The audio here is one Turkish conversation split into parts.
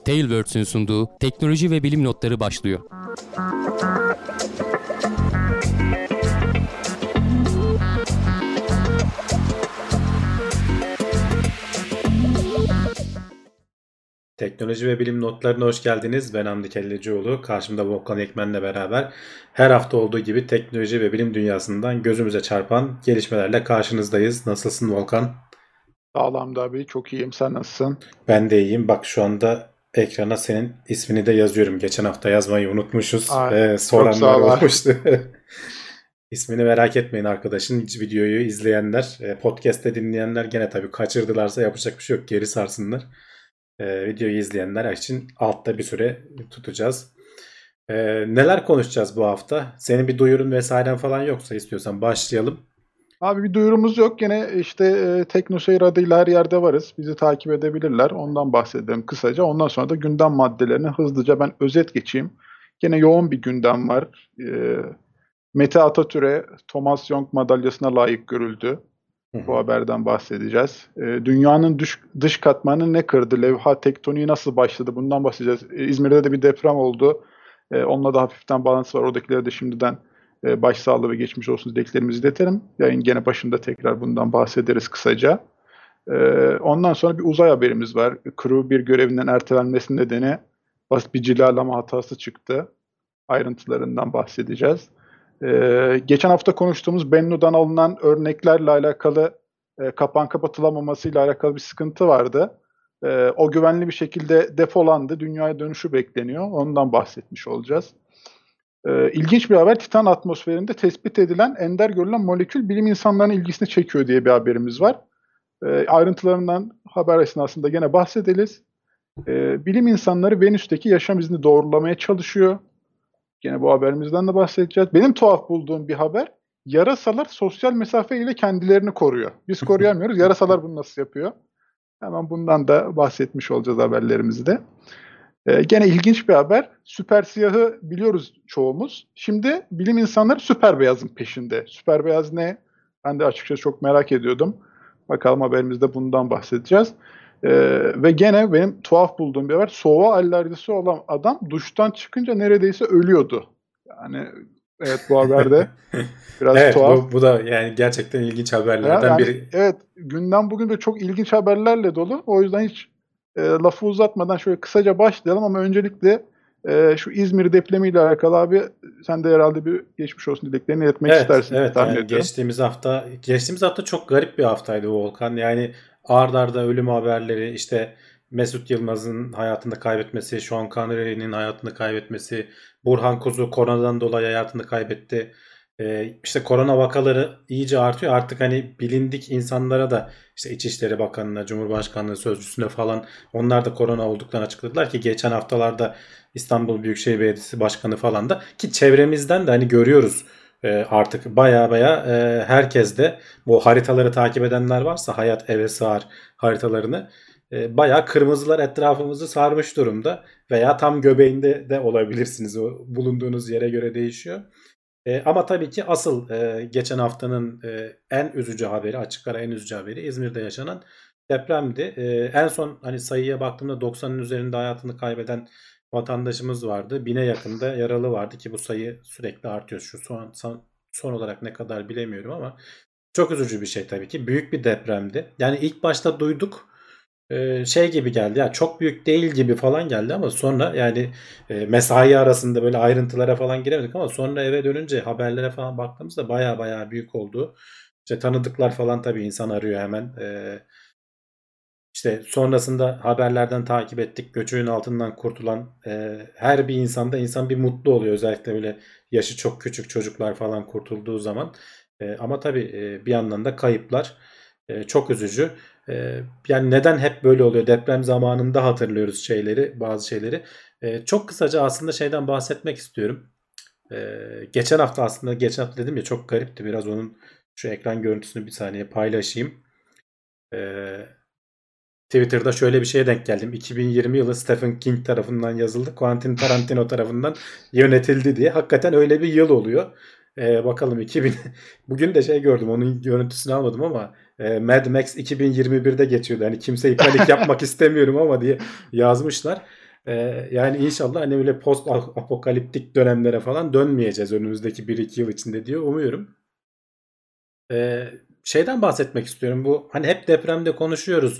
Tailwords'ün sunduğu teknoloji ve bilim notları başlıyor. Teknoloji ve bilim notlarına hoş geldiniz. Ben Hamdi Kellecioğlu. Karşımda Volkan Ekmen'le beraber her hafta olduğu gibi teknoloji ve bilim dünyasından gözümüze çarpan gelişmelerle karşınızdayız. Nasılsın Volkan? Sağlam da abi, çok iyiyim. Sen nasılsın? Ben de iyiyim. Bak şu anda ekrana senin ismini de yazıyorum. Geçen hafta yazmayı unutmuşuz. Çok Soranlar sağ ol abi. olmuştu. İsmini merak etmeyin arkadaşın. Videoyu izleyenler, podcast'te dinleyenler gene tabii kaçırdılarsa yapacak bir şey yok. Geri sarsınlar. Videoyu izleyenler için altta bir süre tutacağız. Neler konuşacağız bu hafta? Senin bir duyurun vesairen falan yoksa istiyorsan başlayalım. Abi bir duyurumuz yok. Gene işte TeknoSeyir adıyla her yerde varız. Bizi takip edebilirler. Ondan bahsedelim kısaca. Ondan sonra da gündem maddelerini hızlıca ben özet geçeyim. Gene yoğun bir gündem var. Mete Atatürk'e Thomas Young madalyasına layık görüldü. Bu haberden bahsedeceğiz. Dünyanın dış katmanı ne kırdı? Levha tektoniği nasıl başladı? Bundan bahsedeceğiz. İzmir'de de bir deprem oldu. Onunla da hafiften bağlantısı var. Oradakilere de şimdiden başsağlığı ve geçmiş olsun dileklerimizi iletelim. Yayın gene başında tekrar bundan bahsederiz kısaca. Ondan sonra bir uzay haberimiz var. Crew bir görevinden ertelenmesi nedeni basit bir cilalama hatası çıktı. Ayrıntılarından bahsedeceğiz. Geçen hafta konuştuğumuz Bennu'dan alınan örneklerle alakalı kapan kapatılamamasıyla alakalı bir sıkıntı vardı. O güvenli bir şekilde depolandı. Dünyaya dönüşü bekleniyor. Ondan bahsetmiş olacağız. İlginç bir haber. Titan atmosferinde tespit edilen ender görülen molekül bilim insanlarının ilgisini çekiyor diye bir haberimiz var. Ayrıntılarından haber esnasında gene bahsederiz. Bilim insanları Venüs'teki yaşam izini doğrulamaya çalışıyor. Gene bu haberimizden de bahsedeceğiz. Benim tuhaf bulduğum bir haber, yarasalar sosyal mesafe ile kendilerini koruyor. Biz koruyamıyoruz. Yarasalar bunu nasıl yapıyor? Hemen bundan da bahsetmiş olacağız haberlerimizde. Gene ilginç bir haber. Süper siyahı biliyoruz çoğumuz. Şimdi bilim insanları süper beyazın peşinde. Süper beyaz ne? Ben de açıkçası çok merak ediyordum. Bakalım haberimizde bundan bahsedeceğiz. Ve gene benim tuhaf bulduğum bir haber. Soğuğa alerjisi olan adam duştan çıkınca neredeyse ölüyordu. Yani evet, bu haberde biraz Evet, tuhaf. bu da yani gerçekten ilginç haberlerden biri. Evet, gündem bugün de çok ilginç haberlerle dolu. O yüzden hiç lafı uzatmadan şöyle kısaca başlayalım ama öncelikle şu İzmir depremiyle alakalı abi, sen de herhalde bir geçmiş olsun dileklerini iletmek istersin. Evet Tahmin yani ediyorum. geçtiğimiz hafta çok garip bir haftaydı Volkan. Yani ard arda ölüm haberleri, işte Mesut Yılmaz'ın hayatını kaybetmesi, Sean Connery'nin hayatını kaybetmesi, Burhan Kuzu koronadan dolayı hayatını kaybetti. İşte korona vakaları iyice artıyor. Artık hani bilindik insanlara da işte İçişleri Bakanı'na, Cumhurbaşkanlığı Sözcüsü'ne falan onlar da korona olduklarını açıkladılar ki geçen haftalarda İstanbul Büyükşehir Belediyesi Başkanı falan da, ki çevremizden de hani görüyoruz. Artık baya baya herkes de bu haritaları takip edenler varsa Hayat Eve Sığar haritalarını bayağı kırmızılar etrafımızı sarmış durumda veya tam göbeğinde de olabilirsiniz. O bulunduğunuz yere göre değişiyor. Ama tabii ki asıl geçen haftanın en üzücü haberi, açık ara en üzücü haberi İzmir'de yaşanan depremdi. En son hani sayıya baktığımda 90'ın üzerinde hayatını kaybeden vatandaşımız vardı. 1000'e yakında yaralı vardı ki bu sayı sürekli artıyor. Şu son olarak ne kadar bilemiyorum ama çok üzücü bir şey tabii ki. Büyük bir depremdi. Yani ilk başta duyduk. Şey gibi geldi ya, çok büyük değil gibi falan geldi ama sonra yani mesai arasında böyle ayrıntılara falan giremedik ama sonra eve dönünce haberlere falan baktığımızda baya baya büyük oldu. İşte tanıdıklar falan tabii insan arıyor hemen. İşte sonrasında haberlerden takip ettik. Göçüğün altından kurtulan her bir insanda insan bir mutlu oluyor. Özellikle böyle yaşı çok küçük çocuklar falan kurtulduğu zaman. Ama tabii bir yandan da kayıplar çok üzücü. Yani neden hep böyle oluyor? Deprem zamanında hatırlıyoruz bazı şeyleri. Çok kısaca aslında şeyden bahsetmek istiyorum. Geçen hafta dedim ya, çok garipti. Biraz onun şu ekran görüntüsünü bir saniye paylaşayım. Twitter'da şöyle bir şeye denk geldim. 2020 yılı Stephen King tarafından yazıldı. Quentin Tarantino tarafından yönetildi diye. Hakikaten öyle bir yıl oluyor. Bakalım 2000. Bugün de şey gördüm. Onun görüntüsünü almadım ama Mad Max 2021'de geçiyordu. Hani kimseyi panik yapmak istemiyorum ama diye yazmışlar. Yani inşallah hani öyle post apokaliptik dönemlere falan dönmeyeceğiz önümüzdeki 1-2 yıl içinde diye umuyorum. Şeyden bahsetmek istiyorum. Bu hani hep depremde konuşuyoruz.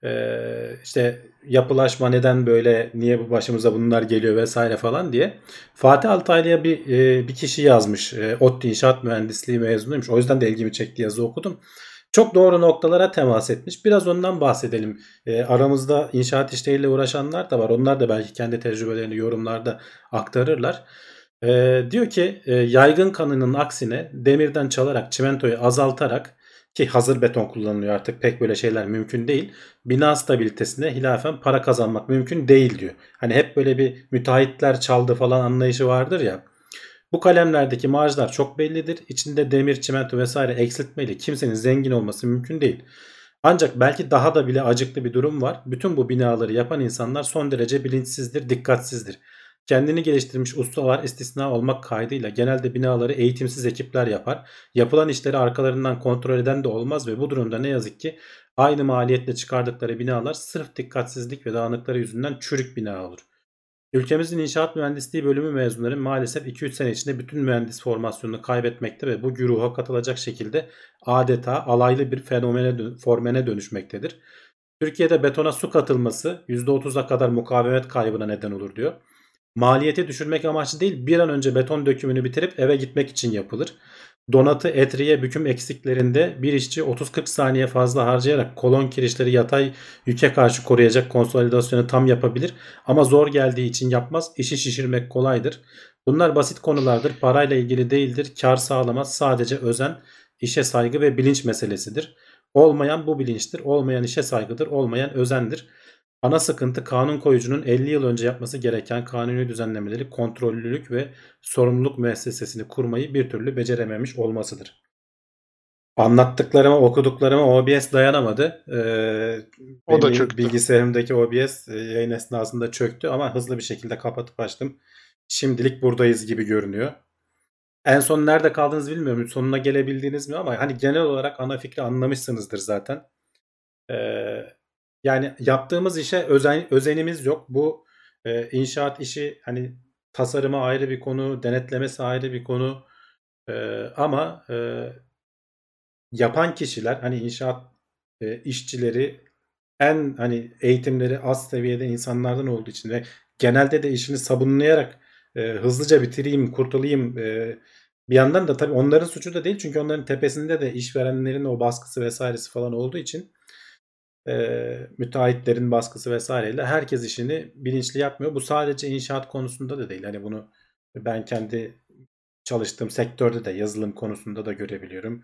İşte yapılaşma neden böyle, niye bu başımıza bunlar geliyor vesaire falan diye. Fatih Altaylı'ya bir kişi yazmış. ODTÜ İnşaat Mühendisliği mezunuymuş. O yüzden de ilgimi çekti, yazı okudum. Çok doğru noktalara temas etmiş. Biraz ondan bahsedelim. Aramızda inşaat işleriyle uğraşanlar da var. Onlar da belki kendi tecrübelerini yorumlarda aktarırlar. Diyor ki yaygın kanının aksine demirden çalarak, çimentoyu azaltarak, ki hazır beton kullanılıyor artık, pek böyle şeyler mümkün değil. Bina stabilitesine hilafen para kazanmak mümkün değil diyor. Hani hep böyle bir müteahhitler çaldı falan anlayışı vardır ya. Bu kalemlerdeki marjlar çok bellidir. İçinde demir, çimento vesaire eksiltmeyle kimsenin zengin olması mümkün değil. Ancak belki daha da bile acıklı bir durum var. Bütün bu binaları yapan insanlar son derece bilinçsizdir, dikkatsizdir. Kendini geliştirmiş ustalar istisna olmak kaydıyla genelde binaları eğitimsiz ekipler yapar. Yapılan işleri arkalarından kontrol eden de olmaz ve bu durumda ne yazık ki aynı maliyetle çıkardıkları binalar sırf dikkatsizlik ve dağınıkları yüzünden çürük bina olur. Ülkemizin inşaat mühendisliği bölümü mezunları maalesef 2-3 sene içinde bütün mühendis formasyonunu kaybetmekte ve bu güruha katılacak şekilde adeta alaylı bir formene dönüşmektedir. Türkiye'de betona su katılması %30'a kadar mukavemet kaybına neden olur diyor. Maliyeti düşürmek amaçlı değil, bir an önce beton dökümünü bitirip eve gitmek için yapılır. Donatı, etriye, büküm eksiklerinde bir işçi 30-40 saniye fazla harcayarak kolon kirişleri yatay yüke karşı koruyacak konsolidasyonu tam yapabilir. Ama zor geldiği için yapmaz. İşi şişirmek kolaydır. Bunlar basit konulardır. Parayla ilgili değildir. Kar sağlamaz. Sadece özen, işe saygı ve bilinç meselesidir. Olmayan bu bilinçtir. Olmayan işe saygıdır. Olmayan özendir. Ana sıkıntı kanun koyucunun 50 yıl önce yapması gereken kanuni düzenlemeleri, kontrollülük ve sorumluluk müessesesini kurmayı bir türlü becerememiş olmasıdır. Anlattıklarıma, okuduklarıma OBS dayanamadı. O da Benim çöktü. bilgisayarımdaki OBS yayın esnasında çöktü ama hızlı bir şekilde kapatıp açtım. Şimdilik buradayız gibi görünüyor. En son nerede kaldınız bilmiyorum. Sonuna gelebildiniz mi, ama hani genel olarak ana fikri anlamışsınızdır zaten. Ee, Yani yaptığımız işe özenimiz yok. Bu inşaat işi hani tasarıma ayrı bir konu, denetlemesi ayrı bir konu. Ama yapan kişiler, hani inşaat işçileri en hani eğitimleri az seviyede insanlardan olduğu için ve genelde de işini sabunlayarak hızlıca bitireyim, kurtulayım. Bir yandan da tabii onların suçu da değil, çünkü onların tepesinde de işverenlerin o baskısı vesairesi falan olduğu için, müteahhitlerin baskısı vesaireyle herkes işini bilinçli yapmıyor. Bu sadece inşaat konusunda da değil. Hani bunu ben kendi çalıştığım sektörde de, yazılım konusunda da görebiliyorum.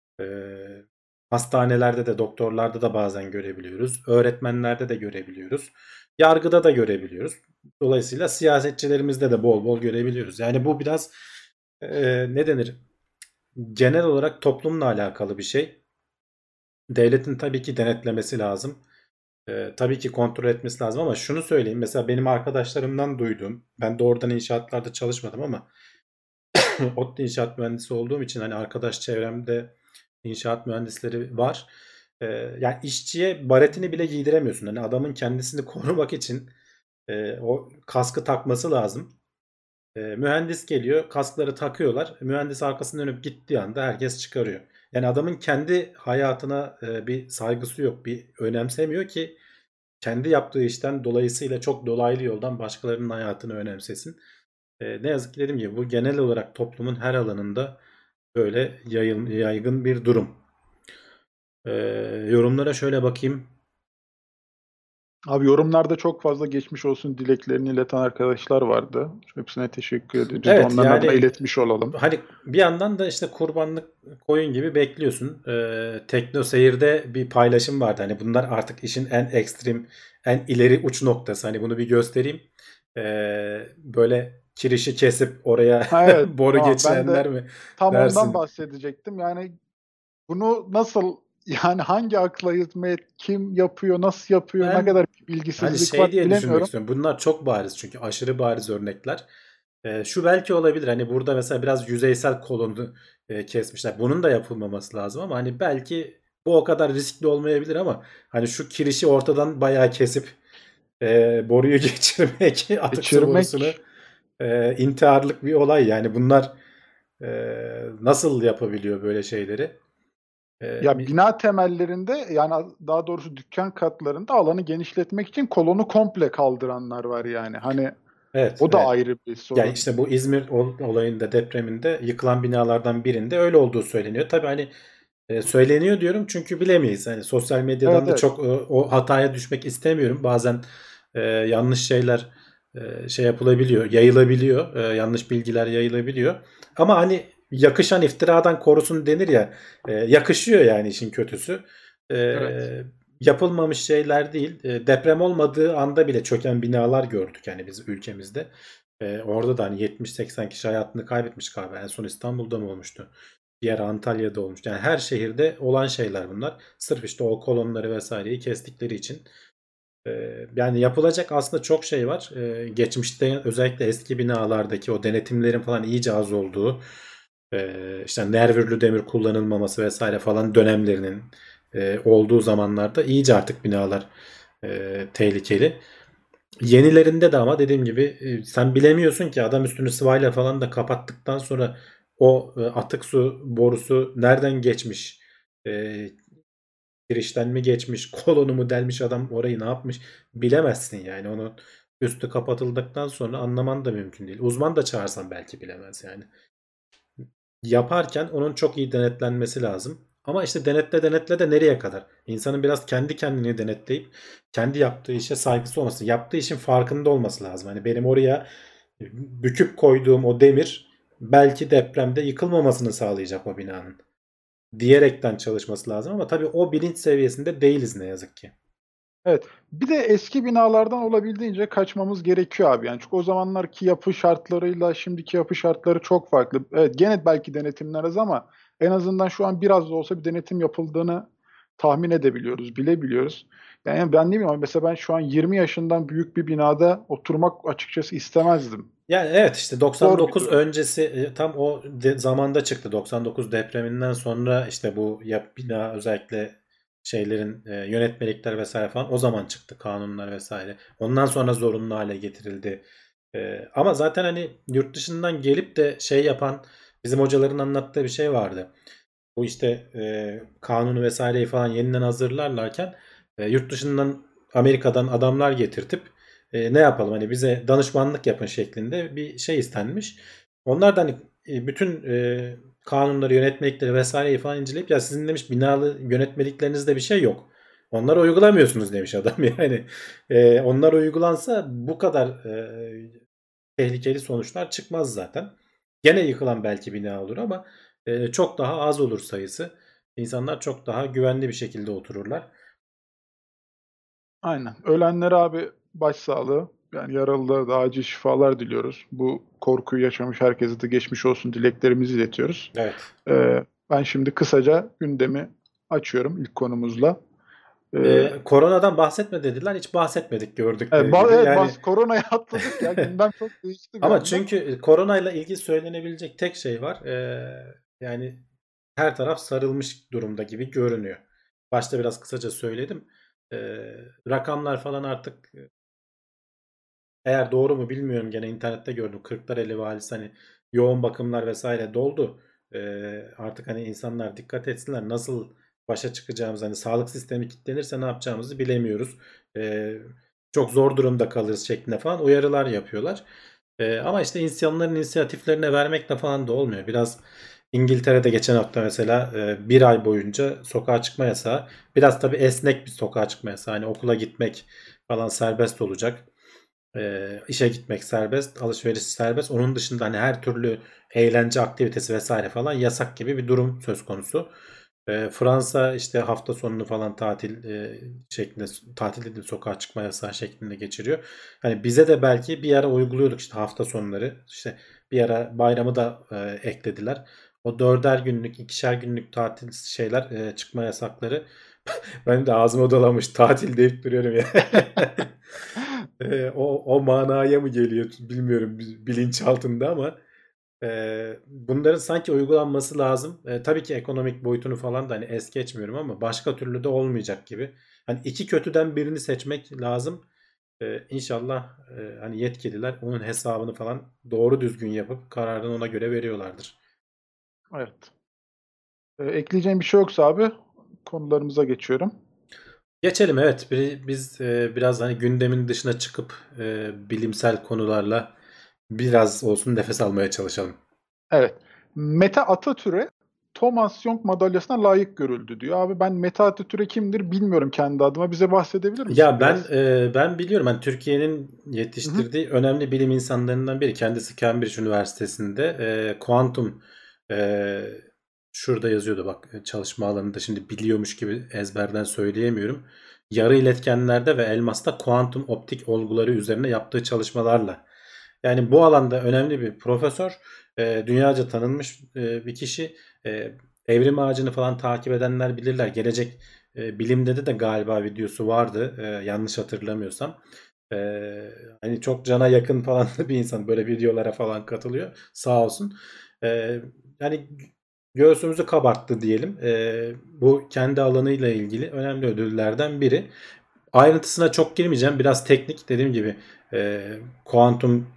Hastanelerde de, doktorlarda da bazen görebiliyoruz. Öğretmenlerde de görebiliyoruz. Yargıda da görebiliyoruz. Dolayısıyla siyasetçilerimizde de bol bol görebiliyoruz. Yani bu biraz ne denir? Genel olarak toplumla alakalı bir şey. Devletin tabii ki denetlemesi lazım. Tabii ki kontrol etmesi lazım, ama şunu söyleyeyim. Mesela benim arkadaşlarımdan duyduğum, ben doğrudan inşaatlarda çalışmadım ama ODTÜ inşaat mühendisi olduğum için hani arkadaş çevremde inşaat mühendisleri var. Yani işçiye baretini bile giydiremiyorsun. Hani adamın kendisini korumak için o kaskı takması lazım. Mühendis geliyor, kaskları takıyorlar. Mühendis arkasını dönüp gittiği anda herkes çıkarıyor. Yani adamın kendi hayatına bir saygısı yok, bir önemsemiyor ki kendi yaptığı işten dolayısıyla çok dolaylı yoldan başkalarının hayatını önemsesin. Ne yazık ki dediğim gibi bu genel olarak toplumun her alanında böyle yaygın bir durum. Ee, Yorumlara şöyle bakayım. Abi yorumlarda çok fazla geçmiş olsun dileklerini ileten arkadaşlar vardı. Hepsine teşekkür ediyoruz. Biz de Evet, onların adına yani iletmiş olalım. hani bir yandan da işte kurbanlık koyun gibi bekliyorsun. Tekno Seyir'de bir paylaşım vardı. Hani bunlar artık işin en ekstrem, en ileri uç noktası. Hani bunu bir göstereyim. Böyle kirişi kesip oraya Ha, evet, boru tamam. Ben geçirenler de mi tam ondan dersin? bahsedecektim. Yani bunu nasıl, yani hangi akla hizmet, kim yapıyor, nasıl yapıyor, ne Ben kadar hani bilgisizlik var şey diye düşünmek bilemiyorum. istiyorum. Bunlar çok bariz, çünkü aşırı bariz örnekler. Şu belki olabilir. Hani burada mesela biraz yüzeysel kolonu kesmişler. Bunun da yapılmaması lazım, ama hani belki bu o kadar riskli olmayabilir, ama hani şu kirişi ortadan bayağı kesip boruyu geçirmek, atık su borusunu Geçirmek intiharlık bir olay. Yani bunlar nasıl yapabiliyor böyle şeyleri? ya bina temellerinde yani daha doğrusu dükkan katlarında alanı genişletmek için kolonu komple kaldıranlar var yani. Hani Evet, o da evet. ayrı bir Yani sorun. işte bu İzmir olayında, depreminde yıkılan binalardan birinde öyle olduğu söyleniyor. Tabii hani söyleniyor diyorum çünkü bilemeyiz. Hani sosyal Evet, medyadan da evet. çok o hataya düşmek istemiyorum. Bazen yanlış şeyler şey yapılabiliyor, yayılabiliyor. Yanlış bilgiler yayılabiliyor. Ama hani yakışan iftiradan korusun denir ya. Yakışıyor yani işin kötüsü. Evet. Yapılmamış şeyler değil. Deprem olmadığı anda bile çöken binalar gördük yani biz ülkemizde. Orada da hani 70-80 kişi hayatını kaybetmiş galiba. En son İstanbul'da mı olmuştu? Bir yer Antalya'da olmuştu. Yani her şehirde olan şeyler bunlar. Sırf işte o kolonları vesaireyi kestikleri için. Yani yapılacak aslında çok şey var. Geçmişte özellikle eski binalardaki o denetimlerin falan iyice az olduğu, işte nervürlü demir kullanılmaması vesaire falan dönemlerinin olduğu zamanlarda iyice artık binalar tehlikeli. Yenilerinde de ama dediğim gibi sen bilemiyorsun ki adam üstünü sıvayla falan da kapattıktan sonra o atık su borusu nereden geçmiş? E, Girişten mi geçmiş? Kolonu mu delmiş adam orayı ne yapmış? Bilemezsin yani. Onu üstü kapatıldıktan sonra anlaman da mümkün değil. Uzman da çağırsan belki bilemez yani. Yaparken onun çok iyi denetlenmesi lazım. Ama işte denetle denetle de nereye kadar? İnsanın biraz kendi kendini denetleyip kendi yaptığı işe saygısı olması, yaptığı işin farkında olması lazım. Hani benim oraya büküp koyduğum o demir belki depremde yıkılmamasını sağlayacak o binanın diyerekten çalışması lazım ama tabii o bilinç seviyesinde değiliz ne yazık ki. Evet. Bir de eski binalardan olabildiğince kaçmamız gerekiyor abi. Yani çünkü o zamanlarki yapı şartlarıyla şimdiki yapı şartları çok farklı. Evet, gene belki denetimler az ama en azından şu an biraz da olsa bir denetim yapıldığını tahmin edebiliyoruz, bilebiliyoruz. Yani ben ne bileyim ama mesela ben şu an 20 yaşından büyük bir binada oturmak açıkçası istemezdim. Yani evet işte Zor bir 99 durum. öncesi tam o zamanda çıktı. 99 depreminden sonra işte bu bina özellikle şeylerin yönetmelikler vesaire falan o zaman çıktı kanunlar vesaire. Ondan sonra zorunlu hale getirildi. Ama zaten hani yurt dışından gelip de şey yapan bizim hocaların anlattığı bir şey vardı. Bu işte kanunu vesaireyi falan yeniden hazırlarlarken yurt dışından Amerika'dan adamlar getirtip ne yapalım hani bize danışmanlık yapın şeklinde bir şey istenmiş. Onlar da hani bütün kanunları, yönetmelikleri vesaireyi falan inceleyip ya sizin demiş binalı yönetmeliklerinizde bir şey yok. Onları uygulamıyorsunuz demiş adam yani. Onlar uygulansa bu kadar tehlikeli sonuçlar çıkmaz zaten. Gene yıkılan belki bina olur ama çok daha az olur sayısı. İnsanlar çok daha güvenli bir şekilde otururlar. Aynen. Ölenlere abi başsağlığı. Yani yaralılara da acil şifalar diliyoruz. Bu korkuyu yaşamış herkese de geçmiş olsun dileklerimizi iletiyoruz. Evet. Ben şimdi kısaca gündemi açıyorum ilk konumuzla. Koronadan bahsetme dediler. Hiç bahsetmedik gördükleri gibi. Evet, Yani koronayı atladık ya. Gündem çok değişti bir ama anda. çünkü koronayla ilgili söylenebilecek tek şey var. Yani her taraf sarılmış durumda gibi görünüyor. Başta biraz kısaca söyledim. Rakamlar falan artık eğer doğru mu bilmiyorum gene internette gördüm. Kırklareli valisi hani yoğun bakımlar vesaire doldu. Artık hani insanlar dikkat etsinler. Nasıl başa çıkacağımız hani sağlık sistemi kilitlenirse ne yapacağımızı bilemiyoruz. Ee, Çok zor durumda kalırız şeklinde falan uyarılar yapıyorlar. Ama işte insanların inisiyatiflerine vermekle falan da olmuyor. Biraz İngiltere'de geçen hafta mesela bir ay boyunca sokağa çıkma yasağı. Biraz tabii esnek bir sokağa çıkma yasağı. Hani okula gitmek falan serbest olacak. İşe gitmek serbest, alışveriş serbest. Onun dışında hani her türlü eğlence aktivitesi vesaire falan yasak gibi bir durum söz konusu. Fransa işte hafta sonunu falan tatil şeklinde tatil dediğim sokağa çıkma yasağı şeklinde geçiriyor. Hani bize de belki bir ara uyguluyorduk işte hafta sonları. İşte bir ara bayramı da eklediler. O dörder günlük, ikişer günlük tatil şeyler çıkma yasakları. Ben de ağzıma dolamış tatil deyip duruyorum ya. O manaya mı geliyor bilmiyorum bilinç altında ama bunların sanki uygulanması lazım. Tabii ki ekonomik boyutunu falan da hani es geçmiyorum ama başka türlü de olmayacak gibi. Hani iki kötüden birini seçmek lazım. İnşallah hani yetkililer onun hesabını falan doğru düzgün yapıp kararını ona göre veriyorlardır. Evet. Ekleyeceğim bir şey yoksa abi konularımıza geçiyorum. Geçelim, evet. Biz biraz hani gündemin dışına çıkıp bilimsel konularla biraz olsun nefes almaya çalışalım. Evet. Mete Atatürk'e Thomas Young madalyasına layık görüldü diyor. Abi ben Mete Atatürk kimdir bilmiyorum kendi adıma. Bize bahsedebilir misin Ya ben biraz? ben biliyorum, ben Türkiye'nin Hı hı. yetiştirdiği önemli bilim insanlarından biri. Kendisi Cambridge Üniversitesi'nde kuantum, e, şurada yazıyordu bak, çalışma alanında, şimdi biliyormuş gibi ezberden söyleyemiyorum. Yarı iletkenlerde ve elmasta kuantum optik olguları üzerine yaptığı çalışmalarla. Yani bu alanda önemli bir profesör, dünyaca tanınmış bir kişi. E, Evrim Ağacı'nı falan takip edenler bilirler. Gelecek Bilim'de de galiba videosu vardı, yanlış hatırlamıyorsam. E, Hani çok cana yakın falan bir insan, böyle videolara falan katılıyor. Sağ olsun. E, Yani göğsümüzü kabarttı diyelim. Bu kendi alanıyla ilgili önemli ödüllerden biri. Ayrıntısına çok girmeyeceğim. Biraz teknik, dediğim gibi kuantum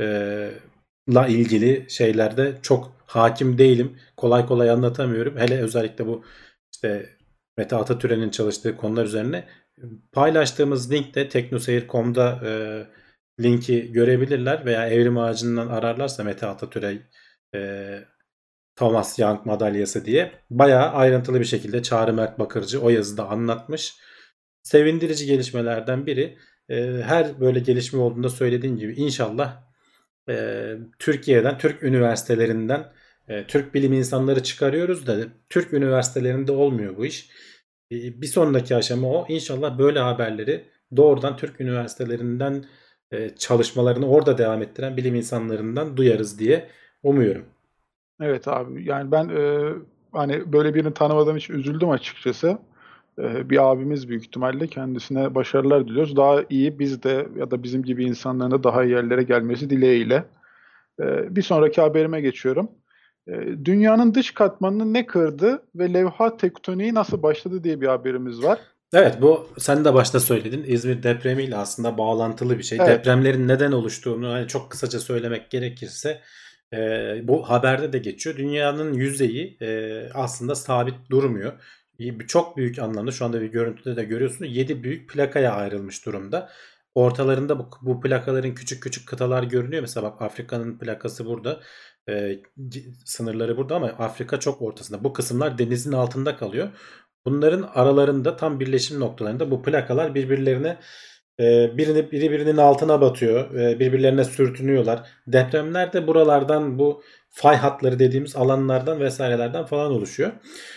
la ilgili şeylerde çok hakim değilim. Kolay kolay anlatamıyorum. Hele özellikle bu işte Mete Atatürk'ün çalıştığı konular üzerine paylaştığımız linkte teknoseyir.com'da linki görebilirler veya Evrim Ağacı'ndan ararlarsa Mete Atatürk'e Thomas Young madalyası diye bayağı ayrıntılı bir şekilde Çağrı Mert Bakırcı o yazıda anlatmış. Sevindirici gelişmelerden biri. Her böyle gelişme olduğunda söylediğim gibi inşallah Türkiye'den, Türk üniversitelerinden Türk bilim insanları çıkarıyoruz da Türk üniversitelerinde olmuyor bu iş. Bir sonraki aşama o. İnşallah böyle haberleri doğrudan Türk üniversitelerinden çalışmalarını orada devam ettiren bilim insanlarından duyarız diye umuyorum. Evet abi. Yani ben hani böyle birini tanımadığım için üzüldüm açıkçası. Bir abimiz büyük ihtimalle kendisine başarılar diliyoruz. Daha iyi biz de ya da bizim gibi insanların da daha iyi yerlere gelmesi dileğiyle. Bir sonraki haberime geçiyorum. Dünyanın dış katmanını ne kırdı ve levha tektoniği nasıl başladı diye bir haberimiz var. Evet, bu sen de başta söyledin. İzmir depremiyle aslında bağlantılı bir şey. Evet, Depremlerin neden oluştuğunu hani çok kısaca söylemek gerekirse bu haberde de geçiyor. Dünyanın yüzeyi aslında sabit durmuyor. Çok büyük anlamda şu anda bir görüntüde de görüyorsunuz. 7 büyük plakaya ayrılmış durumda. Ortalarında bu plakaların küçük küçük kıtalar görünüyor. Mesela bak, Afrika'nın plakası burada. Sınırları burada ama Afrika çok ortasında. Bu kısımlar denizin altında kalıyor. Bunların aralarında tam birleşim noktalarında bu plakalar birbirlerine biri birinin altına batıyor. Birbirlerine sürtünüyorlar. Depremler de buralardan, bu fay hatları dediğimiz alanlardan vesairelerden falan oluşuyor.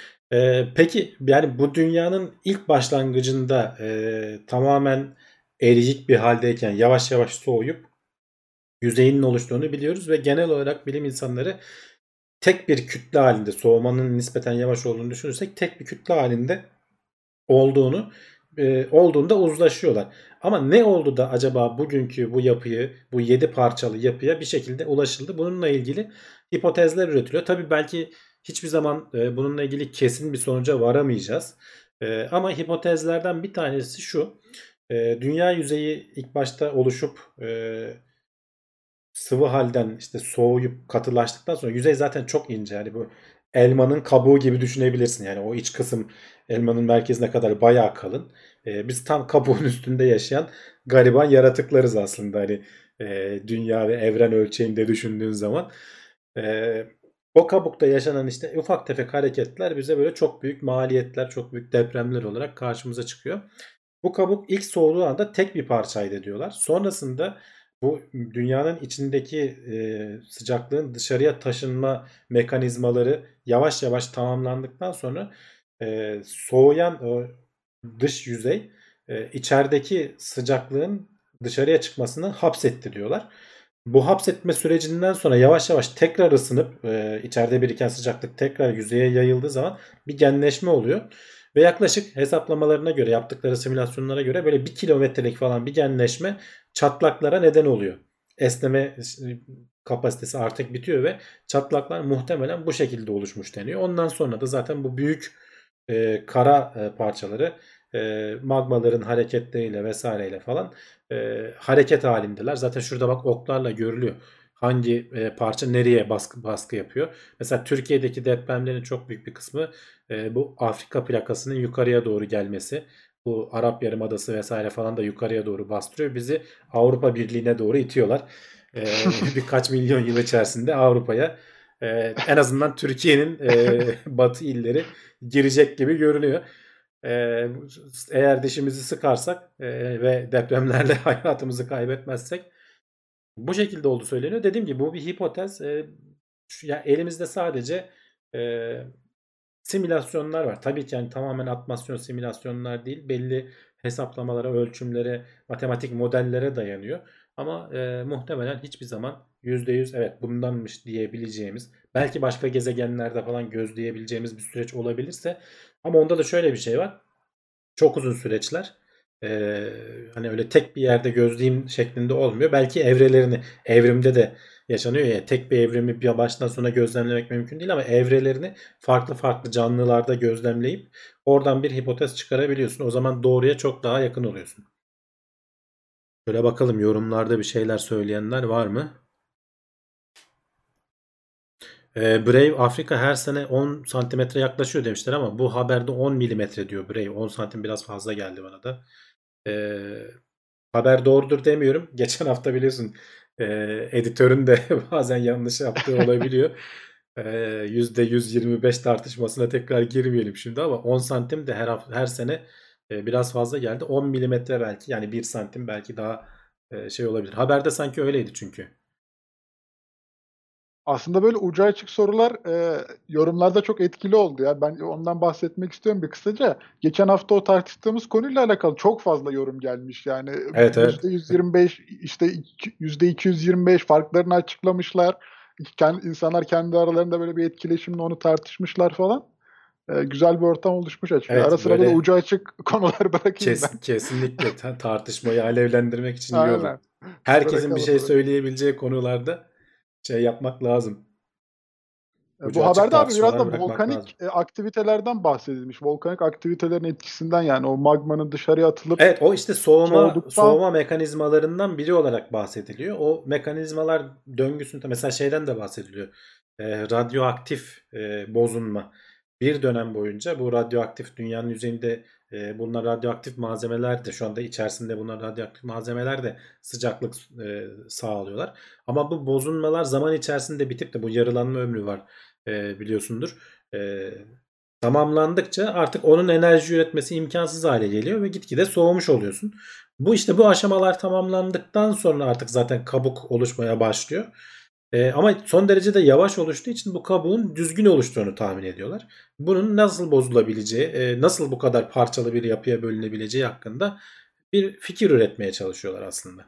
Peki yani bu dünyanın ilk başlangıcında tamamen eriyik bir haldeyken yavaş yavaş soğuyup yüzeyinin oluştuğunu biliyoruz ve genel olarak bilim insanları tek bir kütle halinde, soğumanın nispeten yavaş olduğunu düşünürsek tek bir kütle halinde olduğunu olduğunda uzlaşıyorlar. Ama ne oldu da acaba bugünkü bu yapıyı, bu 7 parçalı yapıya bir şekilde ulaşıldı? Bununla ilgili hipotezler üretiliyor. Tabii belki hiçbir zaman bununla ilgili kesin bir sonuca varamayacağız. Ama hipotezlerden bir tanesi şu. Dünya yüzeyi ilk başta oluşup sıvı halden işte soğuyup katılaştıktan sonra yüzey zaten çok ince. Yani bu elmanın kabuğu gibi düşünebilirsin. Yani o iç kısım elmanın merkezine kadar bayağı kalın. Biz tam kabuğun üstünde yaşayan gariban yaratıklarız aslında. Hani dünya ve evren ölçeğinde düşündüğün zaman. E, O kabukta yaşanan işte ufak tefek hareketler bize böyle çok büyük maliyetler, çok büyük depremler olarak karşımıza çıkıyor. Bu kabuk ilk soğuduğu anda tek bir parçaydı diyorlar. Sonrasında bu dünyanın içindeki sıcaklığın dışarıya taşınma mekanizmaları yavaş yavaş tamamlandıktan sonra soğuyan o dış yüzey içerideki sıcaklığın dışarıya çıkmasını hapsetti diyorlar. Bu hapsetme sürecinden sonra yavaş yavaş tekrar ısınıp içeride biriken sıcaklık tekrar yüzeye yayıldığı zaman bir genleşme oluyor. Ve yaklaşık hesaplamalarına göre, yaptıkları simülasyonlara göre böyle 1 kilometrelik falan bir genleşme çatlaklara neden oluyor. Esneme kapasitesi artık bitiyor ve çatlaklar muhtemelen bu şekilde oluşmuş deniyor. Ondan sonra da zaten bu büyük kara parçaları magmaların hareketleriyle vesaireyle falan hareket halindeler. Zaten şurada bak oklarla görülüyor. Hangi parça nereye baskı yapıyor. Mesela Türkiye'deki depremlerin çok büyük bir kısmı bu Afrika plakasının yukarıya doğru gelmesi. Bu Arap Yarımadası vesaire falan da yukarıya doğru bastırıyor. Bizi Avrupa Birliği'ne doğru itiyorlar. Birkaç milyon yıl içerisinde Avrupa'ya en azından Türkiye'nin batı illeri girecek gibi görünüyor. Eğer dişimizi sıkarsak ve depremlerle hayatımızı kaybetmezsek bu şekilde olduğu söyleniyor. Dediğim gibi bu bir hipotez. Ya elimizde sadece simülasyonlar var. Tabii ki yani tamamen atmasyon simülasyonlar değil. Belli hesaplamalara, ölçümlere, matematik modellere dayanıyor. Ama muhtemelen hiçbir zaman %100 evet bundanmış diyebileceğimiz, belki başka gezegenlerde falan gözleyebileceğimiz bir süreç olabilirse, ama onda da şöyle bir şey var. Çok uzun süreçler. Hani öyle tek bir yerde gözleyeyim şeklinde olmuyor. Belki evrimde de yaşanıyor ya, tek bir evrimi bir baştan sona gözlemlemek mümkün değil ama evrelerini farklı farklı canlılarda gözlemleyip oradan bir hipotez çıkarabiliyorsun. O zaman doğruya çok daha yakın oluyorsun. Şöyle bakalım yorumlarda bir şeyler söyleyenler var mı? Brave Afrika her sene 10 santimetre yaklaşıyor demişler ama bu haberde 10 milimetre diyor Brave. 10 santim biraz fazla geldi bana da. Haber doğrudur demiyorum. Geçen hafta biliyorsun editörün de bazen yanlış yaptığı olabiliyor. %125 tartışmasına tekrar girmeyelim şimdi ama 10 santim de her sene biraz fazla geldi. 10 milimetre belki, yani 1 santim belki daha şey olabilir. Haberde sanki öyleydi çünkü. Aslında böyle ucu açık sorular yorumlarda çok etkili oldu ya. Ben ondan bahsetmek istiyorum bir kısaca. Geçen hafta o tartıştığımız konuyla alakalı çok fazla yorum gelmiş. Yani Evet, evet. %125 işte %225 farklarını açıklamışlar. İnsanlar kendi aralarında böyle bir etkileşimle onu tartışmışlar falan. Güzel bir ortam oluşmuş açıkçası. Evet, Ara sıra böyle böyle ucu açık konular bırakayım ben. kesinlikle tartışmayı alevlendirmek için iyi olur. Aynen. Herkesin bir şey Bırakalım. söyleyebileceği konularda şey yapmak lazım. Ucu Bu açık haberde abi biraz tartışmalar da bırakmak lazım. volkanik aktivitelerden bahsedilmiş. Volkanik aktivitelerin etkisinden, yani o magmanın dışarıya atılıp Evet, o işte soğuduktan soğuma mekanizmalarından biri olarak bahsediliyor. O mekanizmalar döngüsünde mesela şeyden de bahsediliyor. Radyoaktif bozulma. Bir dönem boyunca bu radyoaktif dünyanın yüzeyinde bulunan radyoaktif malzemeler de, şu anda içerisinde bulunan radyoaktif malzemeler de sıcaklık sağlıyorlar. Ama bu bozulmalar zaman içerisinde bitip de, bu yarılanma ömrü var biliyorsundur. Tamamlandıkça artık onun enerji üretmesi imkansız hale geliyor ve gitgide soğumuş oluyorsun. Bu işte bu aşamalar tamamlandıktan sonra artık zaten kabuk oluşmaya başlıyor. Ama son derece de yavaş oluştuğu için bu kabuğun düzgün oluştuğunu tahmin ediyorlar. Bunun nasıl bozulabileceği, nasıl bu kadar parçalı bir yapıya bölünebileceği hakkında bir fikir üretmeye çalışıyorlar aslında.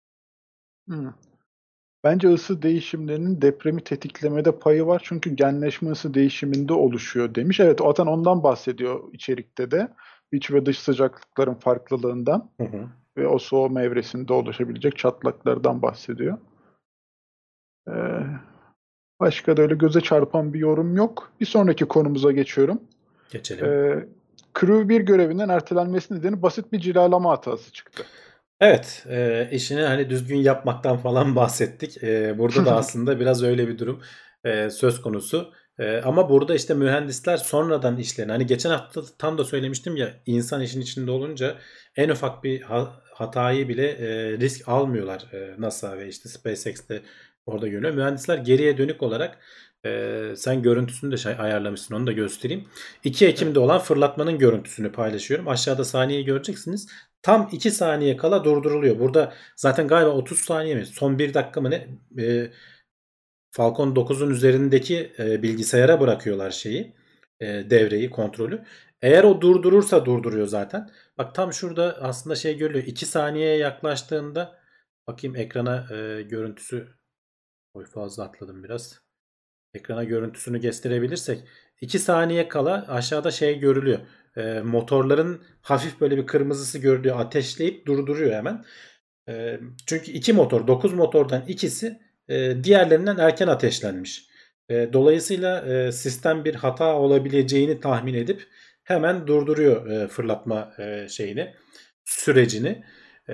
Bence ısı değişimlerinin depremi tetiklemede payı var. Çünkü genleşme ısı değişiminde oluşuyor demiş. Evet, o zaten ondan bahsediyor içerikte de. İç ve dış sıcaklıkların farklılığından Hı hı. ve o soğuma evresinde oluşabilecek çatlaklardan bahsediyor. Ee, Başka da öyle göze çarpan bir yorum yok. Bir sonraki konumuza geçiyorum. Geçelim. Crew 1 görevinden ertelenmesi nedeni basit bir cilalama hatası çıktı. Evet, işini hani düzgün yapmaktan falan bahsettik. Burada da aslında biraz öyle bir durum söz konusu. Ama burada işte mühendisler sonradan işlerini, hani geçen hafta tam da söylemiştim ya, insan işin içinde olunca en ufak bir hatayı bile risk almıyorlar. NASA ve işte SpaceX'te orada görünüyor. Mühendisler geriye dönük olarak sen görüntüsünü de ayarlamışsın, onu da göstereyim. 2 Ekim'de olan fırlatmanın görüntüsünü paylaşıyorum. Aşağıda saniyeyi göreceksiniz. Tam 2 saniye kala durduruluyor. Burada zaten galiba 30 saniye mi? Son 1 dakika mı ne? Falcon 9'un üzerindeki bilgisayara bırakıyorlar şeyi. Devreyi, kontrolü. Eğer o durdurursa durduruyor zaten. Bak tam şurada aslında şey görülüyor. 2 saniyeye yaklaştığında, bakayım ekrana görüntüsü. Oy, fazla atladım biraz. Ekrana görüntüsünü gösterebilirsek 2 saniye kala aşağıda şey görülüyor. Motorların hafif böyle bir kırmızısı görülüyor. Ateşleyip durduruyor hemen. Çünkü 2 motor, 9 motordan ikisi diğerlerinden erken ateşlenmiş. Dolayısıyla sistem bir hata olabileceğini tahmin edip hemen durduruyor fırlatma şeyini, sürecini.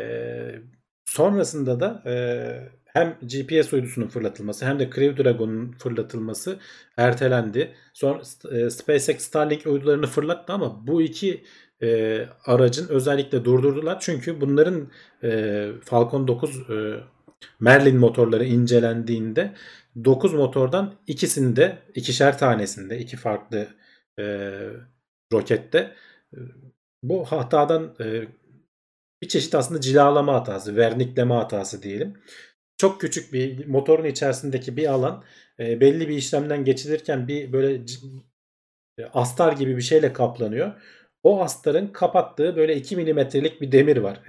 Sonrasında da hem GPS uydusunun fırlatılması hem de Crew Dragon'un fırlatılması ertelendi. Sonra SpaceX Starlink uydularını fırlattı ama bu iki aracın özellikle durdurdular. Çünkü bunların Falcon 9 Merlin motorları incelendiğinde 9 motordan ikisinde, ikişer tanesinde, iki farklı rokette bu hatadan bir çeşit aslında cilalama hatası, vernikleme hatası diyelim. Çok küçük bir motorun içerisindeki bir alan belli bir işlemden geçilirken bir böyle astar gibi bir şeyle kaplanıyor. O astarın kapattığı böyle 2 milimetrelik bir demir var.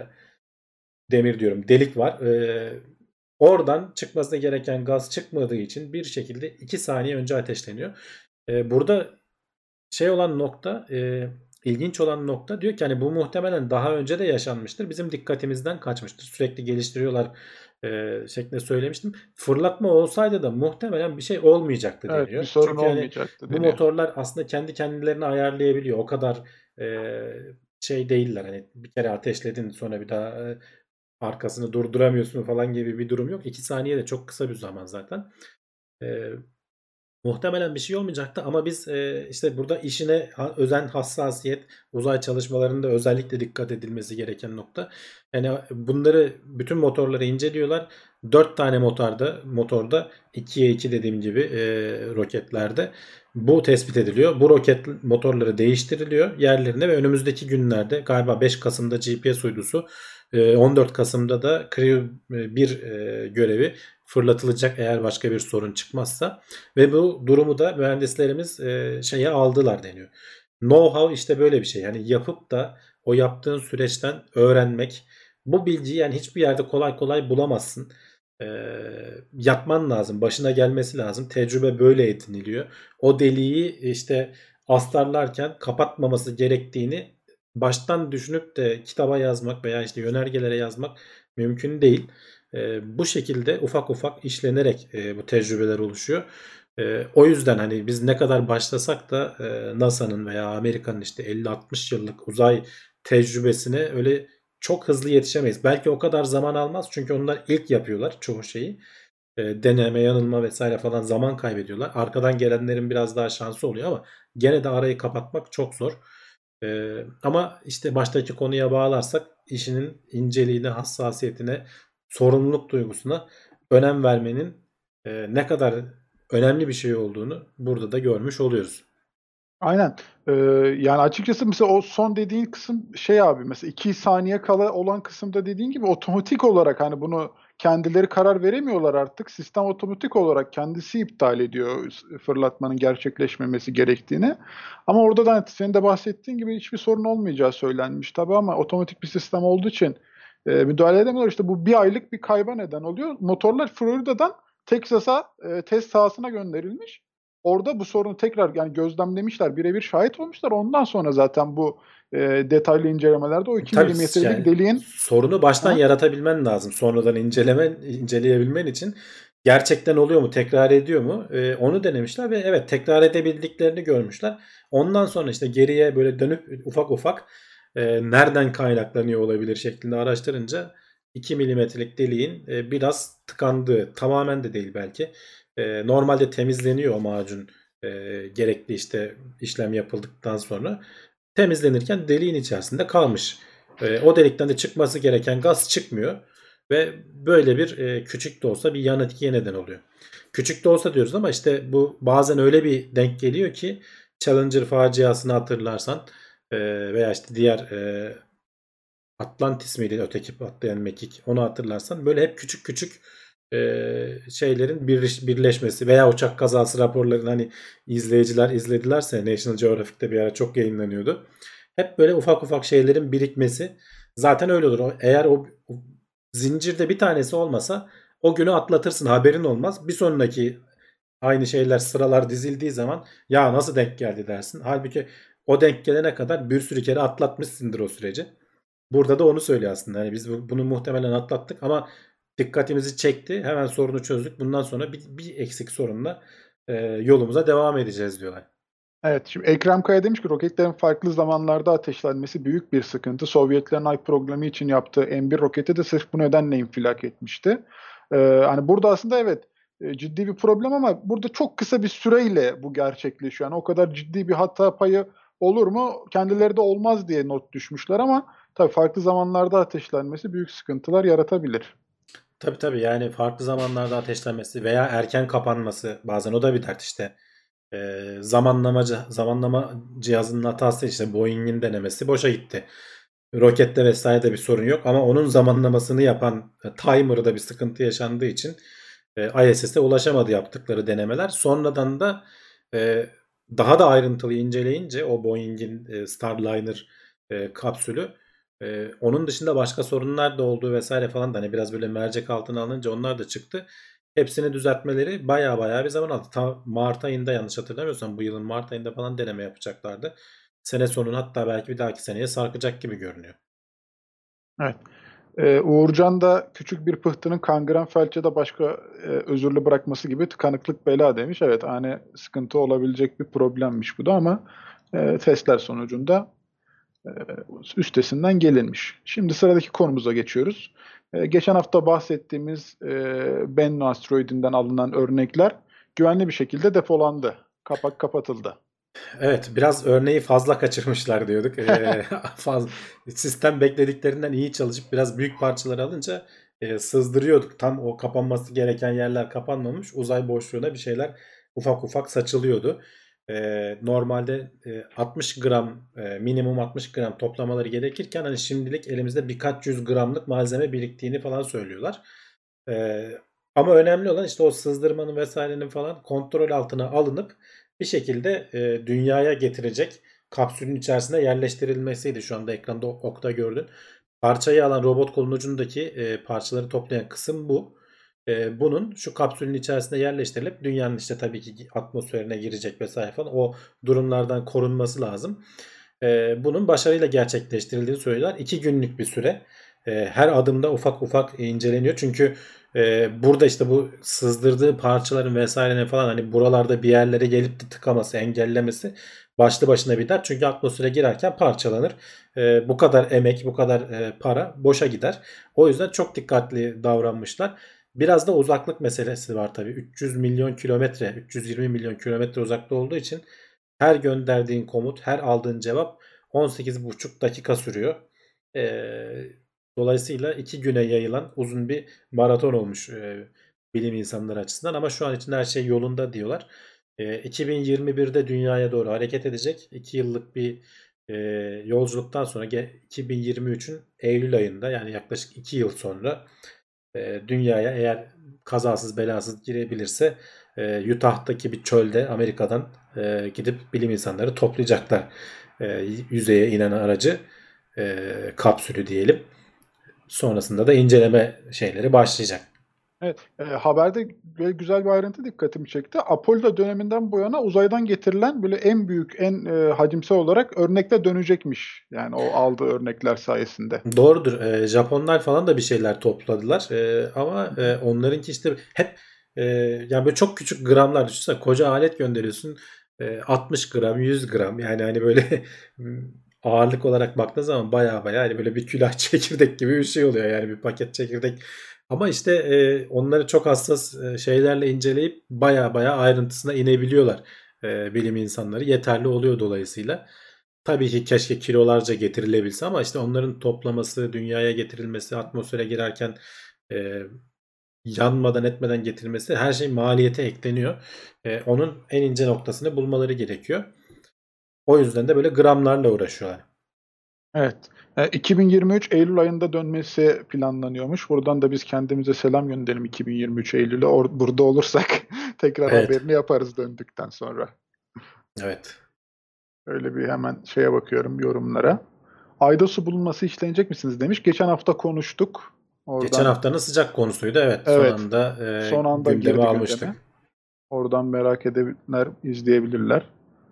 Demir diyorum, delik var. Oradan çıkması gereken gaz çıkmadığı için bir şekilde 2 saniye önce ateşleniyor. Burada şey olan nokta, ilginç olan nokta, diyor ki hani bu muhtemelen daha önce de yaşanmıştır. Bizim dikkatimizden kaçmıştır. Sürekli geliştiriyorlar şeklinde söylemiştim. Fırlatma olsaydı da muhtemelen bir şey olmayacaktı Evet, deniyor. bir sorun Çünkü hani olmayacaktı bu deniyor. motorlar aslında kendi kendilerini ayarlayabiliyor. O kadar şey değiller. Hani bir kere ateşledin sonra bir daha arkasını durduramıyorsun falan gibi bir durum yok. 2 saniye de çok kısa bir zaman zaten. Muhtemelen bir şey olmayacaktı ama biz işte burada işine özen, hassasiyet, uzay çalışmalarında özellikle dikkat edilmesi gereken nokta. Yani bunları, bütün motorları inceliyorlar. 4 tane motorda 2'ye 2 dediğim gibi roketlerde bu tespit ediliyor. Bu roket motorları değiştiriliyor yerlerine ve önümüzdeki günlerde galiba 5 Kasım'da GPS uydusu, 14 Kasım'da da Crew 1 görevi fırlatılacak eğer başka bir sorun çıkmazsa. Ve bu durumu da mühendislerimiz şeye aldılar deniyor. Know-how işte böyle bir şey. Yani yapıp da o yaptığın süreçten öğrenmek. Bu bilgiyi yani hiçbir yerde kolay kolay bulamazsın. Yapman lazım. Başına gelmesi lazım. Tecrübe böyle ediniliyor. O deliği işte astarlarken kapatmaması gerektiğini baştan düşünüp de kitaba yazmak veya işte yönergelere yazmak mümkün değil. Bu şekilde ufak ufak işlenerek bu tecrübeler oluşuyor. O yüzden hani biz ne kadar başlasak da NASA'nın veya Amerika'nın işte 50-60 yıllık uzay tecrübesine öyle çok hızlı yetişemeyiz. Belki o kadar zaman almaz çünkü onlar ilk yapıyorlar çoğu şeyi. Deneme, yanılma vesaire falan zaman kaybediyorlar. Arkadan gelenlerin biraz daha şansı oluyor ama gene de arayı kapatmak çok zor. Ama işte baştaki konuya bağlarsak işinin inceliğine, hassasiyetine, sorumluluk duygusuna önem vermenin ne kadar önemli bir şey olduğunu burada da görmüş oluyoruz. Aynen. Yani açıkçası mesela o son dediğin kısım şey abi, mesela 2 saniye kala olan kısımda dediğin gibi otomatik olarak hani bunu kendileri karar veremiyorlar artık. Sistem otomatik olarak kendisi iptal ediyor fırlatmanın gerçekleşmemesi gerektiğini. Ama orada da senin de bahsettiğin gibi hiçbir sorun olmayacağı söylenmiş tabii ama otomatik bir sistem olduğu için müdahale edemiyorlar. İşte bu bir aylık bir kayba neden oluyor. Motorlar Florida'dan Texas'a test sahasına gönderilmiş. Orada bu sorunu tekrar yani gözlemlemişler, birebir şahit olmuşlar. Ondan sonra zaten bu detaylı incelemelerde o 2 Tabii milimetrelik yani deliğin sorunu baştan ha? yaratabilmen lazım. Sonradan inceleyebilmen için gerçekten oluyor mu, tekrar ediyor mu? Onu denemişler ve evet, tekrar edebildiklerini görmüşler. Ondan sonra işte geriye böyle dönüp ufak ufak nereden kaynaklanıyor olabilir şeklinde araştırınca 2 milimetrelik deliğin biraz tıkandığı, tamamen de değil belki. Normalde temizleniyor o macun gerekli işte işlem yapıldıktan sonra. Temizlenirken deliğin içerisinde kalmış. O delikten de çıkması gereken gaz çıkmıyor. Ve böyle bir küçük de olsa bir yan etkiye neden oluyor. Küçük de olsa diyoruz ama işte bu bazen öyle bir denk geliyor ki Challenger faciasını hatırlarsan veya işte diğer Atlantis miydi öteki patlayan mekik, onu hatırlarsan böyle hep küçük küçük şeylerin birleşmesi veya uçak kazası raporlarını hani izleyiciler izledilerse National Geographic'te bir ara çok yayınlanıyordu. Hep böyle ufak ufak şeylerin birikmesi zaten öyle olur. Eğer o zincirde bir tanesi olmasa o günü atlatırsın, haberin olmaz. Bir sonraki aynı şeyler, sıralar dizildiği zaman ya nasıl denk geldi dersin. Halbuki o denk gelene kadar bir sürü kere atlatmışsındır o süreci. Burada da onu söylüyor aslında. Yani biz bunu muhtemelen atlattık ama dikkatimizi çekti. Hemen sorunu çözdük. Bundan sonra bir eksik sorunla yolumuza devam edeceğiz diyorlar. Evet, şimdi Ekrem Kaya demiş ki roketlerin farklı zamanlarda ateşlenmesi büyük bir sıkıntı. Sovyetlerin Ay programı için yaptığı M1 roketi de sırf bu nedenle infilak etmişti. Hani burada aslında evet ciddi bir problem ama burada çok kısa bir süreyle bu gerçekleşiyor. Yani o kadar ciddi bir hata payı olur mu? Kendileri de olmaz diye not düşmüşler ama tabii farklı zamanlarda ateşlenmesi büyük sıkıntılar yaratabilir. Tabii tabii, yani farklı zamanlarda ateşlenmesi veya erken kapanması bazen o da bir dert işte. Zamanlama cihazının hatası, işte Boeing'in denemesi boşa gitti. Rokette vesaire bir sorun yok ama onun zamanlamasını yapan timer'da bir sıkıntı yaşandığı için ISS'e ulaşamadı yaptıkları denemeler. Sonradan da e, daha da ayrıntılı inceleyince o Boeing'in Starliner kapsülü, onun dışında başka sorunlar da olduğu vesaire falan da hani biraz böyle mercek altına alınca onlar da çıktı. Hepsini düzeltmeleri baya baya bir zaman aldı. Tam Mart ayında, yanlış hatırlamıyorsam bu yılın Mart ayında falan deneme yapacaklardı. Sene sonunu, hatta belki bir dahaki seneye sarkacak gibi görünüyor. Evet. Uğurcan da küçük bir pıhtının kangren felçe de başka özürlü bırakması gibi tıkanıklık bela demiş. Evet, hani sıkıntı olabilecek bir problemmiş bu da ama testler sonucunda e, üstesinden gelinmiş. Şimdi sıradaki konumuza geçiyoruz. Geçen hafta bahsettiğimiz Bennu asteroidinden alınan örnekler güvenli bir şekilde depolandı. Kapak kapatıldı. Evet, biraz örneği fazla kaçırmışlar diyorduk. Sistem beklediklerinden iyi çalışıp biraz büyük parçaları alınca sızdırıyorduk. Tam o kapanması gereken yerler kapanmamış. Uzay boşluğuna bir şeyler ufak ufak saçılıyordu. Normalde 60 gram, minimum 60 gram toplamaları gerekirken hani şimdilik elimizde birkaç yüz gramlık malzeme biriktiğini falan söylüyorlar. E, Ama önemli olan işte o sızdırmanın vesairenin falan kontrol altına alınıp bir şekilde dünyaya getirecek kapsülün içerisine yerleştirilmesiydi. Şu anda ekranda okta gördün. Parçayı alan robot kolun ucundaki parçaları toplayan kısım bu. Bunun şu kapsülün içerisine yerleştirilip dünyanın işte tabii ki atmosferine girecek vesaire falan, o durumlardan korunması lazım. Bunun başarıyla gerçekleştirildiğini söylüyorlar. 2 günlük bir süre. Her adımda ufak ufak inceleniyor. Çünkü burada işte bu sızdırdığı parçaların vesairenin falan hani buralarda bir yerlere gelip de tıkaması, engellemesi başlı başına bir dert. Çünkü atmosfere girerken parçalanır. Bu kadar emek, bu kadar para boşa gider. O yüzden çok dikkatli davranmışlar. Biraz da uzaklık meselesi var tabii. 300 milyon kilometre, 320 milyon kilometre uzakta olduğu için her gönderdiğin komut, her aldığın cevap 18,5 dakika sürüyor. Dolayısıyla 2 güne yayılan uzun bir maraton olmuş bilim insanları açısından. Ama şu an için her şey yolunda diyorlar. 2021'de dünyaya doğru hareket edecek. 2 yıllık bir e, yolculuktan sonra 2023'ün Eylül ayında, yani yaklaşık 2 yıl sonra dünyaya eğer kazasız belasız girebilirse Utah'taki bir çölde Amerika'dan gidip bilim insanları toplayacaklar yüzeye inen aracı, kapsülü diyelim. Sonrasında da inceleme şeyleri başlayacak. Evet, haberde böyle güzel bir ayrıntı dikkatimi çekti. Apollo döneminden bu yana uzaydan getirilen böyle en büyük, en hacimsel olarak örnekle dönecekmiş. Yani o aldığı örnekler sayesinde. Doğrudur. Japonlar falan da bir şeyler topladılar. Ama onlarınki işte hep yani böyle çok küçük gramlar, düşünsene koca alet gönderiyorsun. 60 gram, 100 gram, yani hani böyle ağırlık olarak baktığın zaman baya baya hani böyle bir külah çekirdek gibi bir şey oluyor, yani bir paket çekirdek. Ama işte onları çok hassas şeylerle inceleyip baya baya ayrıntısına inebiliyorlar bilim insanları. Yeterli oluyor dolayısıyla. Tabii ki keşke kilolarca getirilebilse ama işte onların toplaması, dünyaya getirilmesi, atmosfere girerken e, yanmadan etmeden getirilmesi, her şey maliyete ekleniyor. Onun en ince noktasını bulmaları gerekiyor. O yüzden de böyle gramlarla uğraşıyorlar. Evet. 2023 Eylül ayında dönmesi planlanıyormuş. Buradan da biz kendimize selam gönderelim 2023 Eylül'e. Burada olursak tekrar Evet. haberini yaparız döndükten sonra. Evet. Öyle bir hemen şeye bakıyorum yorumlara. Ayda su bulunması işlenecek misiniz demiş. Geçen hafta konuştuk. Geçen Oradan haftanın sıcak konusuydu. Evet. Son evet, anda son anda gündeme girdi almıştık. gündeme. Oradan merak edenler izleyebilirler.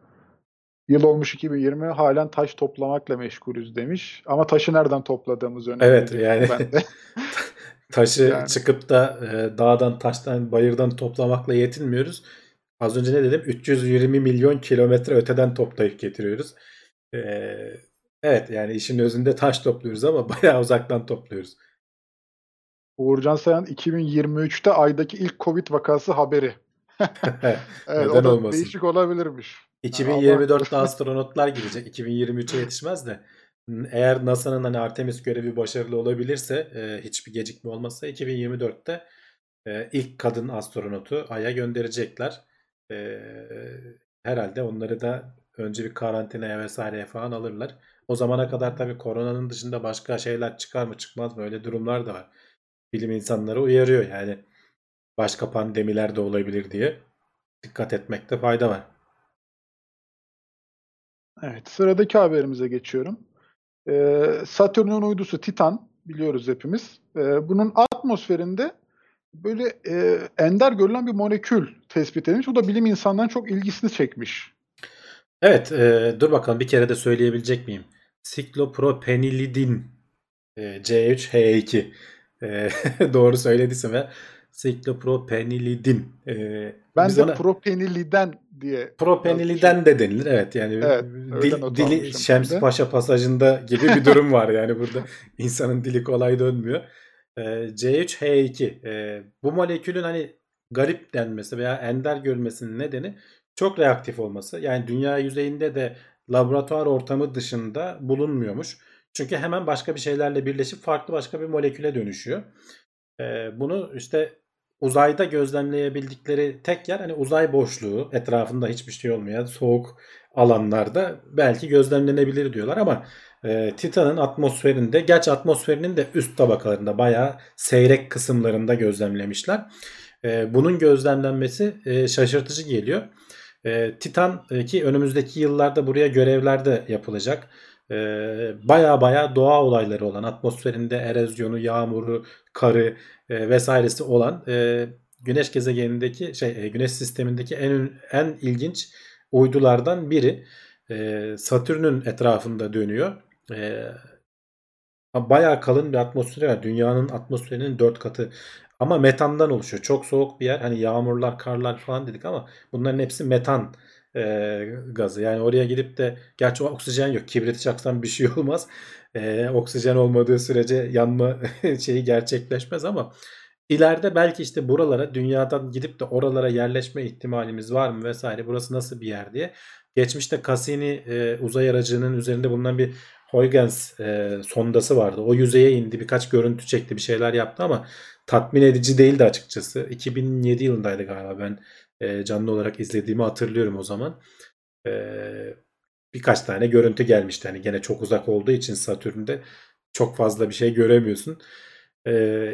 Yıl olmuş 2020, halen taş toplamakla meşgulüz demiş. Ama taşı nereden topladığımız önemli Evet, diyor yani ben de. taşı Yani çıkıp da dağdan, taştan, bayırdan toplamakla yetinmiyoruz. Az önce ne dedim? 320 milyon kilometre öteden toplayıp getiriyoruz. Evet, yani işin özünde taş topluyoruz ama bayağı uzaktan topluyoruz. Uğurcan Sayan 2023'te aydaki ilk Covid vakası haberi. Evet, o Neden da olmasın? değişik olabilirmiş. Yani Allah 2024'te korusun. astronotlar girecek. 2023'e yetişmez de. Eğer NASA'nın hani Artemis görevi başarılı olabilirse, hiçbir gecikme olmazsa 2024'te ilk kadın astronotu Ay'a gönderecekler. E, Herhalde onları da önce bir karantinaya vesaireye falan alırlar. O zamana kadar tabii koronanın dışında başka şeyler çıkar mı çıkmaz mı, öyle durumlar da var. Bilim insanları uyarıyor yani, başka pandemiler de olabilir diye dikkat etmekte fayda var. Evet, sıradaki haberimize geçiyorum. Satürn'ün uydusu Titan, biliyoruz hepimiz. Bunun atmosferinde böyle ender görülen bir molekül tespit edilmiş. Bu da bilim insanlarının çok ilgisini çekmiş. Evet, dur bakalım bir kere de söyleyebilecek miyim? Siklopropenilidin, C3H2. E, Doğru söylediysem ve siklopropenilidin. Ben Biz de ona propeniliden diye yazmışım. propeniliden de denilir. Evet, yani Evet, öyle not dili almışım ben Şems de. Paşa pasajında gibi bir durum var. Yani burada insanın dili kolay dönmüyor. C3H2. Bu molekülün hani garip denmesi veya ender görülmesinin nedeni çok reaktif olması. Yani dünya yüzeyinde de laboratuvar ortamı dışında bulunmuyormuş. Çünkü hemen başka bir şeylerle birleşip farklı başka bir moleküle dönüşüyor. Bunu işte uzayda gözlemleyebildikleri tek yer hani uzay boşluğu, etrafında hiçbir şey olmayan soğuk alanlarda belki gözlemlenebilir diyorlar ama Titan'ın atmosferinde, gerçi atmosferinin de üst tabakalarında, bayağı seyrek kısımlarında gözlemlemişler. Bunun gözlemlenmesi şaşırtıcı geliyor. Titan ki önümüzdeki yıllarda buraya görevler de yapılacak. Baya baya doğa olayları olan, atmosferinde erozyonu, yağmuru, karı vesairesi olan, Güneş gezegenindeki Güneş sistemindeki en ilginç uydulardan biri. Satürn'ün etrafında dönüyor. E, Bayağı kalın bir atmosferi var. Dünyanın atmosferinin 4 katı. Ama metandan oluşuyor. Çok soğuk bir yer. Hani yağmurlar, karlar falan dedik ama bunların hepsi metan gazı. Yani oraya gidip de, gerçi oksijen yok. Kibriti çaksan bir şey olmaz. Oksijen olmadığı sürece yanma şeyi gerçekleşmez ama ileride belki işte buralara, dünyadan gidip de oralara yerleşme ihtimalimiz var mı vesaire. Burası nasıl bir yer diye. Geçmişte Cassini uzay aracının üzerinde bulunan bir Huygens sondası vardı. O yüzeye indi, birkaç görüntü çekti, bir şeyler yaptı ama tatmin edici değildi açıkçası. 2007 yılındaydı galiba, ben canlı olarak izlediğimi hatırlıyorum o zaman. E, Birkaç tane görüntü gelmişti. Hani gene çok uzak olduğu için Satürn'de çok fazla bir şey göremiyorsun. E,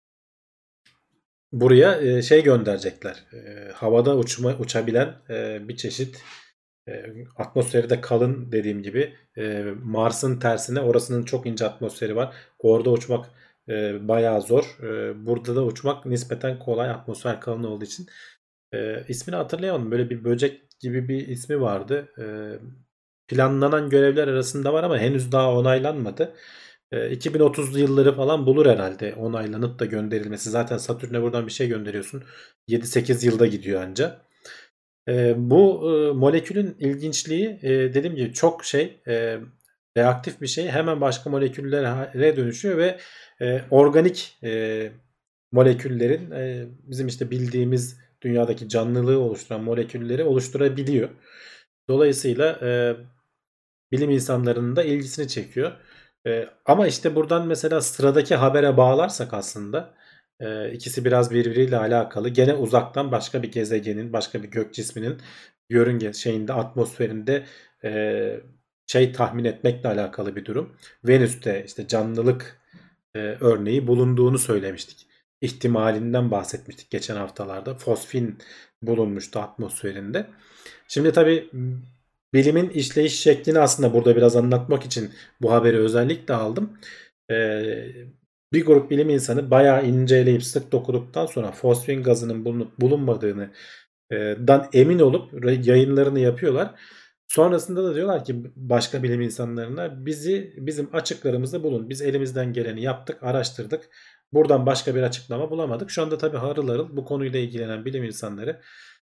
Buraya gönderecekler. Havada uçabilen bir çeşit, atmosferi de kalın, dediğim gibi. Mars'ın tersine, orasının çok ince atmosferi var. Orada uçmak bayağı zor. Burada da uçmak nispeten kolay, atmosfer kalın olduğu için. İsmini hatırlayamadım. Böyle bir böcek gibi bir ismi vardı. Planlanan görevler arasında var ama henüz daha onaylanmadı. 2030'lu yılları falan bulur herhalde onaylanıp da gönderilmesi. Zaten Satürn'e buradan bir şey gönderiyorsun, 7-8 yılda gidiyor anca. Bu molekülün ilginçliği, dediğim gibi çok reaktif bir şey. Hemen başka moleküllere dönüşüyor ve organik moleküllerin, bizim işte bildiğimiz dünyadaki canlılığı oluşturan molekülleri oluşturabiliyor. Dolayısıyla bilim insanlarının da ilgisini çekiyor. Ama işte buradan mesela sıradaki habere bağlarsak aslında ikisi biraz birbiriyle alakalı. Gene uzaktan başka bir gezegenin, başka bir gök cisminin yörünge atmosferinde tahmin etmekle alakalı bir durum. Venüs'te işte canlılık örneği bulunduğunu söylemiştik. İhtimalinden bahsetmiştik geçen haftalarda. Fosfin bulunmuştu atmosferinde. Şimdi tabii bilimin işleyiş şeklini aslında burada biraz anlatmak için bu haberi özellikle aldım. Bir grup bilim insanı bayağı inceleyip sık dokuduktan sonra fosfin gazının bulunup bulunmadığını dan emin olup yayınlarını yapıyorlar. Sonrasında da diyorlar ki başka bilim insanlarına, bizim açıklarımızı bulun. Biz elimizden geleni yaptık, araştırdık. Buradan başka bir açıklama bulamadık. Şu anda tabii harıl harıl bu konuyla ilgilenen bilim insanları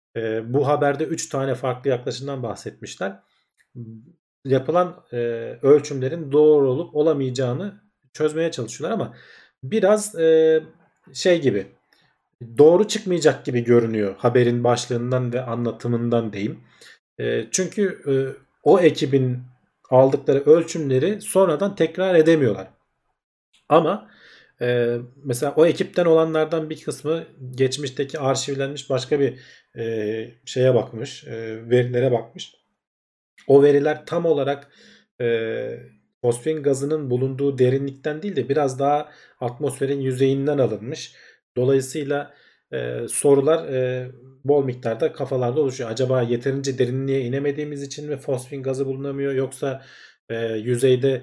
Bu haberde 3 tane farklı yaklaşımdan bahsetmişler. Yapılan ölçümlerin doğru olup olamayacağını çözmeye çalışıyorlar ama biraz şey gibi, doğru çıkmayacak gibi görünüyor haberin başlığından ve anlatımından diyeyim. Çünkü o ekibin aldıkları ölçümleri sonradan tekrar edemiyorlar. Ama mesela o ekipten olanlardan bir kısmı geçmişteki arşivlenmiş başka bir şeye bakmış, verilere bakmış. O veriler tam olarak fosfen gazının bulunduğu derinlikten değil de biraz daha atmosferin yüzeyinden alınmış. Dolayısıyla sorular bol miktarda kafalarda oluşuyor. Acaba yeterince derinliğe inemediğimiz için mi fosfen gazı bulunamıyor, yoksa yüzeyde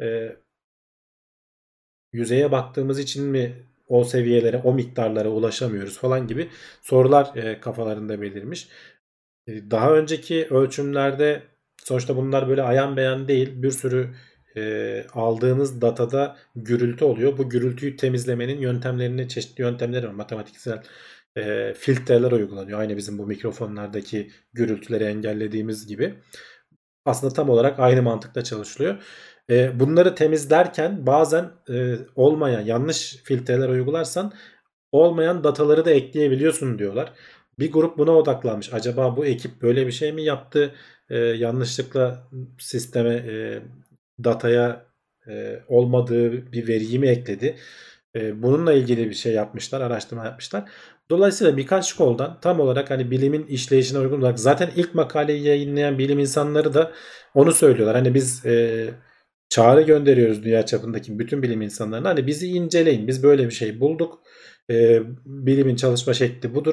yüzeye baktığımız için mi o seviyelere, o miktarlara ulaşamıyoruz falan gibi sorular kafalarında belirmiş. Daha önceki ölçümlerde sonuçta bunlar böyle ayan beyan değil. Bir sürü aldığınız datada gürültü oluyor. Bu gürültüyü temizlemenin yöntemlerini, çeşitli yöntemleri var. Matematiksel filtreler uygulanıyor. Aynı bizim bu mikrofonlardaki gürültüleri engellediğimiz gibi. Aslında tam olarak aynı mantıkla çalışılıyor. Bunları temizlerken bazen olmayan yanlış filtreler uygularsan olmayan dataları da ekleyebiliyorsun diyorlar. Bir grup buna odaklanmış. Acaba bu ekip böyle bir şey mi yaptı? Yanlışlıkla sisteme, dataya olmadığı bir veriyi mi ekledi? Bununla ilgili bir şey yapmışlar, araştırma yapmışlar. Dolayısıyla birkaç koldan tam olarak hani bilimin işleyişine uygun olarak, zaten ilk makaleyi yayınlayan bilim insanları da onu söylüyorlar. Hani biz çağrı gönderiyoruz dünya çapındaki bütün bilim insanlarına. Hani bizi inceleyin. Biz böyle bir şey bulduk. Bilimin çalışma şekli budur.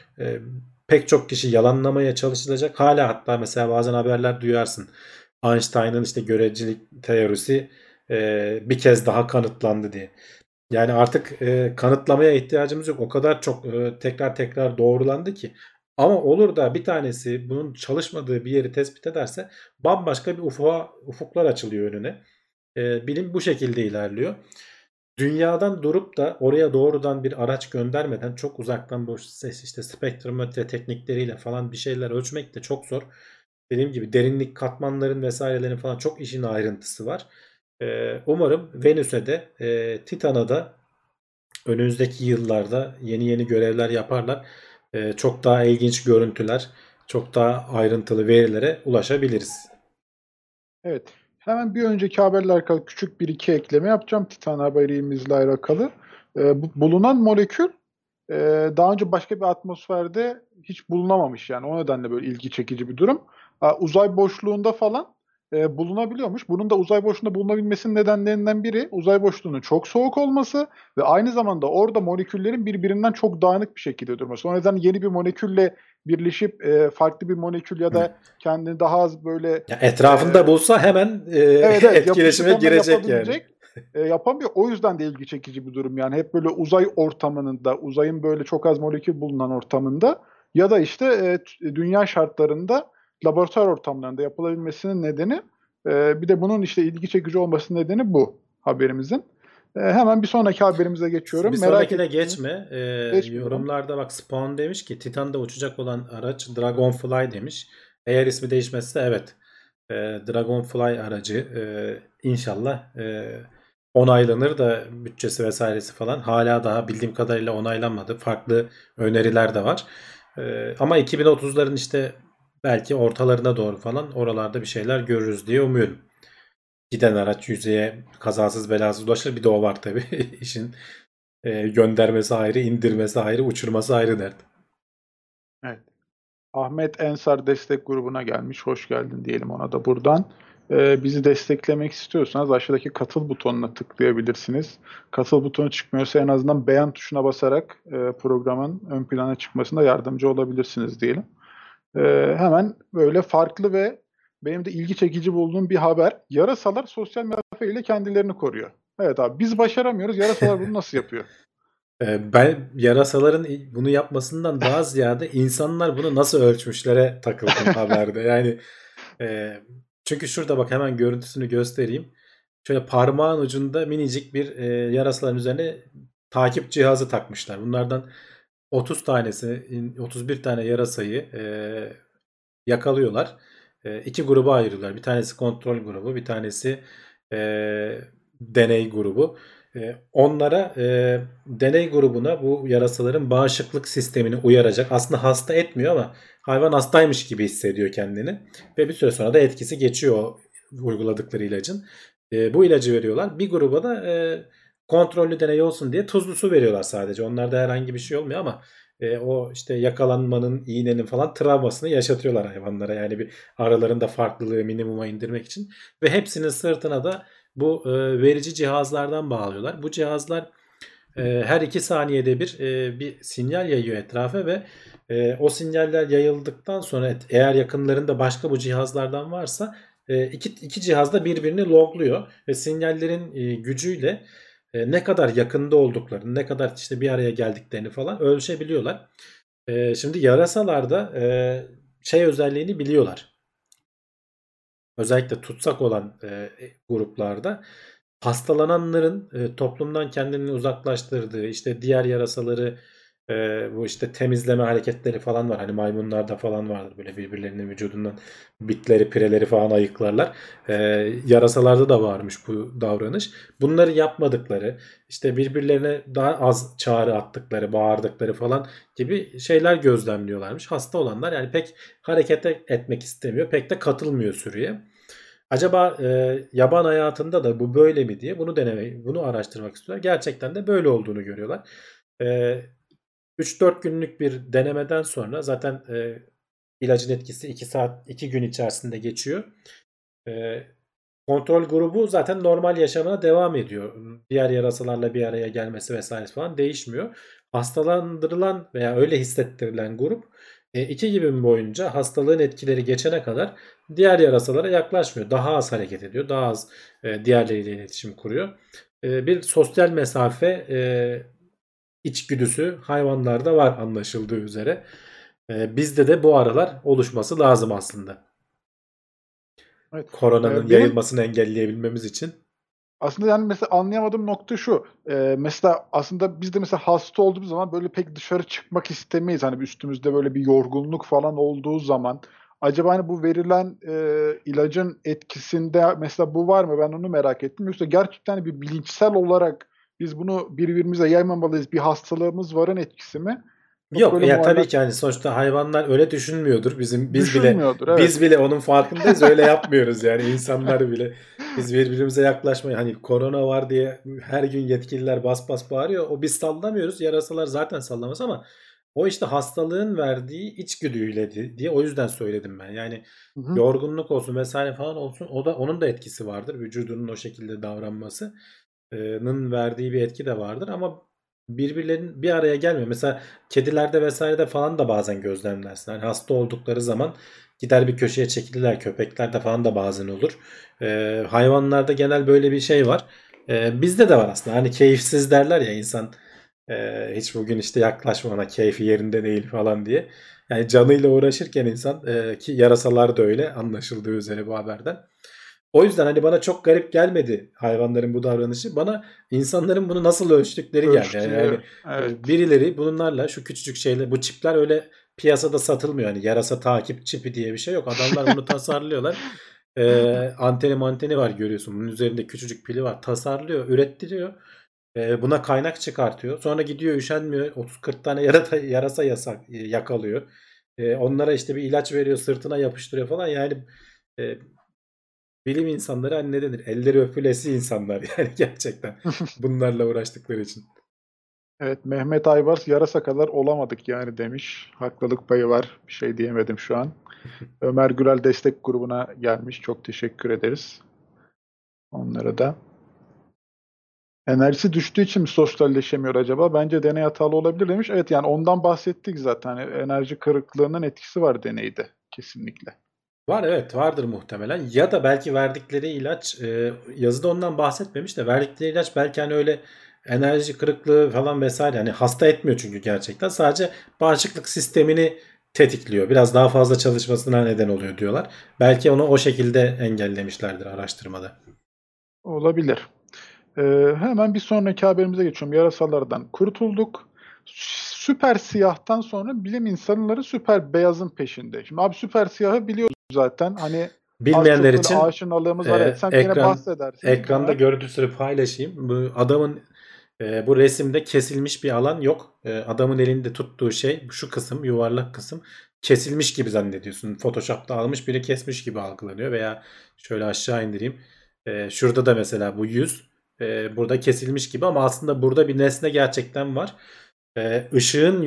Pek çok kişi yalanlamaya çalışılacak. Hala hatta mesela bazen haberler duyarsın. Einstein'ın işte görelilik teorisi bir kez daha kanıtlandı diye. Yani artık kanıtlamaya ihtiyacımız yok. O kadar çok tekrar tekrar doğrulandı ki. Ama olur da bir tanesi bunun çalışmadığı bir yeri tespit ederse bambaşka bir ufuklar açılıyor önüne. Bilim bu şekilde ilerliyor. Dünyadan durup da oraya doğrudan bir araç göndermeden çok uzaktan bu ses, işte spektrometre teknikleriyle falan bir şeyler ölçmek de çok zor. Dediğim gibi derinlik katmanların vesairelerin falan çok işin ayrıntısı var. Umarım Venüs'e de Titan'a da önümüzdeki yıllarda yeni yeni görevler yaparlar. Çok daha ilginç görüntüler, çok daha ayrıntılı verilere ulaşabiliriz. Evet. Hemen bir önceki haberle alakalı küçük bir iki ekleme yapacağım. Titan haberimizle alakalı. Bulunan molekül daha önce başka bir atmosferde hiç bulunamamış yani. O nedenle böyle ilgi çekici bir durum. Uzay boşluğunda falan bulunabiliyormuş. Bunun da uzay boşluğunda bulunabilmesinin nedenlerinden biri uzay boşluğunun çok soğuk olması ve aynı zamanda orada moleküllerin birbirinden çok dağınık bir şekilde durması. O nedenle yeni bir molekülle birleşip farklı bir molekül ya da kendini daha az böyle ya etrafında bulsa hemen evet etkileşime girecek yani. yapabilecek. Yapamıyor. O yüzden de ilgi çekici bir durum. Yani hep böyle uzay ortamında, uzayın böyle çok az molekül bulunan ortamında ya da işte dünya şartlarında laboratuvar ortamlarında yapılabilmesinin nedeni bir de bunun işte ilgi çekici olmasının nedeni bu haberimizin. Hemen bir sonraki haberimize geçiyorum. Bir Merak sonrakine ettiğiniz geçme. geçmiyorum. Yorumlarda bak, Spawn demiş ki Titan'da uçacak olan araç Dragonfly demiş. Eğer ismi değişmezse evet. Dragonfly aracı inşallah onaylanır da bütçesi vesairesi falan hala daha bildiğim kadarıyla onaylanmadı. Farklı öneriler de var. Ama 2030'ların işte belki ortalarına doğru falan oralarda bir şeyler görürüz diye umuyorum. Giden araç yüzeye kazasız belasız ulaşır. Bir de o var tabii. İşin göndermesi ayrı, indirmesi ayrı, uçurması ayrı dert. Evet. Ahmet Ensar destek grubuna gelmiş. Hoş geldin diyelim ona da buradan. Bizi desteklemek istiyorsanız aşağıdaki katıl butonuna tıklayabilirsiniz. Katıl butonu çıkmıyorsa en azından beğen tuşuna basarak programın ön plana çıkmasında yardımcı olabilirsiniz diyelim. Hemen böyle farklı ve benim de ilgi çekici bulduğum bir haber. Yarasalar sosyal mesafe ile kendilerini koruyor. Evet abi, biz başaramıyoruz. Yarasalar bunu nasıl yapıyor? Ben yarasaların bunu yapmasından daha ziyade insanlar bunu nasıl ölçmüşlere takıldım haberde. Yani çünkü şurada bak, hemen görüntüsünü göstereyim. Şöyle parmağın ucunda minicik bir yarasaların üzerine takip cihazı takmışlar. Bunlardan 30 tanesi 31 tane yarasayı yakalıyorlar. İki gruba ayırıyorlar. Bir tanesi kontrol grubu, bir tanesi e, deney grubu. Onlara deney grubuna bu yarasaların bağışıklık sistemini uyaracak. Aslında hasta etmiyor ama hayvan hastaymış gibi hissediyor kendini. Ve bir süre sonra da etkisi geçiyor o uyguladıkları ilacın. Bu ilacı veriyorlar. Bir gruba da kontrollü deney olsun diye tuzlu su veriyorlar sadece. Onlarda herhangi bir şey olmuyor ama o işte yakalanmanın, iğnenin falan travmasını yaşatıyorlar hayvanlara. Yani bir aralarında farklılığı minimuma indirmek için. Ve hepsinin sırtına da bu verici cihazlardan bağlıyorlar. Bu cihazlar her 2 saniyede bir sinyal yayıyor etrafa ve o sinyaller yayıldıktan sonra eğer yakınlarında başka bu cihazlardan varsa iki cihaz da birbirini logluyor ve sinyallerin gücüyle ne kadar yakında olduklarını, ne kadar işte bir araya geldiklerini falan ölçebiliyorlar. Şimdi yarasalarda şey özelliğini biliyorlar. Özellikle tutsak olan gruplarda hastalananların toplumdan kendini uzaklaştırdığı, işte diğer yarasaları bu işte temizleme hareketleri falan var. Hani maymunlarda falan vardır, böyle birbirlerinin vücudundan bitleri, pireleri falan ayıklarlar. E, Yarasalarda da varmış bu davranış. Bunları yapmadıkları, işte birbirlerine daha az çağrı attıkları, bağırdıkları falan gibi şeyler gözlemliyorlarmış. Hasta olanlar yani pek hareket etmek istemiyor, pek de katılmıyor sürüye. Acaba yaban hayatında da bu böyle mi diye bunu araştırmak istiyorlar. Gerçekten de böyle olduğunu görüyorlar. E, 3-4 günlük bir denemeden sonra zaten ilacın etkisi 2 saat 2 gün içerisinde geçiyor. E, Kontrol grubu zaten normal yaşamına devam ediyor. Diğer yarasalarla bir araya gelmesi vesaire falan değişmiyor. Hastalandırılan veya öyle hissettirilen grup 2 gün boyunca hastalığın etkileri geçene kadar diğer yarasalara yaklaşmıyor. Daha az hareket ediyor. Daha az diğerleriyle iletişim kuruyor. Bir sosyal mesafe içgüdüsü hayvanlarda var anlaşıldığı üzere. Bizde de bu aralar oluşması lazım aslında. Evet. Koronanın Benim yayılmasını engelleyebilmemiz için. aslında yani mesela anlayamadığım nokta şu. Mesela aslında biz de mesela hasta olduğumuz zaman böyle pek dışarı çıkmak istemeyiz. Hani üstümüzde böyle bir yorgunluk falan olduğu zaman acaba hani bu verilen ilacın etkisinde mesela bu var mı? Ben onu merak ettim. Yoksa gerçekten bir bilinçsel olarak biz bunu birbirimize yaymamalıyız. Bir hastalığımız varın etkisi mi? Çok Yok böyle ya, tabii muallak ki yani sonuçta hayvanlar öyle düşünmüyordur. düşünmüyordur. Evet. Biz bile onun farkındayız. Öyle yapmıyoruz yani, insanlar bile. Biz birbirimize yaklaşmayı, hani korona var diye her gün yetkililer bas bas bağırıyor. O biz sallamıyoruz. Yarasalar zaten sallamaz ama o işte hastalığın verdiği içgüdüyle diye o yüzden söyledim ben. Yani Hı hı. yorgunluk olsun vesaire falan olsun, o da onun da etkisi vardır. Vücudunun o şekilde davranması verdiği bir etki de vardır ama birbirlerinin bir araya gelmiyor. Mesela kedilerde vesairede falan da bazen gözlemlersin. Hani hasta oldukları zaman gider bir köşeye çekilirler. Köpeklerde falan da bazen olur. Hayvanlarda genel böyle bir şey var. Bizde de var aslında. Hani keyifsiz derler ya insan, hiç bugün işte yaklaşma ona, keyfi yerinde değil falan diye. Yani canıyla uğraşırken insan, ki yarasalar da öyle anlaşıldığı üzere bu haberden. O yüzden hani bana çok garip gelmedi hayvanların bu davranışı. Bana insanların bunu nasıl ölçtükleri geldi. Yani Ölçtüğü evet. birileri bunlarla şu küçücük şeyle, bu çipler öyle piyasada satılmıyor. Hani yarasa takip çipi diye bir şey yok. Adamlar bunu tasarlıyorlar. Anteni var, görüyorsun. Bunun üzerinde küçücük pili var. Tasarlıyor, ürettiriyor. Buna kaynak çıkartıyor. Sonra gidiyor, üşenmiyor. 30-40 tane yarasa yakalıyor. Onlara işte bir ilaç veriyor, sırtına yapıştırıyor falan. Yani e, bilim insanları hani ne denir? Elleri öpülesi insanlar yani, gerçekten bunlarla uğraştıkları için. Evet, Mehmet Aybars yarasa kadar olamadık yani demiş. Haklılık payı var. Bir şey diyemedim şu an. Ömer Gürel destek grubuna gelmiş. Çok teşekkür ederiz. Onlara da. Enerjisi düştüğü için mi sosyalleşemiyor acaba? Bence deney hatalı olabilir demiş. Evet, yani ondan bahsettik zaten. Yani enerji kırıklığının etkisi var deneyde. Kesinlikle. Var, evet, vardır muhtemelen. Ya da belki verdikleri ilaç, yazıda ondan bahsetmemiş de verdikleri ilaç belki hani öyle enerji kırıklığı falan vesaire, hani hasta etmiyor çünkü gerçekten. Sadece bağışıklık sistemini tetikliyor. Biraz daha fazla çalışmasına neden oluyor diyorlar. Belki onu o şekilde engellemişlerdir araştırmada. Olabilir. Hemen bir sonraki haberimize geçiyorum. Yarasalardan kurtulduk. süper siyahtan sonra bilim insanları süper beyazın peşinde. Şimdi abi süper siyahı biliyoruz zaten. Hani az Bilmeyenler çok böyle için aşinalığımız var. Evet, sen yine bahsedersin. ekranda Aha. görüntüsünü paylaşayım. Bu adamın bu resimde kesilmiş bir alan yok. Adamın elinde tuttuğu şey şu kısım, yuvarlak kısım kesilmiş gibi zannediyorsun. Photoshop'ta almış biri kesmiş gibi algılanıyor veya şöyle aşağı indireyim. Şurada da mesela bu yüz burada kesilmiş gibi ama aslında burada bir nesne gerçekten var. Işığın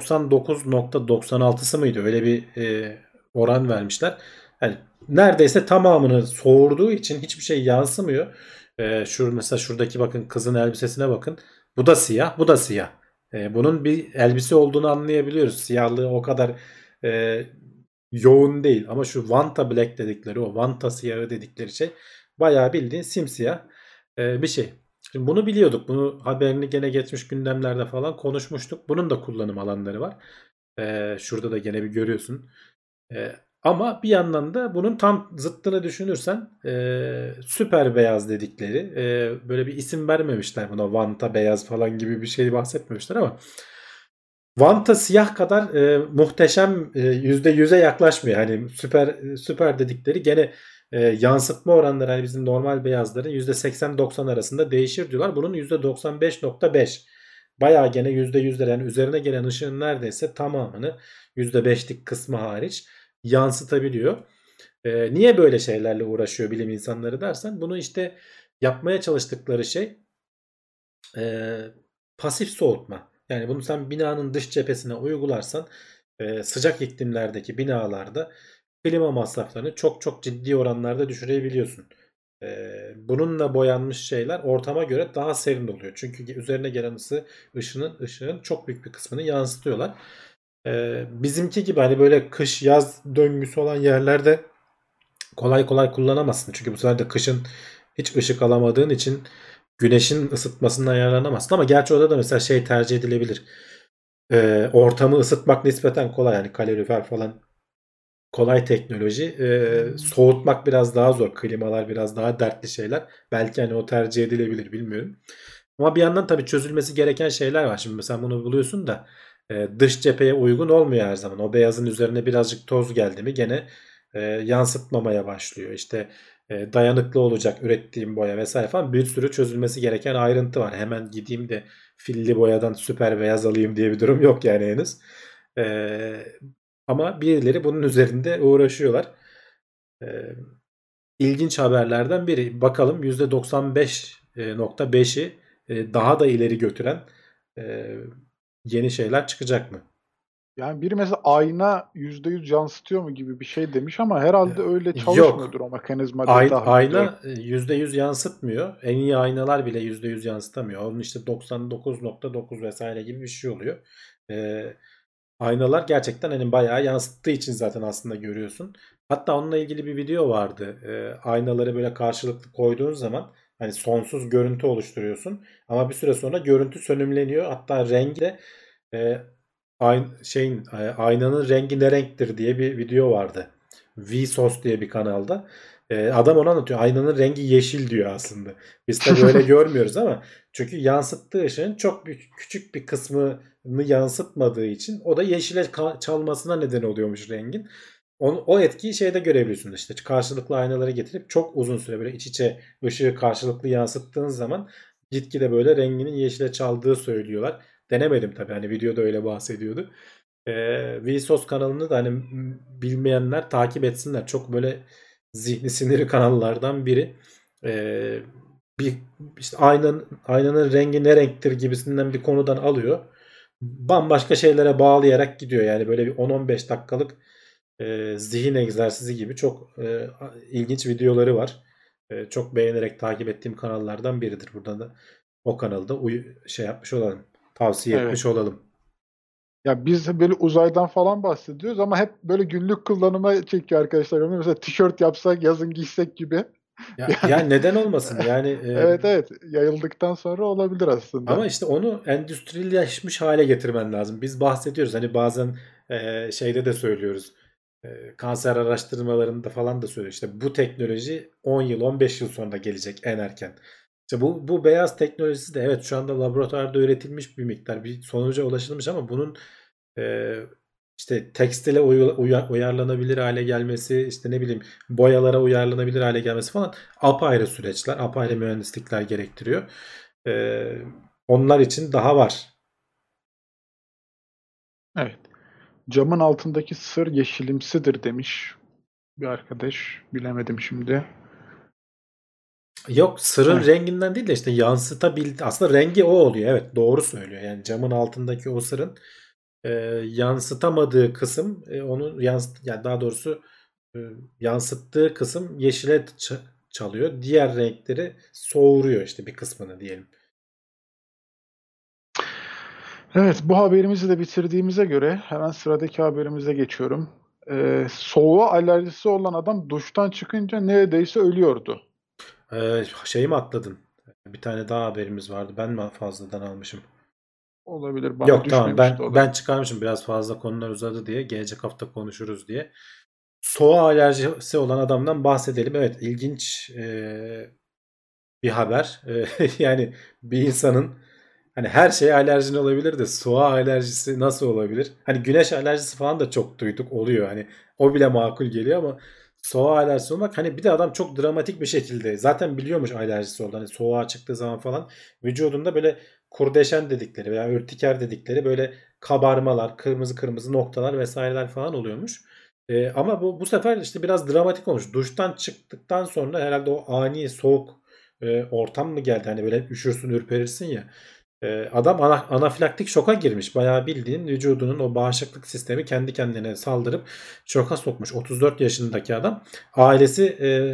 %99,96'sı mıydı? Öyle bir oran vermişler. Yani neredeyse tamamını soğurduğu için hiçbir şey yansımıyor. Mesela şuradaki bakın kızın elbisesine bakın. Bu da siyah, bu da siyah. Bunun bir elbise olduğunu anlayabiliyoruz. Siyahlığı o kadar e, yoğun değil. Ama şu Vanta Black dedikleri, o Vanta siyahı dedikleri şey bayağı bildiğin simsiyah bir şey. Şimdi bunu biliyorduk. Bunu haberini gene geçmiş gündemlerde falan konuşmuştuk. Bunun da kullanım alanları var. Şurada da gene bir görüyorsun. Ama bir yandan da bunun tam zıttını düşünürsen süper beyaz dedikleri böyle bir isim vermemişler buna, Vanta beyaz falan gibi bir şey bahsetmemişler ama Vanta siyah kadar muhteşem %100'e yaklaşmıyor. Hani süper dedikleri gene yansıtma oranları hani bizim normal beyazların %80-90 arasında değişir diyorlar. Bunun %95,5. Bayağı gene %100'ler, yani üzerine gelen ışığın neredeyse tamamını %5'lik kısmı hariç yansıtabiliyor. Niye böyle şeylerle uğraşıyor bilim insanları dersen, bunu işte yapmaya çalıştıkları şey e, pasif soğutma. Yani bunu sen binanın dış cephesine uygularsan sıcak iklimlerdeki binalarda klima masraflarını çok çok ciddi oranlarda düşürebiliyorsun. Bununla boyanmış şeyler ortama göre daha serin oluyor. Çünkü üzerine gelen ışığın çok büyük bir kısmını yansıtıyorlar. Bizimki gibi hani böyle kış yaz döngüsü olan yerlerde kolay kolay kullanamazsın. Çünkü bu sefer de kışın hiç ışık alamadığın için güneşin ısıtmasından yararlanamazsın. Ama gerçi orada da mesela şey tercih edilebilir. Ortamı ısıtmak nispeten kolay. Yani kalorifer falan kolay teknoloji. Soğutmak biraz daha zor. Klimalar biraz daha dertli şeyler. Belki hani o tercih edilebilir, bilmiyorum. Ama bir yandan tabii çözülmesi gereken şeyler var. Şimdi mesela bunu buluyorsun da dış cepheye uygun olmuyor her zaman. O beyazın üzerine birazcık toz geldi mi gene yansıtmamaya başlıyor. İşte dayanıklı olacak ürettiğim boya vesaire falan, bir sürü çözülmesi gereken ayrıntı var. Hemen gideyim de filli boyadan süper beyaz alayım diye bir durum yok yani henüz. E, Ama birileri bunun üzerinde uğraşıyorlar. E, İlginç haberlerden biri. Bakalım %95,5'i daha da ileri götüren e, yeni şeyler çıkacak mı? Yani biri mesela ayna %100 yansıtıyor mu gibi bir şey demiş ama herhalde öyle çalışmıyordur Yok. o mekanizma diye tahmin ediyorum. Ayna %100 yansıtmıyor. En iyi aynalar bile %100 yansıtamıyor. Onun işte 99,9 vesaire gibi bir şey oluyor. E, Aynalar gerçekten hani bayağı yansıttığı için zaten aslında görüyorsun. Hatta onunla ilgili bir video vardı. Aynaları böyle karşılıklı koyduğun zaman hani sonsuz görüntü oluşturuyorsun. Ama bir süre sonra görüntü sönümleniyor. Hatta rengi de e, aynanın rengi ne renktir diye bir video vardı. Vsauce diye bir kanalda. Adam onu anlatıyor. Aynanın rengi yeşil diyor aslında. Biz tabii öyle görmüyoruz ama çünkü yansıttığı ışığın çok küçük bir kısmını yansıtmadığı için o da yeşile çalmasına neden oluyormuş rengin. O etkiyi şeyde görebiliyorsun işte. Karşılıklı aynaları getirip çok uzun süre böyle iç içe ışığı karşılıklı yansıttığın zaman gitgide böyle renginin yeşile çaldığı söylüyorlar. Denemedim tabii, hani videoda öyle bahsediyordu. Vsauce kanalını da hani bilmeyenler takip etsinler. Çok böyle zihni siniri kanallardan biri. Ee, Bir işte aynanın rengi ne renktir gibisinden bir konudan alıyor. Bambaşka şeylere bağlayarak gidiyor. Yani böyle bir 10-15 dakikalık zihin egzersizi gibi çok ilginç videoları var. Çok beğenerek takip ettiğim kanallardan biridir. Buradan da o kanalda şey yapmış olalım. Tavsiye Evet. etmiş olalım. Ya biz böyle uzaydan falan bahsediyoruz ama hep böyle günlük kullanıma çekiyor arkadaşlar. Onu mesela tişört yapsak, yazın giysek gibi. Yani Yani neden olmasın? Yani evet evet, yayıldıktan sonra olabilir ama aslında. işte onu endüstrileşmiş hale getirmen lazım. Biz bahsediyoruz hani bazen şeyde de söylüyoruz. Kanser araştırmalarında falan da söylüyor. İşte bu teknoloji 10 yıl 15 yıl sonra gelecek en erken. İşte bu beyaz teknolojisi de evet şu anda laboratuvarda üretilmiş bir miktar bir sonuca ulaşılmış ama bunun e, işte tekstile uyarlanabilir hale gelmesi, işte ne bileyim boyalara uyarlanabilir hale gelmesi falan apayrı süreçler, apayrı mühendislikler gerektiriyor. E, Onlar için daha var. Evet. Camın altındaki sır yeşilimsidir demiş bir arkadaş. Bilemedim şimdi. Yok, sırın Evet. renginden değil de işte yansıtabildi. Aslında rengi o oluyor. Evet, doğru söylüyor. Yani camın altındaki o sırın e, yansıtamadığı kısım onu yani daha doğrusu e, yansıttığı kısım yeşile çalıyor. Diğer renkleri soğuruyor işte bir kısmını diyelim. Evet, bu haberimizi de bitirdiğimize göre hemen sıradaki haberimize geçiyorum. Soğuğa alerjisi olan adam duştan çıkınca neredeyse ölüyordu. Şeyi mi atladın? Bir tane daha haberimiz vardı. Ben mi fazladan almışım? Olabilir, bana Yok, tamam, düşmemişti o da. ben çıkarmışım biraz fazla konular uzadı diye. Gelecek hafta konuşuruz diye. Soğuğa alerjisi olan adamdan bahsedelim. Evet, ilginç bir haber. Yani bir insanın hani her şeye alerjin olabilir de soğuğa alerjisi nasıl olabilir? Hani güneş alerjisi falan da çok duyduk, oluyor. Hani o bile makul geliyor ama soğuğa alerjisi olmak, hani bir de adam çok dramatik bir şekilde zaten biliyormuş alerjisi olduğunu. Hani soğuğa çıktığı zaman falan vücudunda böyle kurdeşen dedikleri veya ürtiker dedikleri böyle kabarmalar, kırmızı kırmızı noktalar vesaireler falan oluyormuş. Ama bu sefer işte biraz dramatik olmuş. Duştan çıktıktan sonra herhalde o ani soğuk ortam mı geldi? Hani böyle üşürsün, ürperirsin ya. Adam anafilaktik şoka girmiş. Bayağı bildiğin vücudunun o bağışıklık sistemi kendi kendine saldırıp şoka sokmuş. 34 yaşındaki adam. Ailesi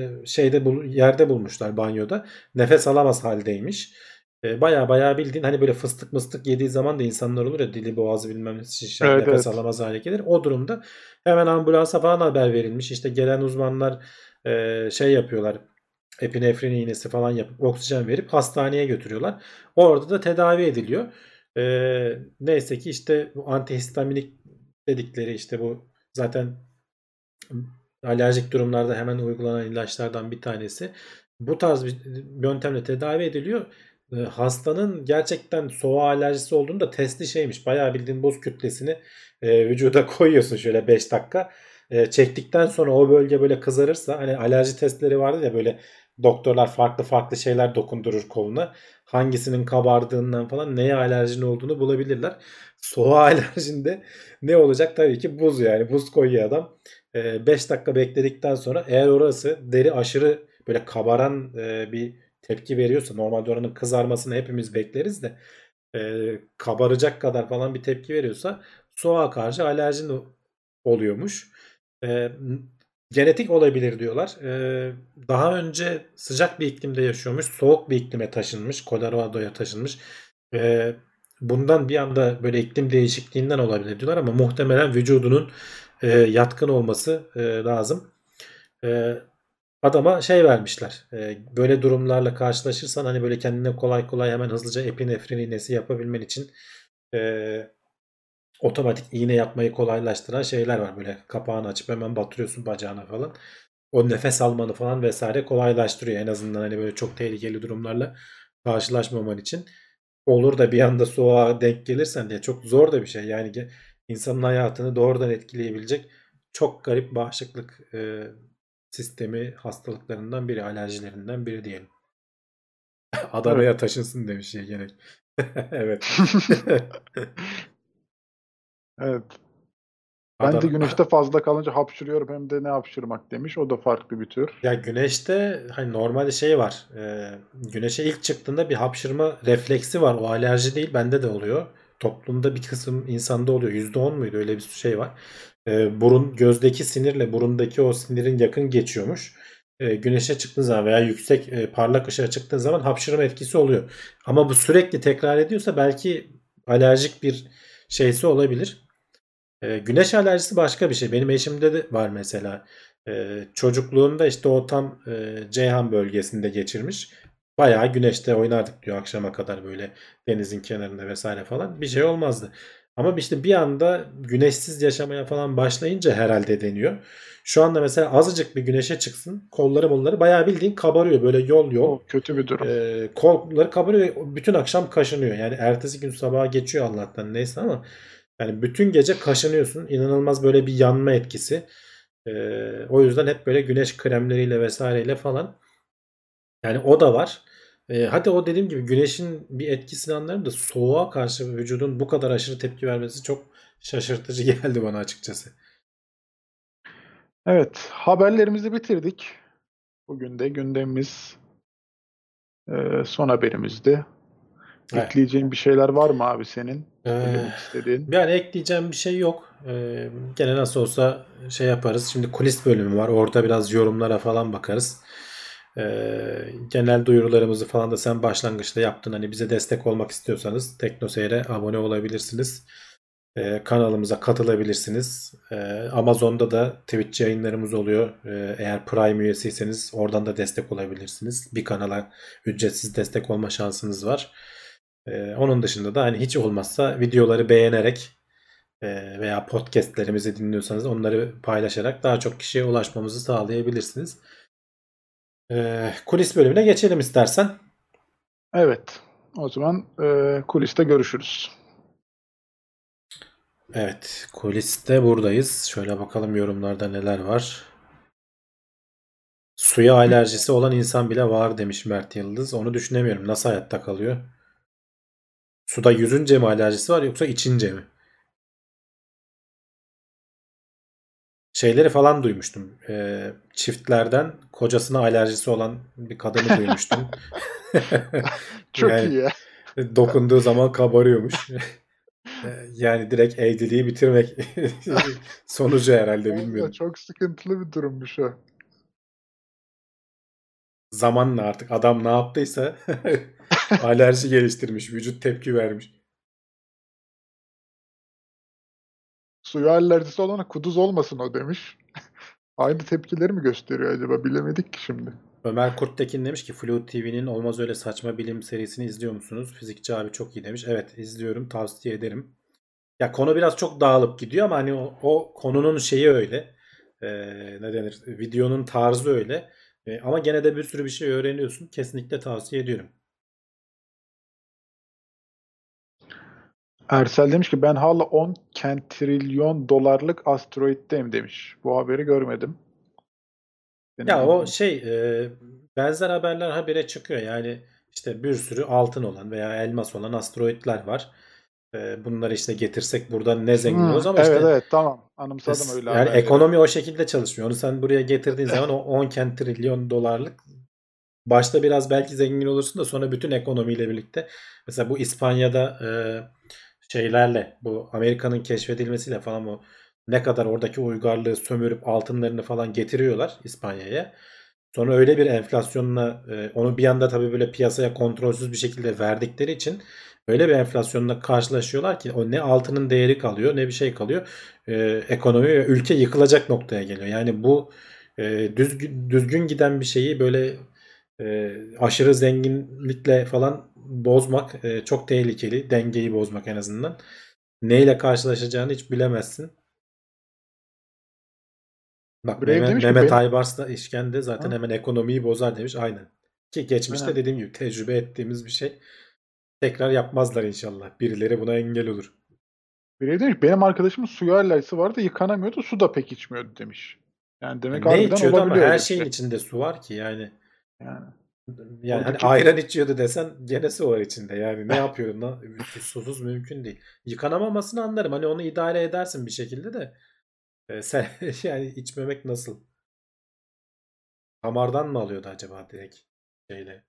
yerde bulmuşlar, banyoda. Nefes alamaz haldeymiş. Bayağı bildiğin hani böyle fıstık mıstık yediği zaman da insanlar olur ya, dili boğazı bilmem ne şişer, Evet, nefes evet. alamaz hale gelir. O durumda hemen ambulansa falan haber verilmiş. İşte gelen uzmanlar şey yapıyorlar, epinefrin iğnesi falan yapıp oksijen verip hastaneye götürüyorlar. Orada da tedavi ediliyor. Neyse ki işte bu antihistaminik dedikleri, işte bu zaten alerjik durumlarda hemen uygulanan ilaçlardan bir tanesi. Bu tarz bir yöntemle tedavi ediliyor. Hastanın gerçekten soğuğa alerjisi olduğunu da testi şeymiş. Bayağı bildiğin buz kütlesini vücuda koyuyorsun şöyle 5 dakika. Çektikten sonra o bölge böyle kızarırsa, hani alerji testleri vardı ya, böyle doktorlar farklı farklı şeyler dokundurur koluna. Hangisinin kabardığından falan neye alerjin olduğunu bulabilirler. Soğuğa alerjinde ne olacak? Tabii ki buz yani. Buz koyuyor adam. 5 dakika bekledikten sonra eğer orası deri aşırı böyle kabaran bir tepki veriyorsa, normalde oranın kızarmasını hepimiz bekleriz de kabaracak kadar falan bir tepki veriyorsa soğuğa karşı alerjin oluyormuş. E, Genetik olabilir diyorlar. Daha önce sıcak bir iklimde yaşıyormuş, soğuk bir iklime taşınmış, Colorado'ya taşınmış. E, Bundan bir anda böyle iklim değişikliğinden olabilir diyorlar ama muhtemelen vücudunun yatkın olması lazım. E, Adama şey vermişler. Böyle durumlarla karşılaşırsan hani böyle kendine kolay kolay hemen hızlıca epinefrin iğnesi yapabilmen için e, otomatik iğne yapmayı kolaylaştıran şeyler var. Böyle kapağını açıp hemen batırıyorsun bacağına falan. O nefes almanı falan vesaire kolaylaştırıyor. En azından hani böyle çok tehlikeli durumlarla karşılaşmaman için. Olur da bir anda soğuğa denk gelirsen diye, çok zor da bir şey. Yani insanın hayatını doğrudan etkileyebilecek çok garip bağışıklık sistemi hastalıklarından biri, alerjilerinden biri diyelim. Evet. Adana'ya taşınsın demiş ya gerek. Evet. Evet. Ben de Adana, güneşte fazla kalınca hapşırıyorum, hem de ne hapşırmak demiş. O da farklı bir tür. ya güneşte hani normalde şey var. Güneşe ilk çıktığında bir hapşırma refleksi var. O alerji değil, bende de oluyor. Toplumda bir kısım insanda oluyor. %10 muydu, öyle bir şey var. Burun gözdeki sinirle burundaki o sinirin yakın geçiyormuş. Güneşe çıktığın zaman veya yüksek parlak ışığa çıktığın zaman hapşırma etkisi oluyor. Ama bu sürekli tekrar ediyorsa belki alerjik bir şeysi olabilir. Güneş alerjisi başka bir şey. Benim eşimde de var mesela. Çocukluğunda işte o tam Ceyhan bölgesinde geçirmiş. Bayağı güneşte oynardık diyor akşama kadar böyle denizin kenarında vesaire falan. Bir şey olmazdı. Ama işte bir anda güneşsiz yaşamaya falan başlayınca herhalde deniyor. Şu anda mesela azıcık bir güneşe çıksın kolları bayağı bildiğin kabarıyor. Böyle yol yol O kötü bir durum. kolları kabarıyor ve bütün akşam kaşınıyor. Yani ertesi gün sabaha geçiyor Allah'tan neyse ama yani bütün gece kaşınıyorsun. İnanılmaz böyle bir yanma etkisi. O yüzden hep böyle güneş kremleriyle vesaireyle falan. Yani o da var. Hadi o dediğim gibi güneşin bir etkisini anlarım da soğuğa karşı vücudun bu kadar aşırı tepki vermesi çok şaşırtıcı geldi bana açıkçası. Evet, haberlerimizi bitirdik. Bugün de gündemimiz son haberimizdi. Evet. Ekleyeceğin bir şeyler var mı abi senin? Ee, Söylemek istediğin. Yani ekleyeceğim bir şey yok. Gene nasıl olsa şey yaparız. Şimdi kulis bölümü var. Orada biraz yorumlara falan bakarız. Genel duyurularımızı falan da sen başlangıçta yaptın. Hani bize destek olmak istiyorsanız TeknoSeyir'e abone olabilirsiniz. Kanalımıza katılabilirsiniz. Amazon'da da Twitch yayınlarımız oluyor. Eğer Prime üyesiyseniz oradan da destek olabilirsiniz. Bir kanala ücretsiz destek olma şansınız var. Onun dışında da hani hiç olmazsa videoları beğenerek veya podcastlerimizi dinliyorsanız onları paylaşarak daha çok kişiye ulaşmamızı sağlayabilirsiniz. Kulis bölümüne geçelim istersen. Evet, o zaman kuliste görüşürüz. Evet, kuliste buradayız. Şöyle bakalım yorumlarda neler var. Suya alerjisi olan insan bile var demiş Mert Yıldız. Onu düşünemiyorum. Nasıl hayatta kalıyor? Suda yüzünce mi alerjisi var yoksa içince mi? Şeyleri falan duymuştum. Çiftlerden kocasına alerjisi olan bir kadını duymuştum. Çok Yani iyi ya. dokunduğu zaman kabarıyormuş. Yani direkt evliliği bitirmek sonucu herhalde Vallahi bilmiyorum. çok sıkıntılı bir durummuş o. Zamanla artık adam ne yaptıysa alerji geliştirmiş, vücut tepki vermiş. Suya alerjisi olana kuduz olmasın o demiş. Aynı tepkileri mi gösteriyor acaba? Bilemedik ki şimdi. Ömer Kurttekin demiş ki Flu TV'nin Olmaz Öyle Saçma Bilim serisini izliyor musunuz? Fizikçi abi çok iyi demiş. Evet izliyorum, tavsiye ederim. Ya konu biraz çok dağılıp gidiyor ama hani o konunun şeyi öyle. Ne denir? Videonun tarzı öyle. Ama gene de bir sürü bir şey öğreniyorsun. Kesinlikle tavsiye ediyorum. Ersel demiş ki ben hala 10 kentrilyon dolarlık asteroiddeyim demiş. Bu haberi görmedim. Senin Ya o bildiğin. şey benzer haberler habire çıkıyor. Yani işte bir sürü altın olan veya elmas olan asteroitler var. Bunları işte getirsek burada ne zengin oluruz ama Evet işte evet tamam. Anımsadım öyle yani haberleri. ekonomi o şekilde çalışmıyor. Onu sen buraya getirdiğin zaman o 10 trilyon dolarlık başta biraz belki zengin olursun da sonra bütün ekonomiyle birlikte mesela bu İspanya'da şeylerle bu Amerika'nın keşfedilmesiyle falan bu ne kadar oradaki uygarlığı sömürüp altınlarını falan getiriyorlar İspanya'ya. Sonra öyle bir enflasyonla onu bir anda tabii böyle piyasaya kontrolsüz bir şekilde verdikleri için öyle bir enflasyonla karşılaşıyorlar ki o ne altının değeri kalıyor ne bir şey kalıyor. Ekonomi ve ülke yıkılacak noktaya geliyor. Yani bu düzgün giden bir şeyi böyle aşırı zenginlikle falan bozmak çok tehlikeli. Dengeyi bozmak en azından. Neyle karşılaşacağını hiç bilemezsin. Bak Brave demiş ki Mehmet benim Aybars da işkende zaten ha, hemen ekonomiyi bozar demiş. Aynen. Ki geçmişte aynen. dediğim gibi tecrübe ettiğimiz bir şey. Tekrar yapmazlar inşallah. Birileri buna engel olur. Brave demiş ki benim arkadaşımın suya alerjisi vardı yıkanamıyordu su da pek içmiyordu demiş. Yani demek Yani ne harbiden içiyordu ama olabiliyor her öyle bir şeyin şey. içinde su var ki yani. Yani Yani hani oradaki ayran içiyordu desen gene su var içinde. Yani ne yapıyordun lan? Susuz mümkün değil. Yıkanamamasını anlarım. Hani onu idare edersin bir şekilde de. Sen yani içmemek nasıl? Damardan mı alıyordu acaba direkt şeyle?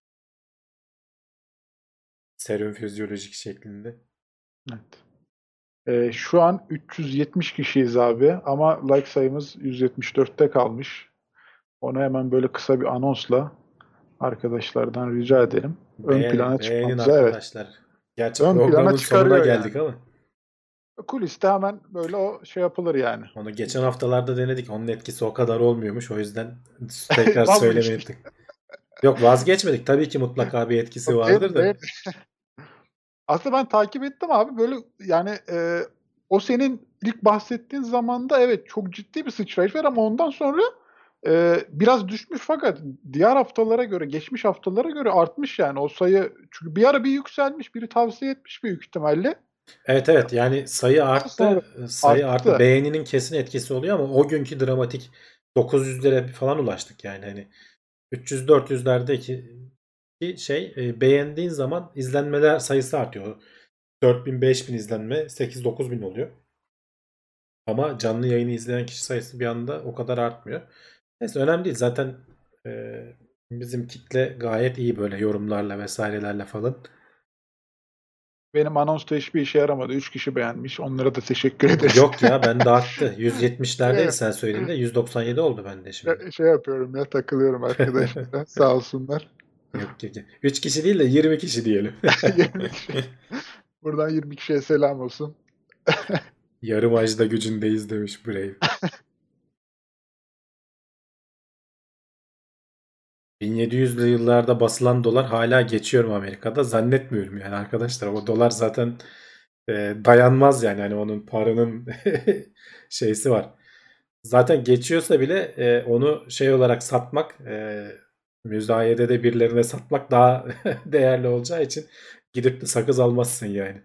Serum fizyolojik şeklinde. evet. Şu an 370 kişiyiz abi ama like sayımız 174'te kalmış. Onu hemen böyle kısa bir anonsla arkadaşlardan rica edelim. Ön Beğenin, plana beğenin çıkmamıza evet. arkadaşlar. Gerçi Ön plana programın sonuna çıkarıyor geldik yani. ama Kuliste hemen böyle o şey yapılır yani. onu geçen haftalarda denedik. Onun etkisi o kadar olmuyormuş. O yüzden tekrar söylemeyi Vazgeçtik. ettik. Yok, vazgeçmedik. Tabii ki mutlaka bir etkisi Yok, vardır da. aslında ben takip ettim abi. Böyle yani o senin ilk bahsettiğin zamanda evet çok ciddi bir sıçrayış var ama ondan sonra biraz düşmüş fakat diğer haftalara göre, geçmiş haftalara göre artmış yani o sayı. Çünkü bir ara bir yükselmiş, biri tavsiye etmiş büyük ihtimalle. Evet, evet, yani sayı Ondan sonra arttı. Sayı arttı. arttı. Beğeninin kesin etkisi oluyor ama o günkü dramatik 900'lere falan ulaştık yani, hani 300-400'lerdeki şey, beğendiğin zaman izlenmeler sayısı artıyor. 4000-5000 izlenme 8-9 bin oluyor. Ama canlı yayını izleyen kişi sayısı bir anda o kadar artmıyor. Neyse, önemli değil. Zaten e, bizim kitle gayet iyi böyle yorumlarla vesairelerle falan. Benim anonsta hiçbir işe yaramadı. 3 kişi beğenmiş. Onlara da teşekkür ederiz. Yok ya, bende arttı. 170'lerdeydi Şey, sen söylediğinde. 197 oldu bende şimdi. şey yapıyorum ya, takılıyorum arkadaşlara. Sağ olsunlar. Yok yok. 3 kişi değil de 20 kişi diyelim. 20 kişi. Buradan 20 kişiye selam olsun. Yarım ajda gücündeyiz demiş Brave. 1700'lü yıllarda basılan dolar hala geçiyorum Amerika'da. Zannetmiyorum yani arkadaşlar. O dolar zaten dayanmaz yani. Hani onun paranın şeysi var. Zaten geçiyorsa bile onu şey olarak satmak, müzayedede birilerine satmak daha değerli olacağı için gidip de sakız almazsın yani.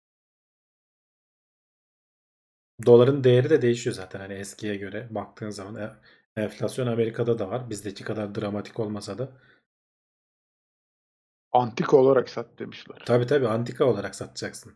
Doların değeri de değişiyor zaten hani eskiye göre baktığın zaman. Enflasyon Amerika'da da var. Bizdeki kadar dramatik olmasa da. Antika olarak sat demişler. Tabii tabii, antika olarak satacaksın.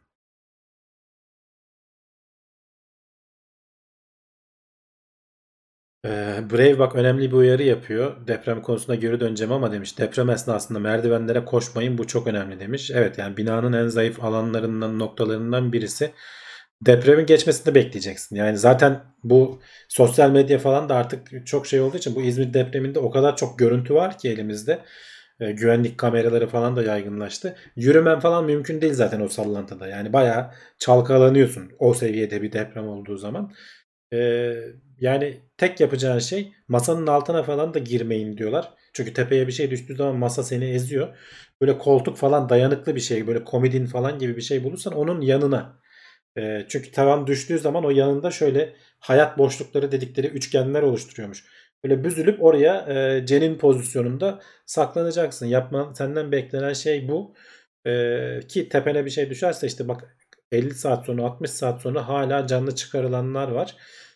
Brave bak, önemli bir uyarı yapıyor. Deprem konusunda geri döneceğim ama demiş. Deprem esnasında merdivenlere koşmayın, bu çok önemli demiş. Evet, yani binanın en zayıf alanlarından, noktalarından birisi. Depremin geçmesini bekleyeceksin. Yani zaten bu sosyal medya falan da artık çok şey olduğu için bu İzmir depreminde o kadar çok görüntü var ki elimizde. Güvenlik kameraları falan da yaygınlaştı. Yürümen falan mümkün değil zaten o sallantıda. Yani bayağı çalkalanıyorsun o seviyede bir deprem olduğu zaman. Ee, Yani tek yapacağın şey, masanın altına falan da girmeyin diyorlar. Çünkü tepeye bir şey düştüğü zaman masa seni eziyor. Böyle koltuk falan, dayanıklı bir şey, böyle komodin falan gibi bir şey bulursan onun yanına. Çünkü tavan düştüğü zaman o yanında şöyle hayat boşlukları dedikleri üçgenler oluşturuyormuş. Böyle büzülüp oraya cenin pozisyonunda saklanacaksın. Yapman, senden beklenen şey bu. Ki tepene bir şey düşerse işte bak, 50 saat sonra, 60 saat sonra hala canlı çıkarılanlar var.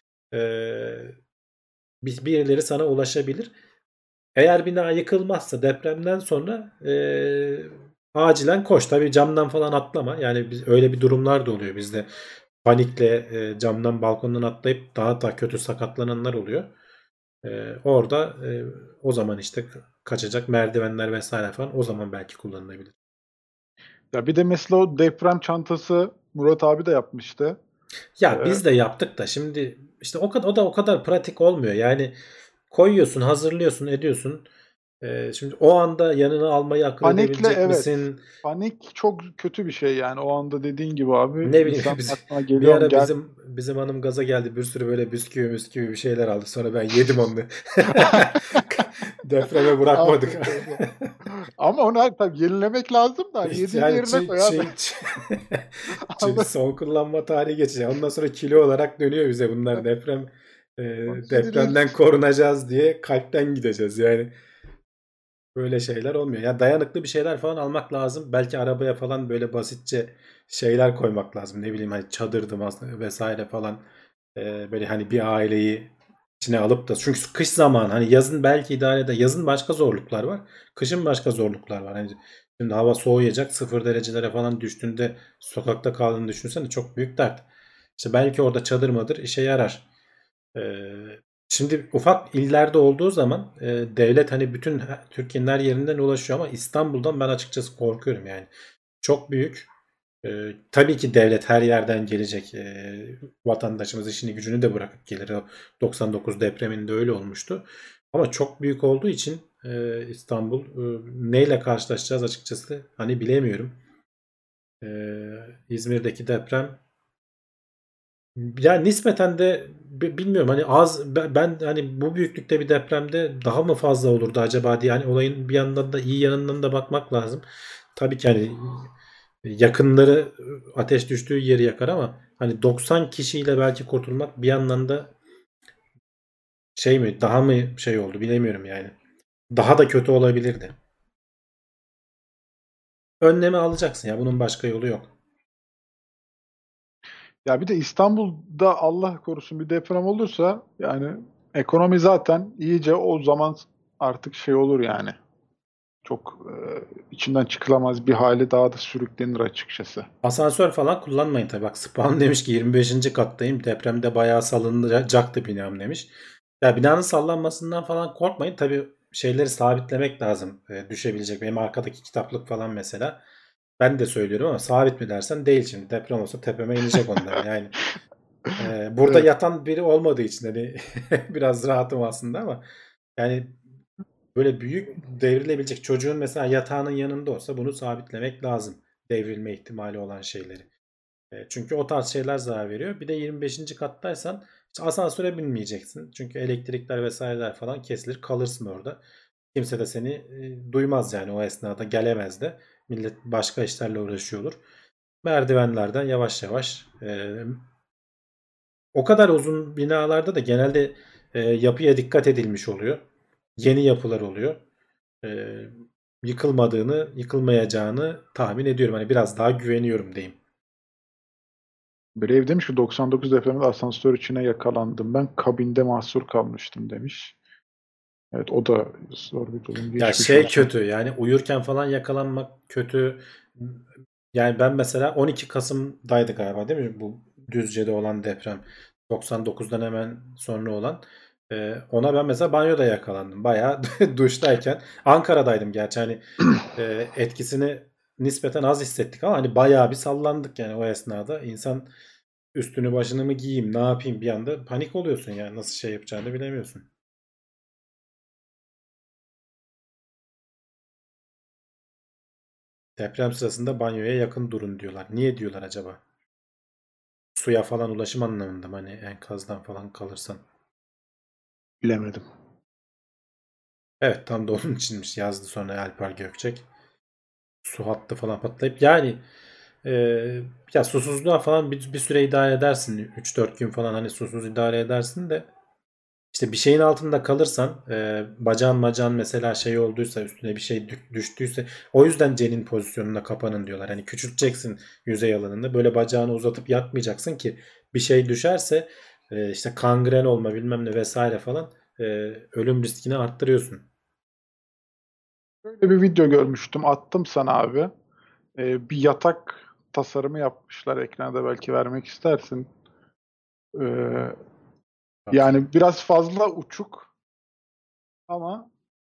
Birileri sana ulaşabilir. Eğer bina yıkılmazsa depremden sonra acilen koş. Tabii camdan falan atlama. Yani öyle bir durumlar da oluyor bizde. Panikle camdan, balkondan atlayıp daha da kötü sakatlananlar oluyor. Orada o zaman işte kaçacak merdivenler vesaire falan o zaman belki kullanılabilir. Ya bir de mesela o deprem çantası Murat abi de yapmıştı. Ya Ee, biz de yaptık da şimdi işte o da o kadar pratik olmuyor. Yani koyuyorsun, hazırlıyorsun, ediyorsun. Şimdi o anda yanına almayı akıl Panikle edebilecek evet. misin? Panik çok kötü bir şey yani. O anda dediğin gibi abi Ne bileyim, insan aklına bir geliyor mu ara gel. bizim hanım gaza geldi. Bir sürü böyle bisküvi bir şeyler aldı. Sonra ben yedim onu. Depreme bırakmadık. Afiyet olsun. Ama onu tabii yenilemek lazım da hani yediğini Yani yerine koy abi. Çin Anladın? son kullanma tarihi geçecek. Ondan sonra kilo olarak dönüyor bize bunlar, e, Onu depremden sinirlenir. korunacağız diye kalpten gideceğiz yani. Böyle şeyler olmuyor. Ya dayanıklı bir şeyler falan almak lazım. Belki arabaya falan böyle basitçe şeyler koymak lazım. Ne bileyim, hani çadırdı vesaire falan. Böyle hani bir aileyi içine alıp da, çünkü kış zamanı, hani yazın belki idare eder. Yazın başka zorluklar var. Kışın başka zorluklar var. Hani şimdi hava soğuyacak, 0 derecelere falan düştüğünde sokakta kaldığını düşünsene, çok büyük dert. İşte belki orada çadır mıdır işe yarar. Şimdi ufak illerde olduğu zaman devlet hani bütün Türkiye'nin her yerinden ulaşıyor ama İstanbul'dan ben açıkçası korkuyorum yani. Çok büyük. Tabii ki devlet her yerden gelecek. Vatandaşımız işini gücünü de bırakıp gelir. O 99 depreminde öyle olmuştu. Ama çok büyük olduğu için İstanbul, neyle karşılaşacağız açıkçası hani bilemiyorum. İzmir'deki deprem Ya nispeten de bilmiyorum hani ben hani bu büyüklükte bir depremde daha mı fazla olurdu acaba diye hani olayın bir yandan da iyi yanından da bakmak lazım. Tabii ki hani yakınları ateş düştüğü yeri yakar ama hani 90 kişiyle belki kurtulmak bir yandan da şey mi daha mı şey oldu bilemiyorum yani. Daha da kötü olabilirdi. Önlemi alacaksın ya bunun başka yolu yok. Ya bir de İstanbul'da Allah korusun bir deprem olursa yani ekonomi zaten iyice o zaman artık şey olur yani. Çok içinden çıkılamaz bir hale daha da sürüklenir açıkçası. Asansör falan kullanmayın tabii. Bak Spawn demiş ki 25. kattayım. Depremde bayağı salınacaktı binam demiş. Ya binanın sallanmasından falan korkmayın. Tabii şeyleri sabitlemek lazım. Düşebilecek. Benim arkadaki kitaplık falan mesela. Ben de söylüyorum ama sabit mi dersen değil şimdi. Deprem olsa tepeme inecek onlar. Yani burada Evet. yatan biri olmadığı için hani biraz rahatım aslında ama yani böyle büyük devrilebilecek çocuğun mesela yatağının yanında olsa bunu sabitlemek lazım. Devrilme ihtimali olan şeyleri. Çünkü o tarz şeyler zarar veriyor. Bir de 25. kattaysan işte asansöre binmeyeceksin. Çünkü elektrikler vesaireler falan kesilir kalırsın orada. Kimse de seni duymaz yani o esnada gelemez de. Millet başka işlerle uğraşıyor olur. Merdivenlerden yavaş yavaş o kadar uzun binalarda da genelde yapıya dikkat edilmiş oluyor. Yeni yapılar oluyor. E, Yıkılmadığını, yıkılmayacağını tahmin ediyorum. Hani biraz daha güveniyorum diyeyim. Bir ev demiş ki 99 depreminde asansör içine yakalandım. Ben kabinde mahsur kalmıştım demiş. Evet o da zor bir durum. Ya Geçmiş şey olsun. kötü yani uyurken falan yakalanmak kötü. Yani ben mesela 12 Kasım'daydı galiba değil mi? Bu Düzce'de olan deprem. 99'dan hemen sonra olan. Ona ben mesela banyoda yakalandım. Bayağı duştayken. Ankara'daydım gerçi hani etkisini nispeten az hissettik ama hani bayağı bir sallandık yani o esnada. İnsan üstünü başını mı giyeyim ne yapayım bir anda panik oluyorsun yani nasıl şey yapacağını bilemiyorsun. Deprem sırasında banyoya yakın durun diyorlar. Niye diyorlar acaba? Suya falan ulaşım anlamında mı? Hani enkazdan falan kalırsan. Bilemedim. Evet tam da onun içinmiş yazdı sonra Alper Gökçek. Su hattı falan patlayıp yani e, ya susuzluğa falan bir süre idare edersin. 3-4 gün falan hani susuz idare edersin de işte bir şeyin altında kalırsan bacağın mesela şey olduysa üstüne bir şey düştüyse o yüzden cenin pozisyonuna kapanın diyorlar. Hani küçülteceksin yüzey alanını böyle bacağını uzatıp yatmayacaksın ki bir şey düşerse işte kangren olma bilmem ne vesaire falan e, ölüm riskini arttırıyorsun. Böyle bir video görmüştüm. Attım sana abi. Bir yatak tasarımı yapmışlar. Ekranda belki vermek istersin. Ee, Bakayım. yani biraz fazla uçuk ama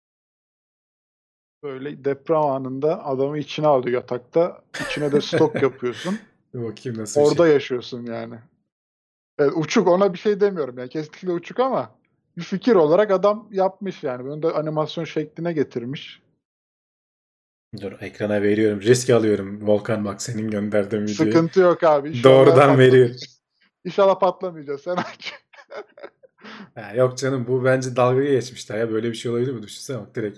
böyle deprem anında adamı içine alıyor yatakta. İçine de stok yapıyorsun. Bir bakayım nasıl bir Orada şey. yaşıyorsun yani. Evet, uçuk ona bir şey demiyorum yani. Kesinlikle uçuk ama bir fikir olarak adam yapmış yani. Bunu da animasyon şekline getirmiş. Dur ekrana veriyorum. Risk alıyorum. Volkan bak senin gönderdiğin videoyu. Sıkıntı yok abi. İnşallah Doğrudan veriyor. patlamayacağız. İnşallah patlamayacağız. Sen aç. Ha, yok canım bu bence dalga geçmişler ya. Böyle bir şey olabilir mi? Düşünsene bak direkt.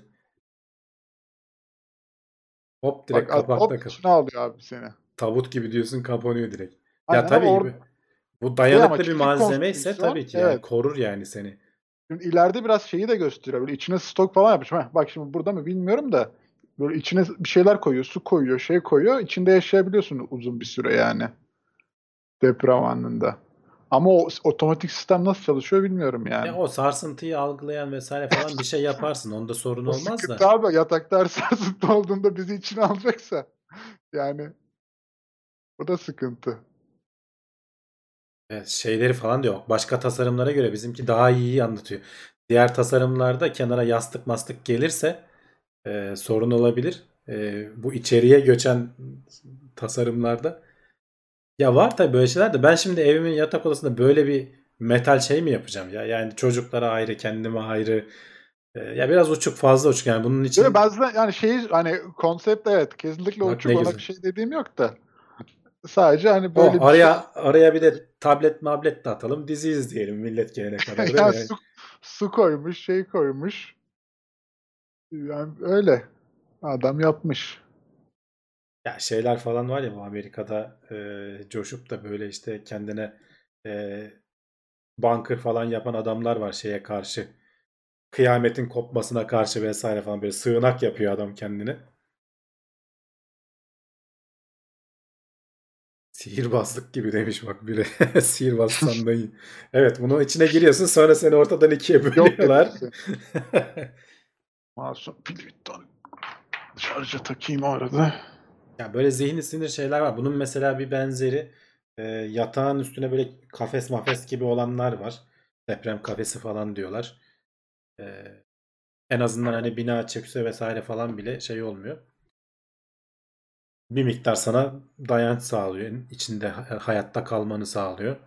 Hop Bak direkt kapakta hop kap. içine alıyor abi seni. Tabut gibi diyorsun kapanıyor direkt. Ya Aynen ama tabii orada gibi. Bu şey ama dayanıklı bir çelik malzeme ise tabii konstrüksiyon. ki yani Evet. korur yani seni. Şimdi ileride biraz şeyi de gösteriyor. Böyle içine stok falan yapmış. Heh, bak şimdi burada mı bilmiyorum da böyle içine bir şeyler koyuyor, su koyuyor, şey koyuyor. İçinde yaşayabiliyorsun uzun bir süre yani deprem anında. Ama o otomatik sistem nasıl çalışıyor bilmiyorum Ya yani. o sarsıntıyı algılayan vesaire falan bir şey yaparsın. Onda sorun O olmaz sıkıntı da. abi yatakta her sarsıntı olduğunda bizi içine alacaksa yani o da sıkıntı. Evet, şeyleri falan da yok. Başka tasarımlara göre bizimki daha iyi anlatıyor. Diğer tasarımlarda kenara yastık mastık gelirse sorun olabilir. Bu içeriye göçen tasarımlarda ya var tabii böyle şeyler de ben şimdi evimin yatak odasında böyle bir metal şey mi yapacağım ya? Yani çocuklara ayrı, kendime ayrı. Ya biraz uçuk fazla uçuk yani bunun Değil mi? için Ben yani şey hani konsept evet kesinlikle bak ne uçuk ona güzel. bir şey dediğim yok da sadece hani O böyle bir şey araya bir de tablet mablet de atalım, dizi izleyelim millet gelene kadar değil Ya mi? Yani, su koymuş, şey koymuş. Yani öyle. Adam yapmış. ya şeyler falan var ya bu Amerika'da coşup da böyle işte kendine e, bunker falan yapan adamlar var şeye karşı. Kıyametin kopmasına karşı vesaire falan böyle sığınak yapıyor adam kendine. Sihirbazlık gibi demiş bak biri. Sihirbaz sanmayı. Evet bunun içine giriyorsun sonra seni ortadan ikiye Yok bölüyorlar. ediyorsun. Masum pil bitti. Şarja takayım o arada. Ya böyle zihni sinir şeyler var. Bunun mesela bir benzeri yatağın üstüne böyle kafes mafes gibi olanlar var. Deprem kafesi falan diyorlar. E, En azından hani bina çökse vesaire falan bile şey olmuyor. Bir miktar sana dayanç sağlıyor. İçinde hayatta kalmanı sağlıyor.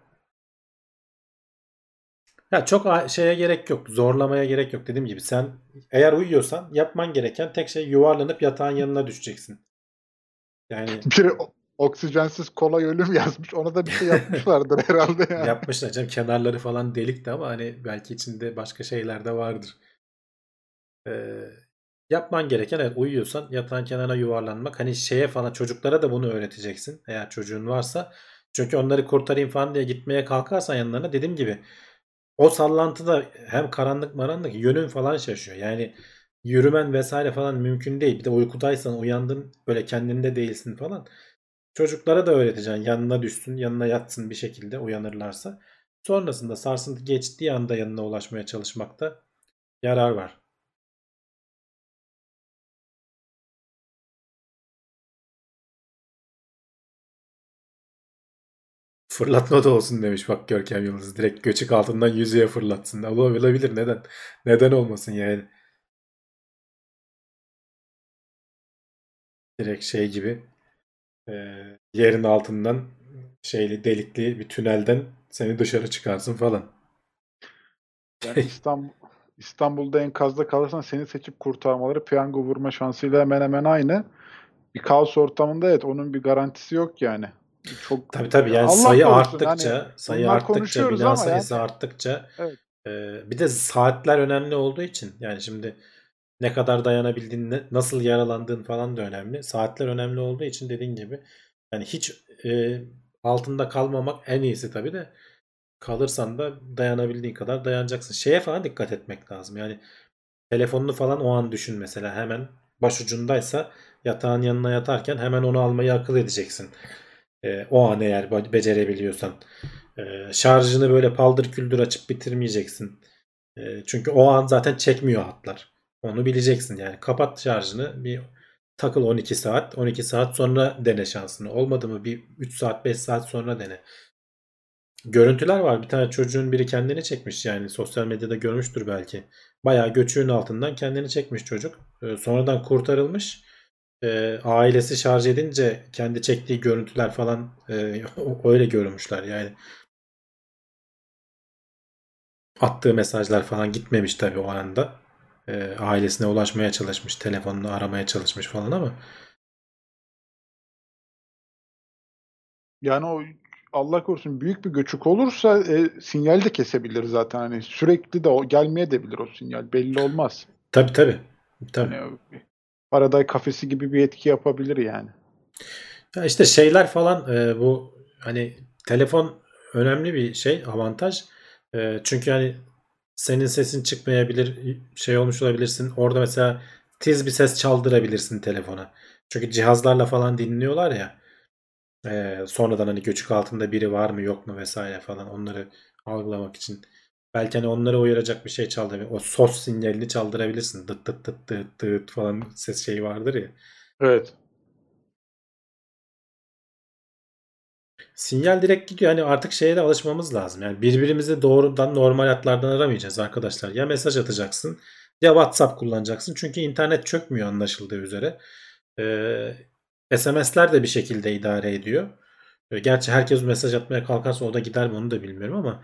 Ya çok şeye gerek yok. Zorlamaya gerek yok. Dediğim gibi sen eğer uyuyorsan yapman gereken tek şey yuvarlanıp yatağın yanına düşeceksin. Yani Biri oksijensiz kolay ölüm yazmış. Ona da bir şey yapmışlardır herhalde yani. yapmışlar canım kenarları falan delikti ama hani belki içinde başka şeyler de vardır. Ee, Yapman gereken evet uyuyorsan yatağın kenarına yuvarlanmak. Hani şeye falan çocuklara da bunu öğreteceksin. Eğer çocuğun varsa. Çünkü onları kurtarayım falan diye gitmeye kalkarsan yanlarına dediğim gibi o sallantıda hem karanlık maranlık yönün falan şaşıyor. Yani yürümen vesaire falan mümkün değil. Bir de uykudaysan uyandın böyle kendinde değilsin falan. Çocuklara da öğreteceksin. Yanına düşsün, yanına yatsın bir şekilde uyanırlarsa. Sonrasında sarsıntı geçtiği anda yanına ulaşmaya çalışmakta yarar var. Fırlatma da olsun demiş bak Görkem Yıldız. Direkt göçük altından yüzeye fırlatsın. Olabilir neden? Neden olmasın yani? Direkt şey gibi yerin altından şeyli delikli bir tünelden seni dışarı çıkarsın falan. Yani İstanbul'da enkazda kalırsan seni seçip kurtarmaları piyango vurma şansıyla hemen hemen aynı. Bir kaos ortamında evet onun bir garantisi yok yani. Çok Tabii tabii yani Allah sayı korusun hani bunlar arttıkça konuşuyoruz bina ama yani sayısı arttıkça evet. bir de saatler önemli olduğu için yani şimdi ne kadar dayanabildiğin nasıl yaralandığın falan da önemli. Saatler önemli olduğu için dediğin gibi yani hiç altında kalmamak en iyisi tabii de kalırsan da dayanabildiğin kadar dayanacaksın. Şeye falan dikkat etmek lazım. Yani telefonunu falan o an düşün mesela hemen başucundaysa yatağın yanına yatarken hemen onu almayı akıl edeceksin. O an eğer becerebiliyorsan. Şarjını böyle paldır küldür açıp bitirmeyeceksin. Çünkü o an zaten çekmiyor hatlar. Onu bileceksin yani. Kapat şarjını bir takıl 12 saat. 12 saat sonra dene şansını. Olmadı mı bir 3 saat 5 saat sonra dene. Görüntüler var. Bir tane çocuğun biri kendini çekmiş yani sosyal medyada görmüştür belki. Bayağı göçüğün altından kendini çekmiş çocuk. Sonradan kurtarılmış. Ailesi şarj edince kendi çektiği görüntüler falan öyle görmüşler yani. Attığı mesajlar falan gitmemiş tabii o anda. Ailesine ulaşmaya çalışmış, telefonunu aramaya çalışmış falan ama Yani o Allah korusun büyük bir göçük olursa sinyal de kesebilir zaten. Hani sürekli de o gelmeye de bilir o sinyal. Belli olmaz. tabii tabii. Tabii. Hani Faraday kafesi gibi bir etki yapabilir yani. Ya işte şeyler falan bu hani telefon önemli bir şey, avantaj. Çünkü hani senin sesin çıkmayabilir, şey olmuş olabilirsin. Orada mesela tiz bir ses çaldırabilirsin telefona. Çünkü cihazlarla falan dinliyorlar ya. Sonradan hani göçük altında biri var mı yok mu vesaire falan onları algılamak için. Belki hani onları uyaracak bir şey çaldırabilir. O sos sinyalini çaldırabilirsin. Dıt dıt dıt dıt dıt falan ses şeyi vardır ya. Evet. Sinyal direkt gidiyor. Hani artık şeye de alışmamız lazım. Yani birbirimizi doğrudan normal hatlardan aramayacağız arkadaşlar. Ya mesaj atacaksın ya WhatsApp kullanacaksın. Çünkü internet çökmüyor anlaşıldığı üzere. SMS'ler de bir şekilde idare ediyor. Gerçi herkes mesaj atmaya kalkarsa o da gider mi onu da bilmiyorum ama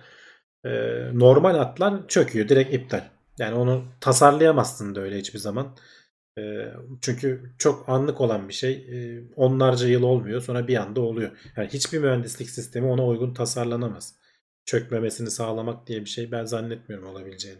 normal hatlar çöküyor. Direkt iptal. Yani onu tasarlayamazsın da öyle hiçbir zaman. Çünkü çok anlık olan bir şey. Onlarca yıl olmuyor. Sonra bir anda oluyor. Yani hiçbir mühendislik sistemi ona uygun tasarlanamaz. Çökmemesini sağlamak diye bir şey ben zannetmiyorum olabileceğini.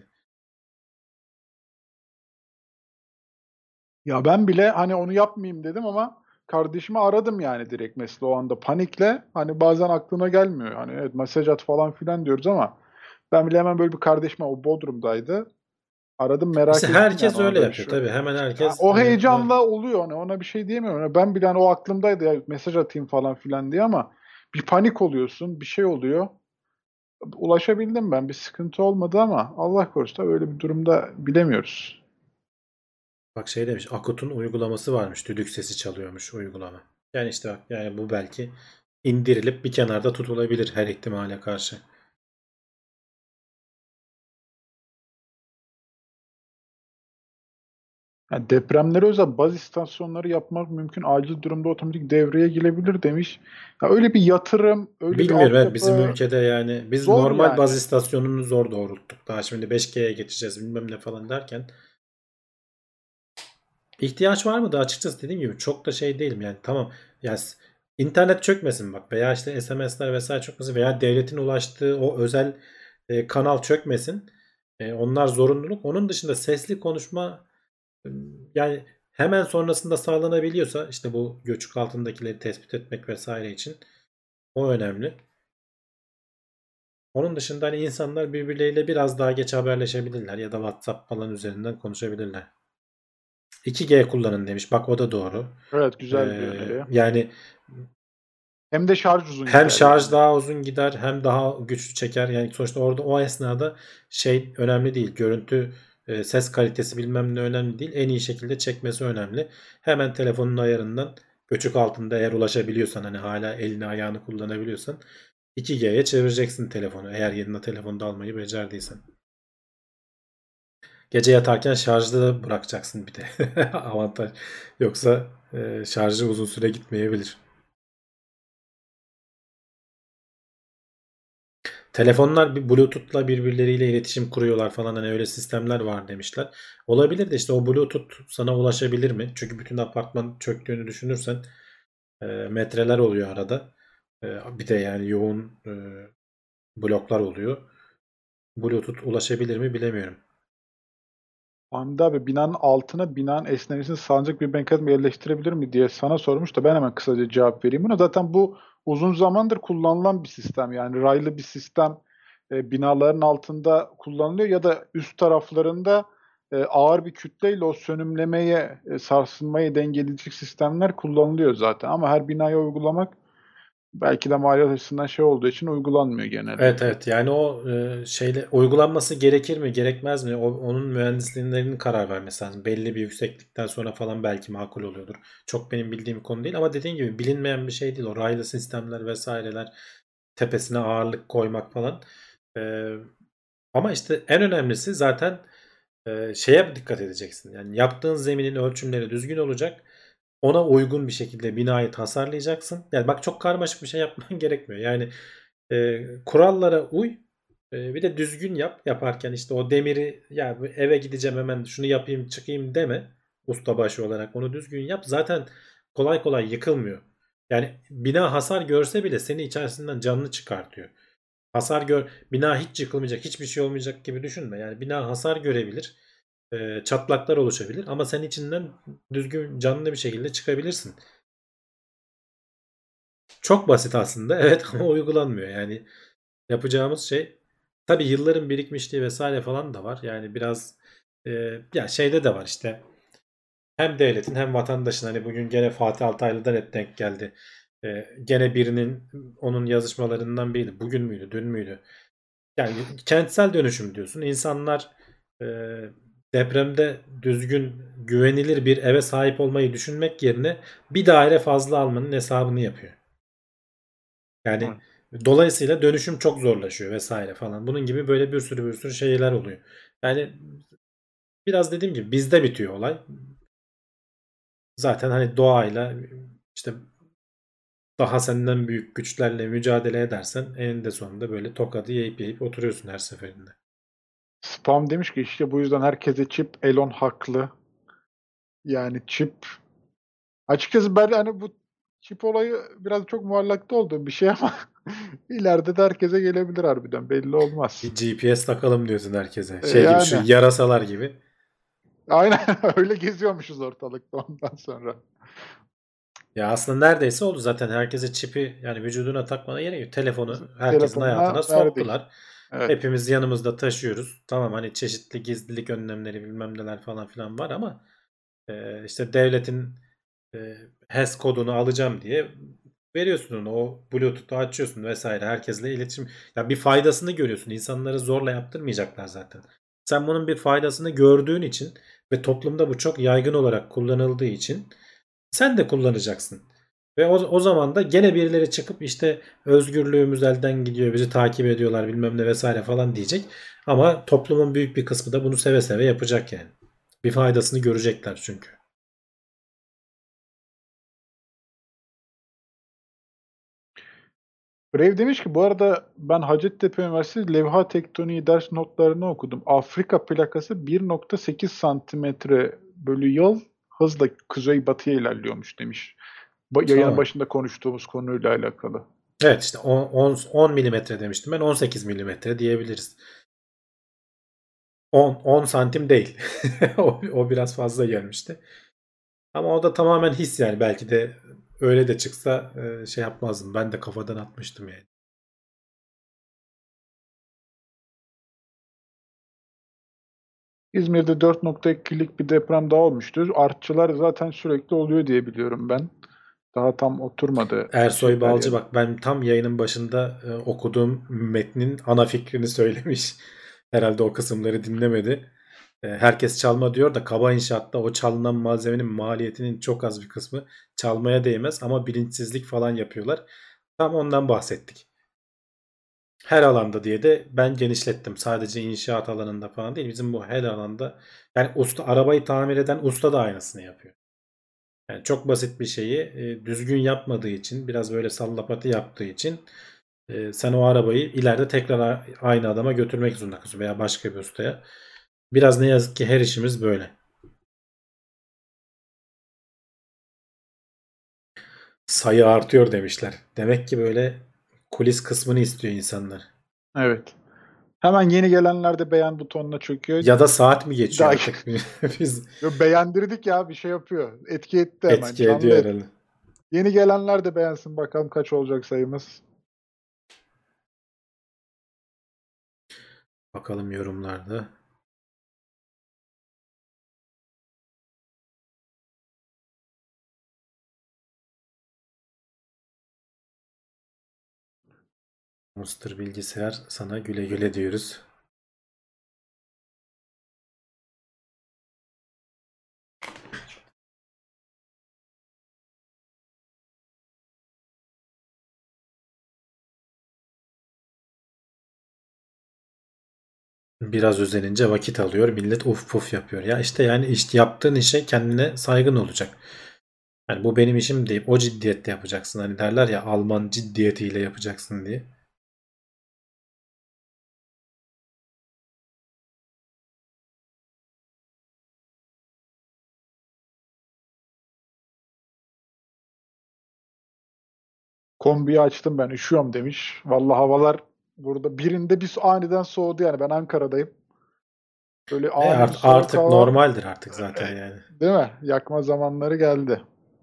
Ya ben bile hani onu yapmayayım dedim ama kardeşimi aradım yani direkt mesela o anda panikle. Hani bazen aklına gelmiyor. Hani evet mesaj at falan filan diyoruz ama ben bile hemen böyle bir kardeşime o Bodrum'daydı. Aradım İşte merak ettim yani herkes ona öyle da bir yapıyor şey. tabii. Hemen Ha, herkes o hani heyecanla oluyor hani ona bir şey diyemiyorum. Yani ben bile hani o aklımdaydı ya mesaj atayım falan filan diye ama bir panik oluyorsun, bir şey oluyor. Ulaşabildim ben bir sıkıntı olmadı ama Allah korusun tabii öyle bir durumda bilemiyoruz. bak şey demiş, Akut'un uygulaması varmış. Düdük sesi çalıyormuş uygulama. Yani işte bak, yani bu belki indirilip bir kenarda tutulabilir her ihtimale karşı. Yani depremlere özel baz istasyonları yapmak mümkün. Acil durumda otomatik devreye girebilir demiş. Ya öyle bir yatırım, öyle bir Bilmiyorum, evet, bizim altyapı ülkede yani biz zor normal baz yani. istasyonunu zor doğrulttuk. Daha şimdi 5G'ye geçeceğiz bilmem ne falan derken ihtiyaç var mı da açıkçası dediğim gibi çok da şey değilim yani tamam yani internet çökmesin bak veya işte SMS'ler vesaire çökmesin veya devletin ulaştığı o özel kanal çökmesin. Onlar zorunluluk. Onun dışında sesli konuşma yani hemen sonrasında sağlanabiliyorsa işte bu göçük altındakileri tespit etmek vesaire için o önemli. Onun dışında hani insanlar birbirleriyle biraz daha geç haberleşebilirler ya da WhatsApp falan üzerinden konuşabilirler. 2G kullanın demiş. Bak o da doğru. Evet güzel bir öneri. Yani Hem de şarj uzun hem gider şarj yani. daha uzun gider hem daha güçlü çeker. Yani sonuçta orada o esnada şey önemli değil. Görüntü, ses kalitesi bilmem ne önemli değil. En iyi şekilde çekmesi önemli. Hemen telefonun ayarından göçük altında eğer ulaşabiliyorsan hani hala elini ayağını kullanabiliyorsan 2G'ye çevireceksin telefonu. Eğer yanına telefonda almayı becerdiysen. Gece yatarken şarjda da bırakacaksın bir de. Avantaj. Yoksa şarjı uzun süre gitmeyebilir. Telefonlar bir Bluetooth'la birbirleriyle iletişim kuruyorlar falan hani öyle sistemler var demişler. Olabilir de işte o Bluetooth sana ulaşabilir mi? Çünkü bütün apartman çöktüğünü düşünürsen metreler oluyor arada. Bir de yani yoğun bloklar oluyor. Bluetooth ulaşabilir mi bilemiyorum. Hamdi abi binanın altına binanın esnemesini sağlayacak bir mekanizma yerleştirebilir mi diye sana sormuş da ben hemen kısaca cevap vereyim buna. Zaten bu uzun zamandır kullanılan bir sistem. Yani raylı bir sistem binaların altında kullanılıyor ya da üst taraflarında ağır bir kütleyle o sönümlemeye, sarsılmayı dengeleyecek sistemler kullanılıyor zaten. Ama her binaya uygulamak belki de maliyet açısından şey olduğu için uygulanmıyor genelde. Evet, evet, yani o şeyle uygulanması gerekir mi gerekmez mi onun mühendislerinin karar vermesi lazım. Belli bir yükseklikten sonra falan belki makul oluyordur. Çok benim bildiğim konu değil ama dediğin gibi bilinmeyen bir şey değil o raylı sistemler vesaireler tepesine ağırlık koymak falan. E, Ama işte en önemlisi zaten şeye dikkat edeceksin. Yani yaptığın zeminin ölçümleri düzgün olacak. Ona uygun bir şekilde binayı tasarlayacaksın. Yani bak çok karmaşık bir şey yapman gerekmiyor. Yani kurallara uy. Bir de düzgün yap. Yaparken işte o demiri ya bu eve gideceğim hemen şunu yapayım çıkayım deme. Ustabaşı olarak onu düzgün yap. Zaten kolay kolay yıkılmıyor. Yani bina hasar görse bile seni içerisinden canlı çıkartıyor. Bina hiç yıkılmayacak, hiçbir şey olmayacak gibi düşünme. Yani bina hasar görebilir, çatlaklar oluşabilir ama sen içinden düzgün, canlı bir şekilde çıkabilirsin. Çok basit aslında, evet ama uygulanmıyor. Yani yapacağımız şey tabii yılların birikmişliği vesaire falan da var. Yani biraz ya şeyde de var işte hem devletin hem vatandaşın hani bugün gene Fatih Altaylı'dan hep denk geldi. Gene birinin onun yazışmalarından biriydi. Bugün müydü, dün müydü? Yani kentsel dönüşüm diyorsun. İnsanlar e, depremde düzgün, güvenilir bir eve sahip olmayı düşünmek yerine bir daire fazla almanın hesabını yapıyor. Yani Evet. dolayısıyla dönüşüm çok zorlaşıyor vesaire falan. Bunun gibi böyle bir sürü şeyler oluyor. Yani biraz dediğim gibi bizde bitiyor olay. Zaten hani doğayla işte daha senden büyük güçlerle mücadele edersen eninde sonunda böyle tokadı yiyip oturuyorsun her seferinde. Spam demiş ki işte bu yüzden herkese çip Elon haklı. Yani çip açıkçası ben hani bu çip olayı biraz çok muallakta olduğum bir şey ama ileride de herkese gelebilir harbiden belli olmaz. Bir GPS takalım diyorsun herkese. Şey gibi, şu Yani yarasalar gibi. aynen öyle geziyormuşuz ortalıkta ondan sonra. Ya aslında neredeyse oldu zaten. Herkese çipi yani vücuduna takmana gerek yok. Telefonu herkesin hayatına Telefonuna verdik. soktular. Evet. Hepimiz yanımızda taşıyoruz. Tamam, hani çeşitli gizlilik önlemleri bilmem neler falan filan var ama işte devletin HES kodunu alacağım diye veriyorsun onu. O Bluetooth'u açıyorsun vesaire. Herkesle iletişim. Ya bir faydasını görüyorsun. İnsanları zorla yaptırmayacaklar zaten. Sen bunun bir faydasını gördüğün için ve toplumda bu çok yaygın olarak kullanıldığı için sen de kullanacaksın. Ve o zaman da gene birileri çıkıp işte özgürlüğümüz elden gidiyor, bizi takip ediyorlar bilmem ne vesaire falan diyecek. Ama toplumun büyük bir kısmı da bunu seve seve yapacak yani. Bir faydasını görecekler çünkü. Brave demiş ki bu arada ben Hacettepe Üniversitesi Levha Tektoniği ders notlarını okudum. Afrika plakası 1,8 santimetre bölü yıl hızla kuzey-batıya ilerliyormuş demiş. Yayının Tamam. başında konuştuğumuz konuyla alakalı. Evet, işte 10 milimetre demiştim ben, 18 milimetre diyebiliriz. 10 santim değil. O biraz fazla gelmişti. Ama o da tamamen his yani. Belki de öyle de çıksa şey yapmazdım. Ben de kafadan atmıştım yani. İzmir'de 4,2'lik bir deprem daha olmuştu. Artçılar zaten sürekli oluyor diye biliyorum ben. Daha tam oturmadı Ersoy şeyler Balcı, yani. bak ben tam yayının başında okuduğum metnin ana fikrini söylemiş. Herhalde o kısımları dinlemedi. Herkes çalma diyor da Kaba İnşaat'ta o çalınan malzemenin maliyetinin çok az bir kısmı çalmaya değmez ama bilinçsizlik falan yapıyorlar. Tam ondan bahsettik. Her alanda diye de ben genişlettim. Sadece inşaat alanında falan değil. Bizim bu her alanda, yani usta, arabayı tamir eden usta da aynısını yapıyor. Yani çok basit bir şeyi düzgün yapmadığı için, biraz böyle sallapati yaptığı için sen o arabayı ileride tekrar aynı adama götürmek zorunda kalıyorsun veya başka bir ustaya. Biraz ne yazık ki her işimiz böyle. Sayı artıyor demişler. Demek ki böyle kulis kısmını istiyor insanlar. Evet. Hemen yeni gelenler de beğen butonuna çöküyor. Ya da saat mi geçiyor Daha artık? Biz yo, beğendirdik ya bir şey yapıyor. Etki etti hemen. etki Canlı ediyor et. herhalde. Yeni gelenler de beğensin bakalım kaç olacak sayımız. Bakalım yorumlarda. Monster Bilgisayar sana güle güle diyoruz. Biraz özenince vakit alıyor. Millet uf puf yapıyor. Ya işte yani yaptığın işe kendine saygın olacak. Yani bu benim işim deyip o ciddiyette yapacaksın. Hani derler ya, Alman ciddiyetiyle yapacaksın diye. Kombiyi açtım ben üşüyorum demiş. Vallahi havalar burada birinde bir aniden soğudu yani ben Ankara'dayım. Böyle ani bir soğuk Artık hava normaldir artık zaten yani. değil mi? Yakma zamanları geldi.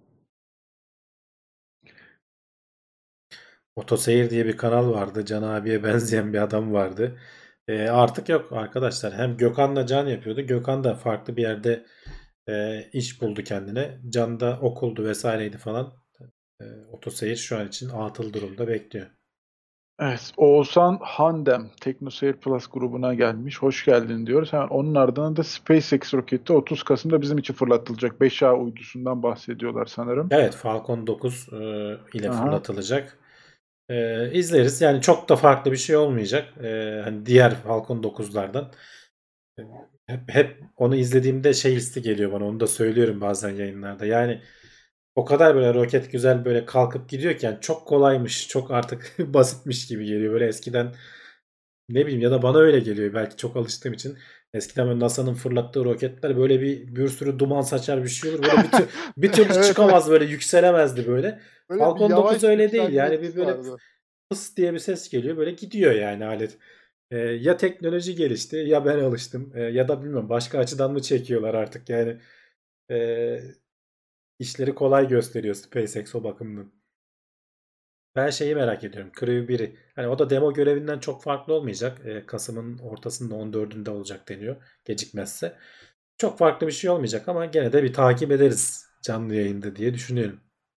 Otoseyir diye bir kanal vardı. Can abiye benzeyen bir adam vardı. Artık yok arkadaşlar. Hem Gökhan'la Can yapıyordu. Gökhan da farklı bir yerde iş buldu kendine. Can da okuldu vesaireydi falan. Otoseyir şu an için atıl durumda bekliyor. Evet, Oğuzhan Handem TeknoSeyir Plus grubuna gelmiş. Hoş geldin diyoruz. Hemen onun ardından da SpaceX roketi 30 Kasım'da bizim için fırlatılacak. 5A uydusundan bahsediyorlar sanırım. Evet, Falcon 9 ile Aha. fırlatılacak. İzleriz. Yani çok da farklı bir şey olmayacak. Hani diğer Falcon 9'lardan. Hep onu izlediğimde şey hissi geliyor bana. Onu da söylüyorum bazen yayınlarda. Yani o kadar böyle roket güzel böyle kalkıp gidiyorken çok kolaymış, çok artık basitmiş gibi geliyor. Böyle eskiden, ne bileyim, ya da bana öyle geliyor belki çok alıştığım için. Eskiden böyle NASA'nın fırlattığı roketler böyle bir sürü duman saçar bir şey olur. Böyle bir türlü Evet, çıkamaz, böyle yükselemezdi böyle. böyle bir Falcon 9 yavaş öyle değil. yükselme Yani bir etkisi böyle vardı. fıs diye bir ses geliyor. Böyle gidiyor yani alet. Ya teknoloji gelişti ya ben alıştım. Ya da bilmiyorum, başka açıdan mı çekiyorlar artık yani. E, işleri kolay gösteriyor SpaceX o bakımdan. Ben şeyi merak ediyorum. Crew 1'i. Hani o da demo görevinden çok farklı olmayacak. Kasım'ın ortasında 14'ünde olacak deniyor. Gecikmezse. Çok farklı bir şey olmayacak ama gene de bir takip ederiz canlı yayında diye düşünüyorum.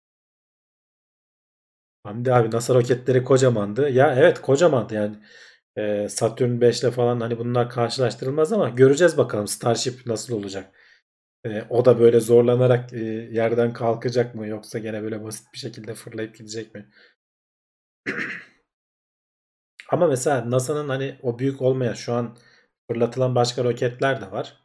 Hamdi abi, NASA roketleri kocamandı. Ya evet, kocamandı yani. Saturn 5 ile falan hani bunlar karşılaştırılmaz ama göreceğiz bakalım Starship nasıl olacak. O da böyle zorlanarak yerden kalkacak mı, yoksa gene böyle basit bir şekilde fırlayıp gidecek mi? Ama mesela NASA'nın hani o büyük olmayan şu an fırlatılan başka roketler de var.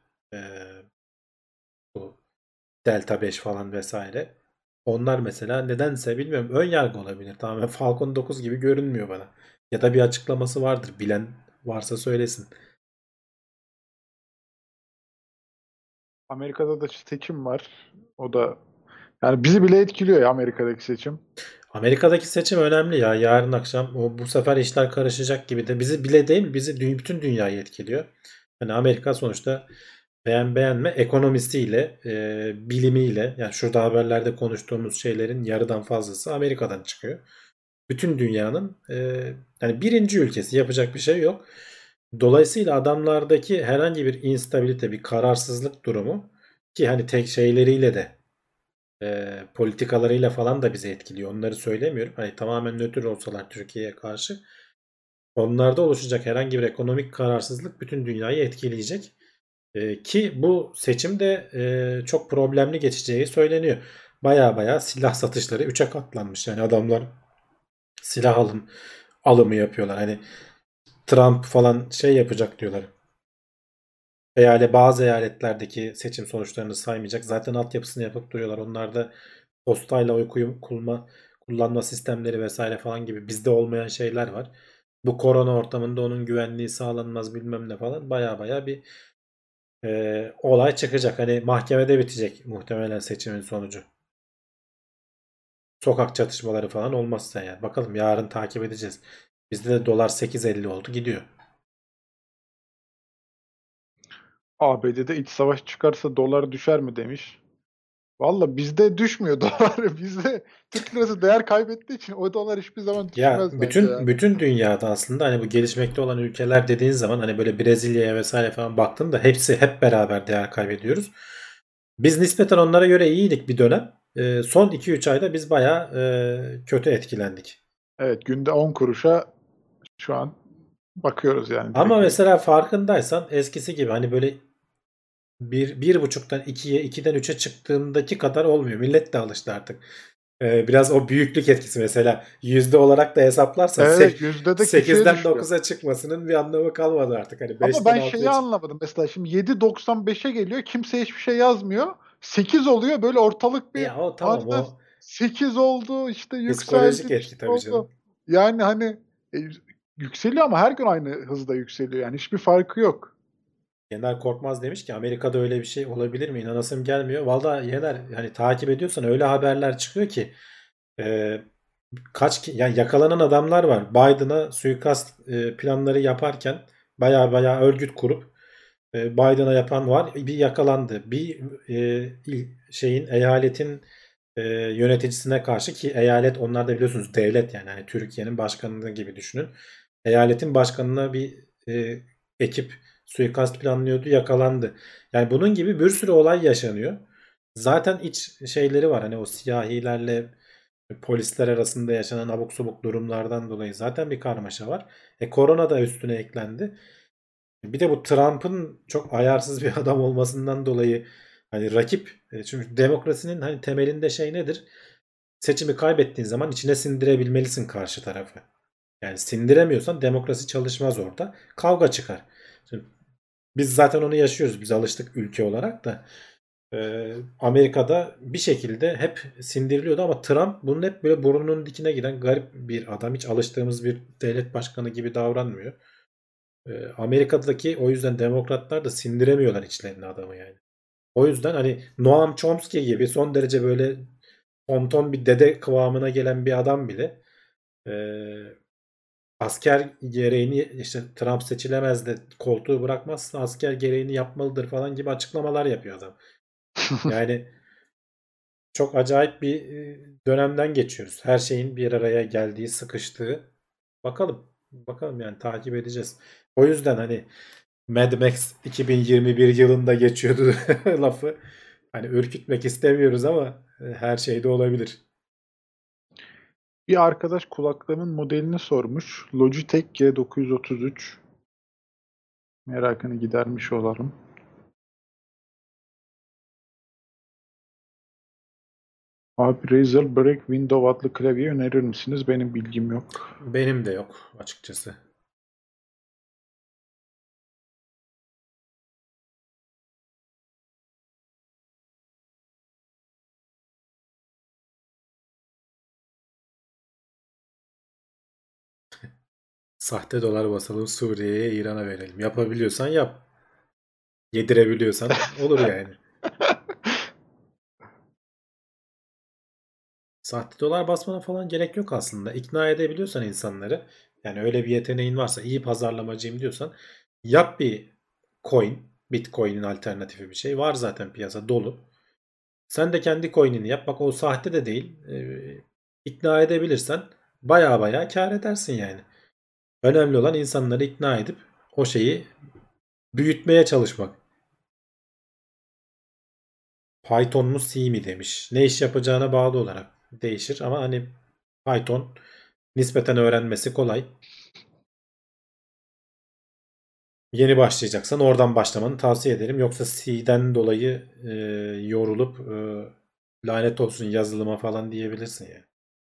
Bu Delta 5 falan vesaire. Onlar mesela nedense bilmiyorum, ön yargı olabilir. Tamamen Falcon 9 gibi görünmüyor bana. Ya da bir açıklaması vardır. Bilen varsa söylesin. Amerika'da da seçim var. O da yani bizi bile etkiliyor ya Amerika'daki seçim. Amerika'daki seçim önemli ya. Yarın akşam bu sefer işler karışacak gibi de, bizi bile değil, bizi bütün dünyayı etkiliyor. Hani Amerika sonuçta beğenme ekonomisiyle, bilimiyle, yani şurada haberlerde konuştuğumuz şeylerin yarıdan fazlası Amerika'dan çıkıyor. Bütün dünyanın yani birinci ülkesi, yapacak bir şey yok. Dolayısıyla adamlardaki herhangi bir instabilite, bir kararsızlık durumu, ki hani tek şeyleriyle de politikalarıyla falan da bizi etkiliyor. Onları söylemiyorum. Hani tamamen nötr olsalar Türkiye'ye karşı, onlarda oluşacak herhangi bir ekonomik kararsızlık bütün dünyayı etkileyecek. Ki bu seçim de çok problemli geçeceği söyleniyor. Baya baya silah satışları 3'e katlanmış. Yani adamlar silah alımı yapıyorlar. Hani Trump falan şey yapacak diyorlar. Bazı eyaletlerdeki seçim sonuçlarını saymayacak. Zaten altyapısını yapıp duruyorlar. Onlarda postayla oy kullanma sistemleri vesaire falan gibi bizde olmayan şeyler var. Bu korona ortamında onun güvenliği sağlanmaz bilmem ne falan, baya baya bir olay çıkacak. Hani mahkemede bitecek muhtemelen seçimin sonucu. Sokak çatışmaları falan olmazsa yani. Bakalım, yarın takip edeceğiz. Bizde de dolar 8.50 oldu, gidiyor. ABD'de iç savaş çıkarsa dolar düşer mi demiş. Valla bizde düşmüyor dolar. Bizde Türk lirası değer kaybettiği için o dolar hiçbir zaman Ya düşmez bence bütün yani. bütün dünyada aslında hani bu gelişmekte olan ülkeler dediğin zaman, hani böyle Brezilya'ya vesaire falan baktığında hepsi hep beraber değer kaybediyoruz. Biz nispeten onlara göre iyiydik bir dönem. Son 2-3 ayda biz bayağı kötü etkilendik. Evet, günde 10 kuruşa şu an bakıyoruz yani Ama direkt öyle. mesela farkındaysan eskisi gibi hani böyle 1,5'tan 2'ye, 2'den 3'e çıktığındaki kadar olmuyor. Millet de alıştı artık. Biraz o büyüklük etkisi, mesela yüzde olarak da hesaplarsan Evet, yüzde de küçüğe 8'den düşüyor. 9'a çıkmasının bir anlamı kalmadı artık. Hani Ama 5'ten ben 6'ya şeyi çık. anlamadım. Mesela şimdi 7.95'e geliyor. Kimse hiçbir şey yazmıyor. 8 oluyor. Böyle ortalık bir Ya o tamam, anda o 8 oldu, işte psikolojik yükseldi, bir etki şey tabii canım. oldu. Yani hani e, yükseliyor ama her gün aynı hızda yükseliyor. Yani hiçbir farkı yok. Yener Korkmaz demiş ki Amerika'da öyle bir şey olabilir mi? İnanasım gelmiyor. Vallahi Yener, yani takip ediyorsan öyle haberler çıkıyor ki e, yani yakalanan adamlar var. Biden'a suikast planları yaparken baya örgüt kurup Biden'a yapan var. Bir yakalandı. Bir eyaletin yöneticisine karşı, ki eyalet onlar da biliyorsunuz devlet, yani hani Türkiye'nin başkanlığı gibi düşünün. Eyaletin başkanına bir e, ekip suikast planlıyordu, yakalandı. Yani bunun gibi bir sürü olay yaşanıyor. Zaten iç şeyleri var. Hani o siyahilerle polisler arasında yaşanan abuk subuk durumlardan dolayı zaten bir karmaşa var. Korona da üstüne eklendi. Bir de bu Trump'ın çok ayarsız bir adam olmasından dolayı hani rakip, çünkü demokrasinin hani temelinde şey nedir? Seçimi kaybettiğin zaman içine sindirebilmelisin karşı tarafı. Yani sindiremiyorsan demokrasi çalışmaz orada. Kavga çıkar. Şimdi biz zaten onu yaşıyoruz. Biz alıştık ülke olarak da. Amerika'da bir şekilde hep sindiriliyordu ama Trump bunun hep böyle burnunun dikine giden garip bir adam. Hiç alıştığımız bir devlet başkanı gibi davranmıyor. Amerika'daki o yüzden demokratlar da sindiremiyorlar içlerine adamı yani. O yüzden hani Noam Chomsky gibi son derece böyle tonton bir dede kıvamına gelen bir adam bile e, asker gereğini işte Trump seçilemez de koltuğu bırakmazsa asker gereğini yapmalıdır falan gibi açıklamalar yapıyor adam. Yani çok acayip bir dönemden geçiyoruz. Her şeyin bir araya geldiği, sıkıştığı. Bakalım. Bakalım yani takip edeceğiz. O yüzden hani Mad Max 2021 yılında geçiyordu lafı. Hani ürkütmek istemiyoruz ama her şey de olabilir. Bir arkadaş kulaklığımın modelini sormuş. Logitech G933. Merakını gidermiş olalım. Abi Razer Break Window adlı klavye önerir misiniz? Benim bilgim yok. Benim de yok açıkçası. Sahte dolar basalım Suriye'ye, İran'a verelim. Yapabiliyorsan yap. Yedirebiliyorsan olur yani. Sahte dolar basmana falan gerek yok aslında. İkna edebiliyorsan insanları, yani öyle bir yeteneğin varsa, iyi pazarlamacıyım diyorsan yap bir coin. Bitcoin'in alternatifi bir şey. Var zaten piyasa dolu. Sen de kendi coin'ini yap. Bak o sahte de değil. İkna edebilirsen baya baya kar edersin yani. Önemli olan insanları ikna edip o şeyi büyütmeye çalışmak. Python mu C mi demiş. Ne iş yapacağına bağlı olarak değişir ama hani Python nispeten öğrenmesi kolay. Yeni başlayacaksan oradan başlamanı tavsiye ederim. Yoksa C'den dolayı yorulup lanet olsun yazılıma falan diyebilirsin yani.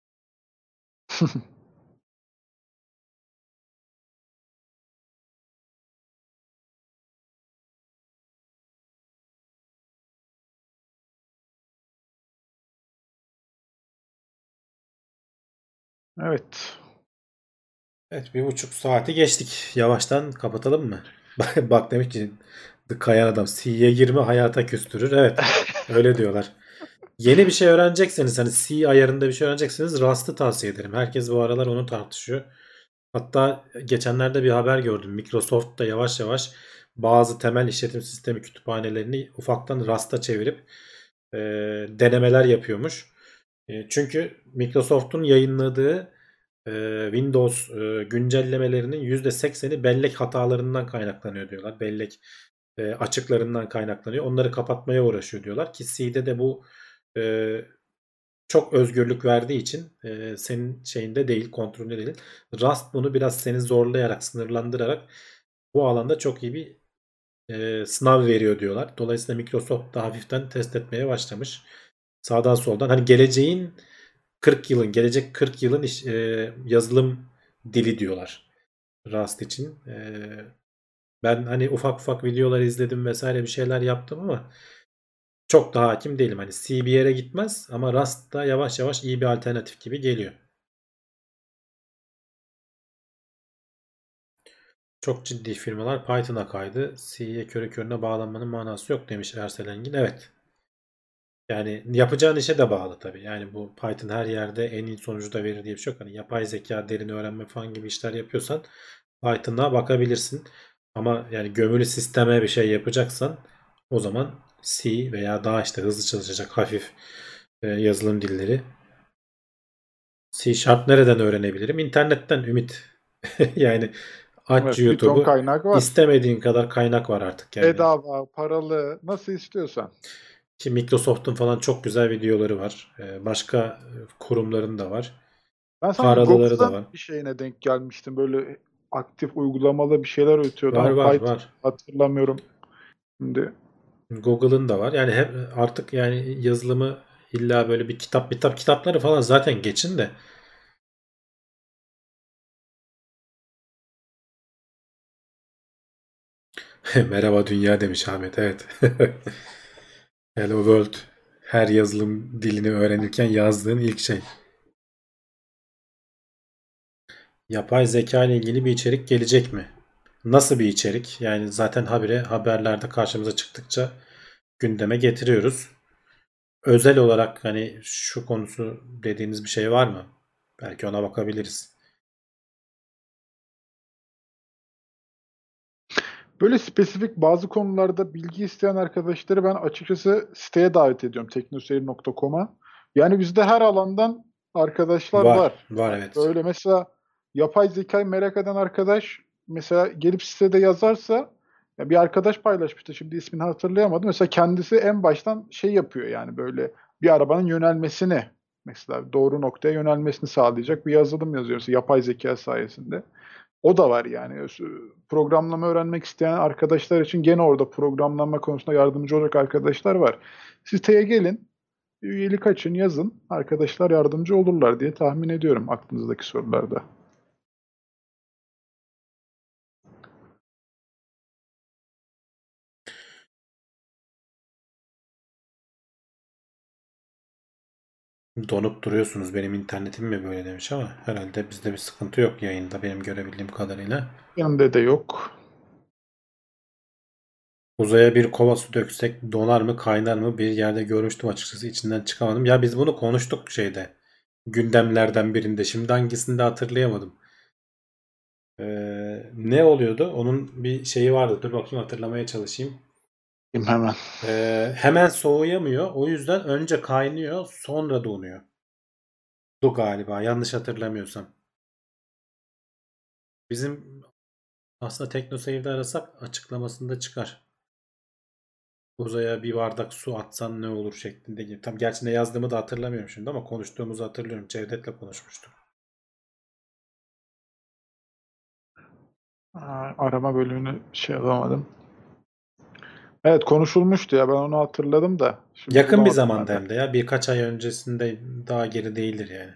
Evet. Evet, 1,5 saati geçtik. Yavaştan kapatalım mı? Bak demiş ki Kayan adam C'ye girme hayata küstürür. Evet, öyle diyorlar. Yeni bir şey öğrenecekseniz, hani C ayarında bir şey öğrenecekseniz Rust'ı tavsiye ederim. Herkes bu aralar onu tartışıyor. Hatta geçenlerde bir haber gördüm. Microsoft da yavaş yavaş bazı temel işletim sistemi kütüphanelerini ufaktan Rust'a çevirip e, denemeler yapıyormuş. Çünkü Microsoft'un yayınladığı Windows güncellemelerinin %80'i bellek hatalarından kaynaklanıyor diyorlar. Bellek açıklarından kaynaklanıyor. Onları kapatmaya uğraşıyor diyorlar ki C'de de bu e, çok özgürlük verdiği için senin şeyinde değil, kontrolünde değil. Rust bunu biraz seni zorlayarak, sınırlandırarak bu alanda çok iyi bir sınav veriyor diyorlar. Dolayısıyla Microsoft da hafiften test etmeye başlamış. Sağdan soldan. Hani gelecek 40 yılın yazılım dili diyorlar Rust için. Ben hani ufak ufak videolar izledim vesaire bir şeyler yaptım ama çok da hakim değilim. Hani C bir yere gitmez ama Rust da yavaş yavaş iyi bir alternatif gibi geliyor. Çok ciddi firmalar Python'a kaydı. C'ye körü körüne bağlanmanın manası yok demiş Ersel Engin. Evet. Yani yapacağın işe de bağlı tabii. Yani bu Python her yerde en iyi sonucu da verir diye bir şey yok. Hani yapay zeka, derin öğrenme falan gibi işler yapıyorsan Python'a bakabilirsin. Ama yani gömülü sisteme bir şey yapacaksan o zaman C veya daha işte hızlı çalışacak hafif yazılım dilleri. C Sharp nereden öğrenebilirim? İnternetten Ümit. Yani aç Evet, bir ton YouTube'u, kaynak var. istemediğin kadar kaynak var artık yani. Bedava, paralı, nasıl istiyorsan. Ki Microsoft'un falan çok güzel videoları var. Başka kurumların da var. Ben sanki Paralıları da Google'dan var. bir şeyine denk gelmiştim. Böyle aktif uygulamalı bir şeyler ötüyordu Var ama var Python var. hatırlamıyorum şimdi. Google'ın da var. Yani hep artık yani yazılımı illa böyle bir kitapları falan zaten geçin de. Merhaba dünya demiş Ahmet. Evet. Hello World. Her yazılım dilini öğrenirken yazdığın ilk şey. Yapay zeka ile ilgili bir içerik gelecek mi? Nasıl bir içerik? Yani zaten haberlerde karşımıza çıktıkça gündeme getiriyoruz. Özel olarak hani şu konusu dediğiniz bir şey var mı? Belki ona bakabiliriz. Böyle spesifik bazı konularda bilgi isteyen arkadaşları ben açıkçası siteye davet ediyorum, teknoseyir.com'a. Yani bizde her alandan arkadaşlar Var. var. Var, Yani evet. böyle mesela yapay zekayı merak eden arkadaş mesela gelip sitede yazarsa, ya bir arkadaş paylaşmıştı, şimdi ismini hatırlayamadım. Mesela kendisi en baştan şey yapıyor, yani böyle bir arabanın yönelmesini, mesela doğru noktaya yönelmesini sağlayacak bir yazılım yazıyor mesela yapay zeka sayesinde. O da var yani. Programlama öğrenmek isteyen arkadaşlar için gene orada programlama konusunda yardımcı olacak arkadaşlar var. Siteye gelin, üyelik açın, yazın. Arkadaşlar yardımcı olurlar diye tahmin ediyorum aklınızdaki sorularda. Donup duruyorsunuz. Benim internetim mi böyle demiş ama herhalde bizde bir sıkıntı yok yayında benim görebildiğim kadarıyla. Yanında de yok. Uzaya bir kova su döksek donar mı kaynar mı bir yerde görmüştüm açıkçası içinden çıkamadım. Ya biz bunu konuştuk şeyde gündemlerden birinde şimdi hangisini de hatırlayamadım. Ne oluyordu? Onun bir şeyi vardı. Dur bakayım hatırlamaya çalışayım. Hemen. Hemen soğuyamıyor. O yüzden önce kaynıyor sonra donuyor. Bu galiba yanlış hatırlamıyorsam. Bizim aslında TeknoSeyir'de arasak açıklamasında çıkar. Uzaya bir bardak su atsan ne olur şeklinde gibi. Tam gerçi ne yazdığımı da hatırlamıyorum şimdi ama konuştuğumuzu hatırlıyorum. Cevdet'le konuşmuştuk. Arama bölümünü şey yapamadım. Evet, konuşulmuştu ya, ben onu hatırladım da. Şimdi Yakın bir bulamadım zamanda ben de. hem de ya. Birkaç ay öncesinde daha geri değildir yani.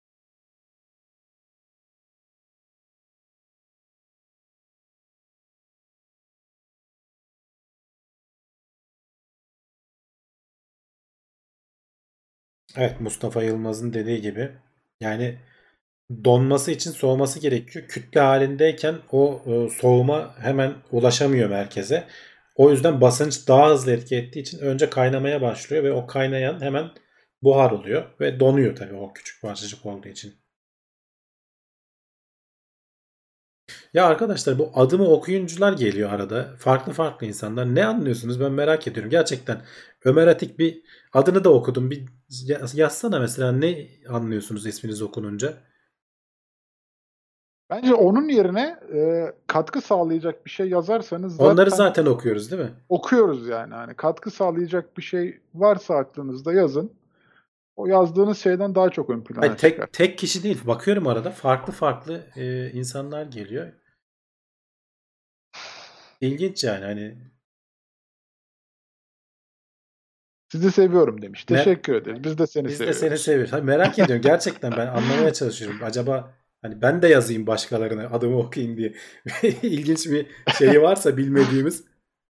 Evet Mustafa Yılmaz'ın dediği gibi. Yani donması için soğuması gerekiyor. Kütle halindeyken o soğuma hemen ulaşamıyor merkeze. O yüzden basınç daha hızlı etki ettiği için önce kaynamaya başlıyor ve o kaynayan hemen buhar oluyor ve donuyor tabii o küçük parçacık olduğu için. Ya arkadaşlar bu adımı okuyuncular geliyor arada. Farklı farklı insanlar. Ne anlıyorsunuz ben merak ediyorum. Gerçekten Ömer Atik bir adını da okudum. Bir yazsana mesela ne anlıyorsunuz isminiz okununca? Bence onun yerine katkı sağlayacak bir şey yazarsanız Onları zaten zaten okuyoruz değil mi? okuyoruz yani. Hani katkı sağlayacak bir şey varsa aklınızda yazın. O yazdığınız şeyden daha çok ön Hayır, plana çıkar. tek kişi değil. Bakıyorum arada farklı farklı insanlar geliyor. İlginç yani hani Sizi seviyorum demiş. ne Teşekkür ederiz. Biz de seni biz de seni seviyoruz. seviyoruz. Hayır, merak ediyorum gerçekten ben anlamaya çalışıyorum. Acaba hani ben de yazayım başkalarına adımı okuyayım diye. İlginç bir şeyi varsa bilmediğimiz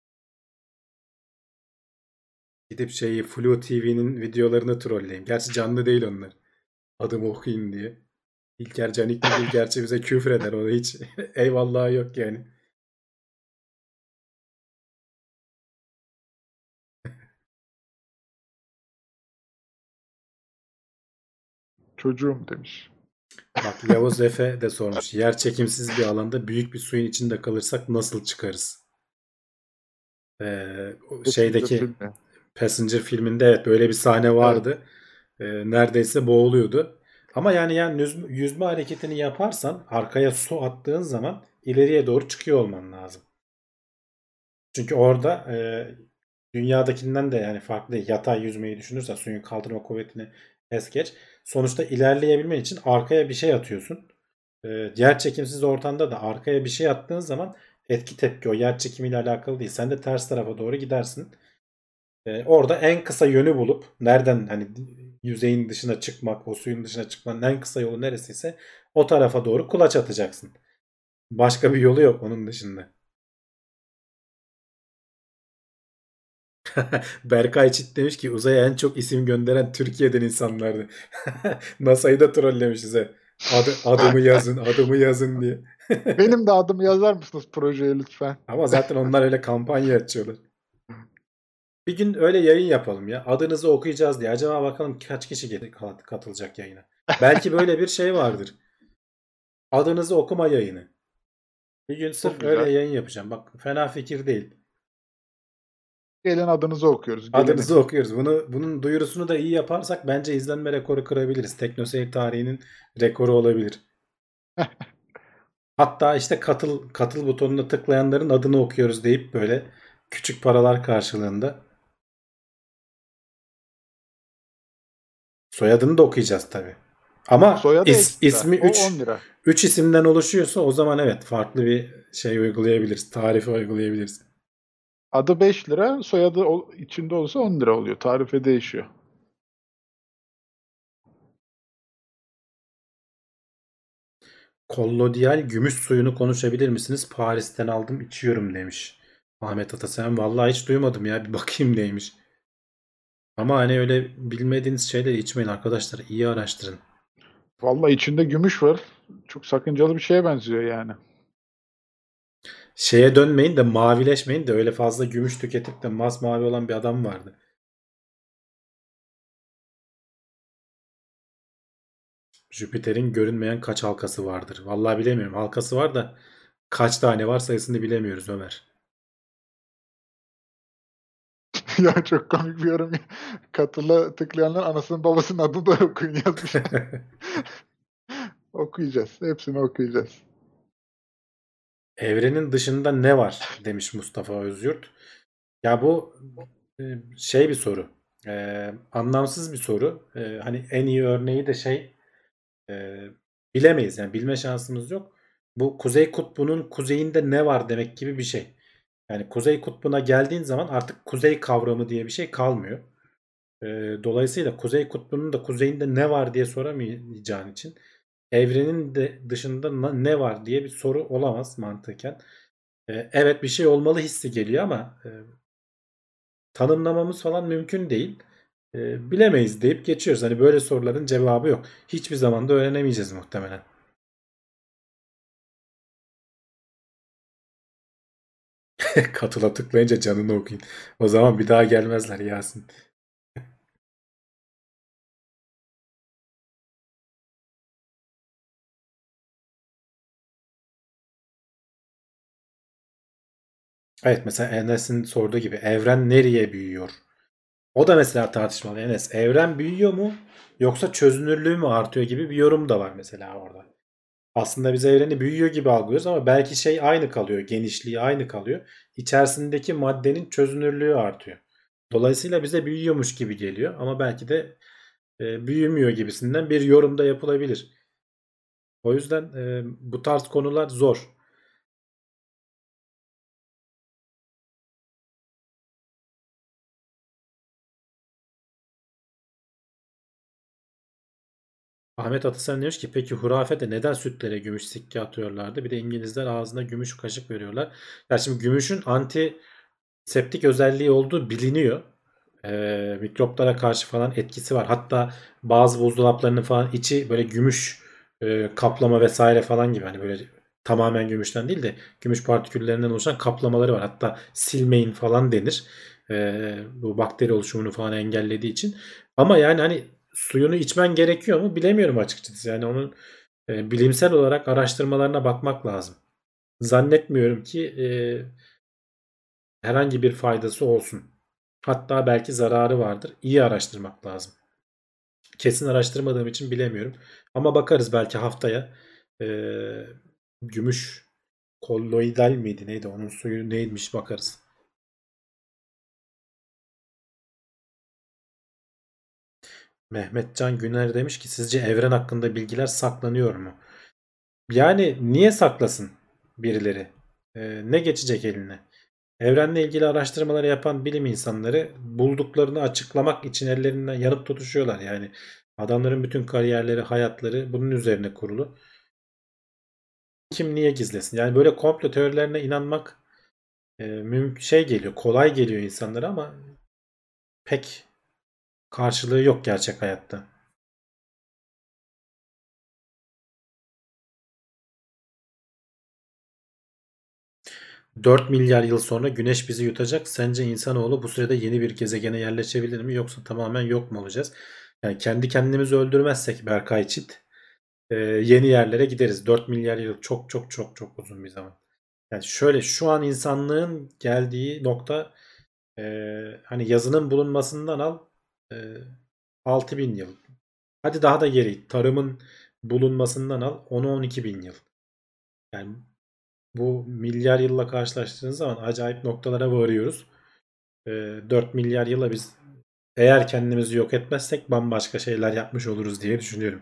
gidip şeyi Flu TV'nin videolarını trolleyeyim. Gerçi canlı değil onlar. Adımı okuyayım diye. İlker Canikligil gerçi bize küfür eder. O da hiç eyvallah yok yani. Çocuğum demiş. Bak Yavuz Efe de sormuş. Yer çekimsiz bir alanda büyük bir suyun içinde kalırsak nasıl çıkarız? O Passenger şeydeki filmi. Passenger filminde evet böyle bir sahne Evet. vardı. Neredeyse boğuluyordu. Ama yani yüzme hareketini yaparsan arkaya su attığın zaman ileriye doğru çıkıyor olman lazım. Çünkü orada dünyadakinden de yani farklı yatay yüzmeyi düşünürsen suyun kaldırma kuvvetini es geç. Sonuçta ilerleyebilmen için arkaya bir şey atıyorsun. Yer çekimsiz ortamda da arkaya bir şey attığın zaman etki tepki o yer çekimiyle alakalı değil. Sen de ters tarafa doğru gidersin. Orada en kısa yönü bulup nereden hani yüzeyin dışına çıkmak, o suyun dışına çıkmanın en kısa yolu neresiyse o tarafa doğru kulaç atacaksın. Başka bir yolu yok onun dışında. Berkay Çit demiş ki uzaya en çok isim gönderen Türkiye'den insanlardı. NASA'yı da trollemiş size. Adımı yazın, adımı yazın diye. Benim de adımı yazar mısınız projeye lütfen? Ama zaten onlar öyle kampanya açıyorlar. Bir gün öyle yayın yapalım ya. Adınızı okuyacağız diye. Acaba bakalım kaç kişi katılacak yayına. Belki böyle bir şey vardır. Adınızı okuma yayını. Bir gün Çok sırf güzel. öyle yayın yapacağım. Bak fena fikir değil. Gelin adınızı okuyoruz. Gelin. Adınızı okuyoruz. Bunun duyurusunu da iyi yaparsak bence izlenme rekoru kırabiliriz. TeknoSeyir tarihinin rekoru olabilir. Hatta işte katıl butonuna tıklayanların adını okuyoruz deyip böyle küçük paralar karşılığında. Soyadını da okuyacağız tabii. Ama Soyadı ekstra. ismi O 10 lira. 3 isimden oluşuyorsa o zaman evet farklı bir şey uygulayabiliriz. Tarife uygulayabiliriz. Adı 5 lira, soyadı içinde olsa 10 lira oluyor. Tarife değişiyor. Kollodial gümüş suyunu konuşabilir misiniz? Paris'ten aldım içiyorum demiş. Ahmet Atasen vallahi hiç duymadım ya bir bakayım neymiş. Ama hani öyle bilmediğiniz şeyleri içmeyin arkadaşlar. İyi araştırın. Vallahi içinde gümüş var. Çok sakıncalı bir şeye benziyor yani. Şeye dönmeyin de mavileşmeyin de öyle fazla gümüş tüketip de masmavi olan bir adam vardı. Jüpiter'in görünmeyen kaç halkası vardır? Vallahi bilemiyorum. Halkası var da kaç tane var sayısını bilemiyoruz Ömer. Ya çok komik bir yorum. Katıla tıklayanlar anasının babasının adını da okuyun yazmış. Okuyacağız. Hepsini okuyacağız. Evrenin dışında ne var demiş Mustafa Özyurt. Ya bu şey bir soru. Anlamsız bir soru. Hani en iyi örneği de e, bilemeyiz. Yani bilme şansımız yok. Bu Kuzey Kutbu'nun kuzeyinde ne var demek gibi bir şey. Yani Kuzey Kutbu'na geldiğin zaman artık kuzey kavramı diye bir şey kalmıyor. Dolayısıyla Kuzey Kutbu'nun da kuzeyinde ne var diye soramayacağın için evrenin de dışında ne var diye bir soru olamaz mantıken. Evet bir şey olmalı hissi geliyor ama tanımlamamız falan mümkün değil. Bilemeyiz deyip geçiyoruz. Hani böyle soruların cevabı yok. Hiçbir zaman da öğrenemeyeceğiz muhtemelen. Katıla tıklayınca canını okuyun. O zaman bir daha gelmezler Yasin. Evet mesela Enes'in sorduğu gibi evren nereye büyüyor? O da mesela tartışmalı. Enes evren büyüyor mu yoksa çözünürlüğü mü artıyor gibi bir yorum da var mesela orada. Aslında biz evreni büyüyor gibi algılıyoruz ama belki şey aynı kalıyor. Genişliği aynı kalıyor. İçerisindeki maddenin çözünürlüğü artıyor. Dolayısıyla bize büyüyormuş gibi geliyor ama belki de büyümüyor gibisinden bir yorum da yapılabilir. O yüzden bu tarz konular zor. Ahmet Atasen demiş ki peki hurafede neden sütlere gümüş sikke atıyorlardı? Bir de İngilizler ağzına gümüş kaşık veriyorlar. Ya şimdi gümüşün antiseptik özelliği olduğu biliniyor. Mikroplara karşı falan etkisi var. Hatta bazı buzdolaplarının falan içi böyle gümüş kaplama vesaire falan gibi. Hani böyle tamamen gümüşten değil de gümüş partiküllerinden oluşan kaplamaları var. Hatta silmeyin falan denir. Bu bakteri oluşumunu falan engellediği için. Ama yani hani suyunu içmen gerekiyor mu bilemiyorum açıkçası. Yani onun bilimsel olarak araştırmalarına bakmak lazım. Zannetmiyorum ki herhangi bir faydası olsun. Hatta belki zararı vardır. İyi araştırmak lazım. Kesin araştırmadığım için bilemiyorum. Ama bakarız belki haftaya gümüş kolloidal miydi neydi onun suyu neymiş bakarız. Mehmetcan Güner demiş ki sizce evren hakkında bilgiler saklanıyor mu? Yani niye saklasın birileri? Ne geçecek eline? Evrenle ilgili araştırmaları yapan bilim insanları bulduklarını açıklamak için ellerinden yanıp tutuşuyorlar. Yani adamların bütün kariyerleri, hayatları bunun üzerine kurulu. Kim niye gizlesin? Yani böyle komplo teorilerine inanmak şey geliyor, kolay geliyor insanlara ama pek karşılığı yok gerçek hayatta. 4 milyar yıl sonra Güneş bizi yutacak. Sence insanoğlu bu sürede yeni bir gezegene yerleşebilir mi yoksa tamamen yok mu olacağız? Yani kendi kendimizi öldürmezsek Berkay Çit yeni yerlere gideriz. 4 milyar yıl çok çok çok çok uzun bir zaman. Yani şöyle şu an insanlığın geldiği nokta hani yazının bulunmasından al 6000 yıl. Hadi daha da geri tarımın bulunmasından al 10-12 bin yıl. Yani bu milyar yılla karşılaştığınız zaman acayip noktalara varıyoruz. 4 milyar yıla biz eğer kendimizi yok etmezsek bambaşka şeyler yapmış oluruz diye düşünüyorum.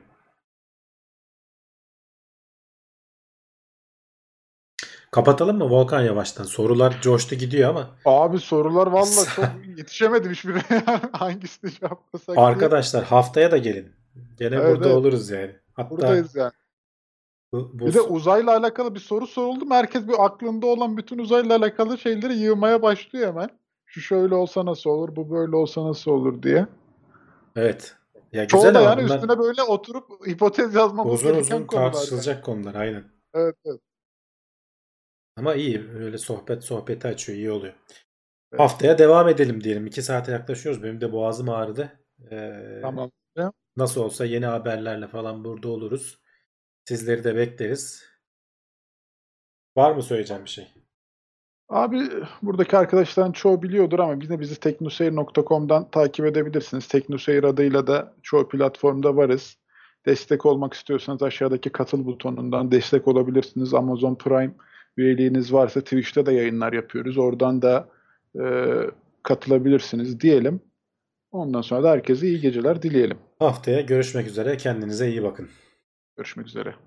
Kapatalım mı Volkan yavaştan? Sorular coştu gidiyor ama. Abi sorular valla çok yetişemedim hiçbirine. Hangisini cevaplasak diye. Arkadaşlar haftaya da gelin. Gene Evet, burada evet. oluruz yani. Hatta Buradayız yani. bu Bir de uzayla alakalı bir soru soruldu mu herkes bir aklında olan bütün uzayla alakalı şeyleri yığmaya başlıyor hemen. Şu şöyle olsa nasıl olur, bu böyle olsa nasıl olur diye. evet. Ya Çoğu güzel da ama yani bunlar üstüne böyle oturup hipotez yazmamız uzun gereken uzun konular. tartışılacak konular aynen. Evet, evet. Ama iyi öyle sohbeti açıyor iyi oluyor. Evet. Haftaya devam edelim diyelim. 2 saate yaklaşıyoruz. Benim de boğazım ağrıdı. Tamam. Nasıl olsa yeni haberlerle falan burada oluruz. Sizleri de bekleriz. Var mı söyleyeceğim bir şey? Abi buradaki arkadaşların çoğu biliyordur ama yine bizi teknoseyir.com'dan takip edebilirsiniz. Teknoseyir adıyla da çoğu platformda varız. Destek olmak istiyorsanız aşağıdaki katıl butonundan destek olabilirsiniz. Amazon Prime üyeliğiniz varsa Twitch'te de yayınlar yapıyoruz. Oradan da katılabilirsiniz diyelim. Ondan sonra da herkese iyi geceler dileyelim. Haftaya görüşmek üzere. Kendinize iyi bakın. Görüşmek üzere.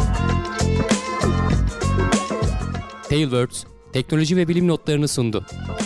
Tailwords, teknoloji ve bilim notlarını sundu.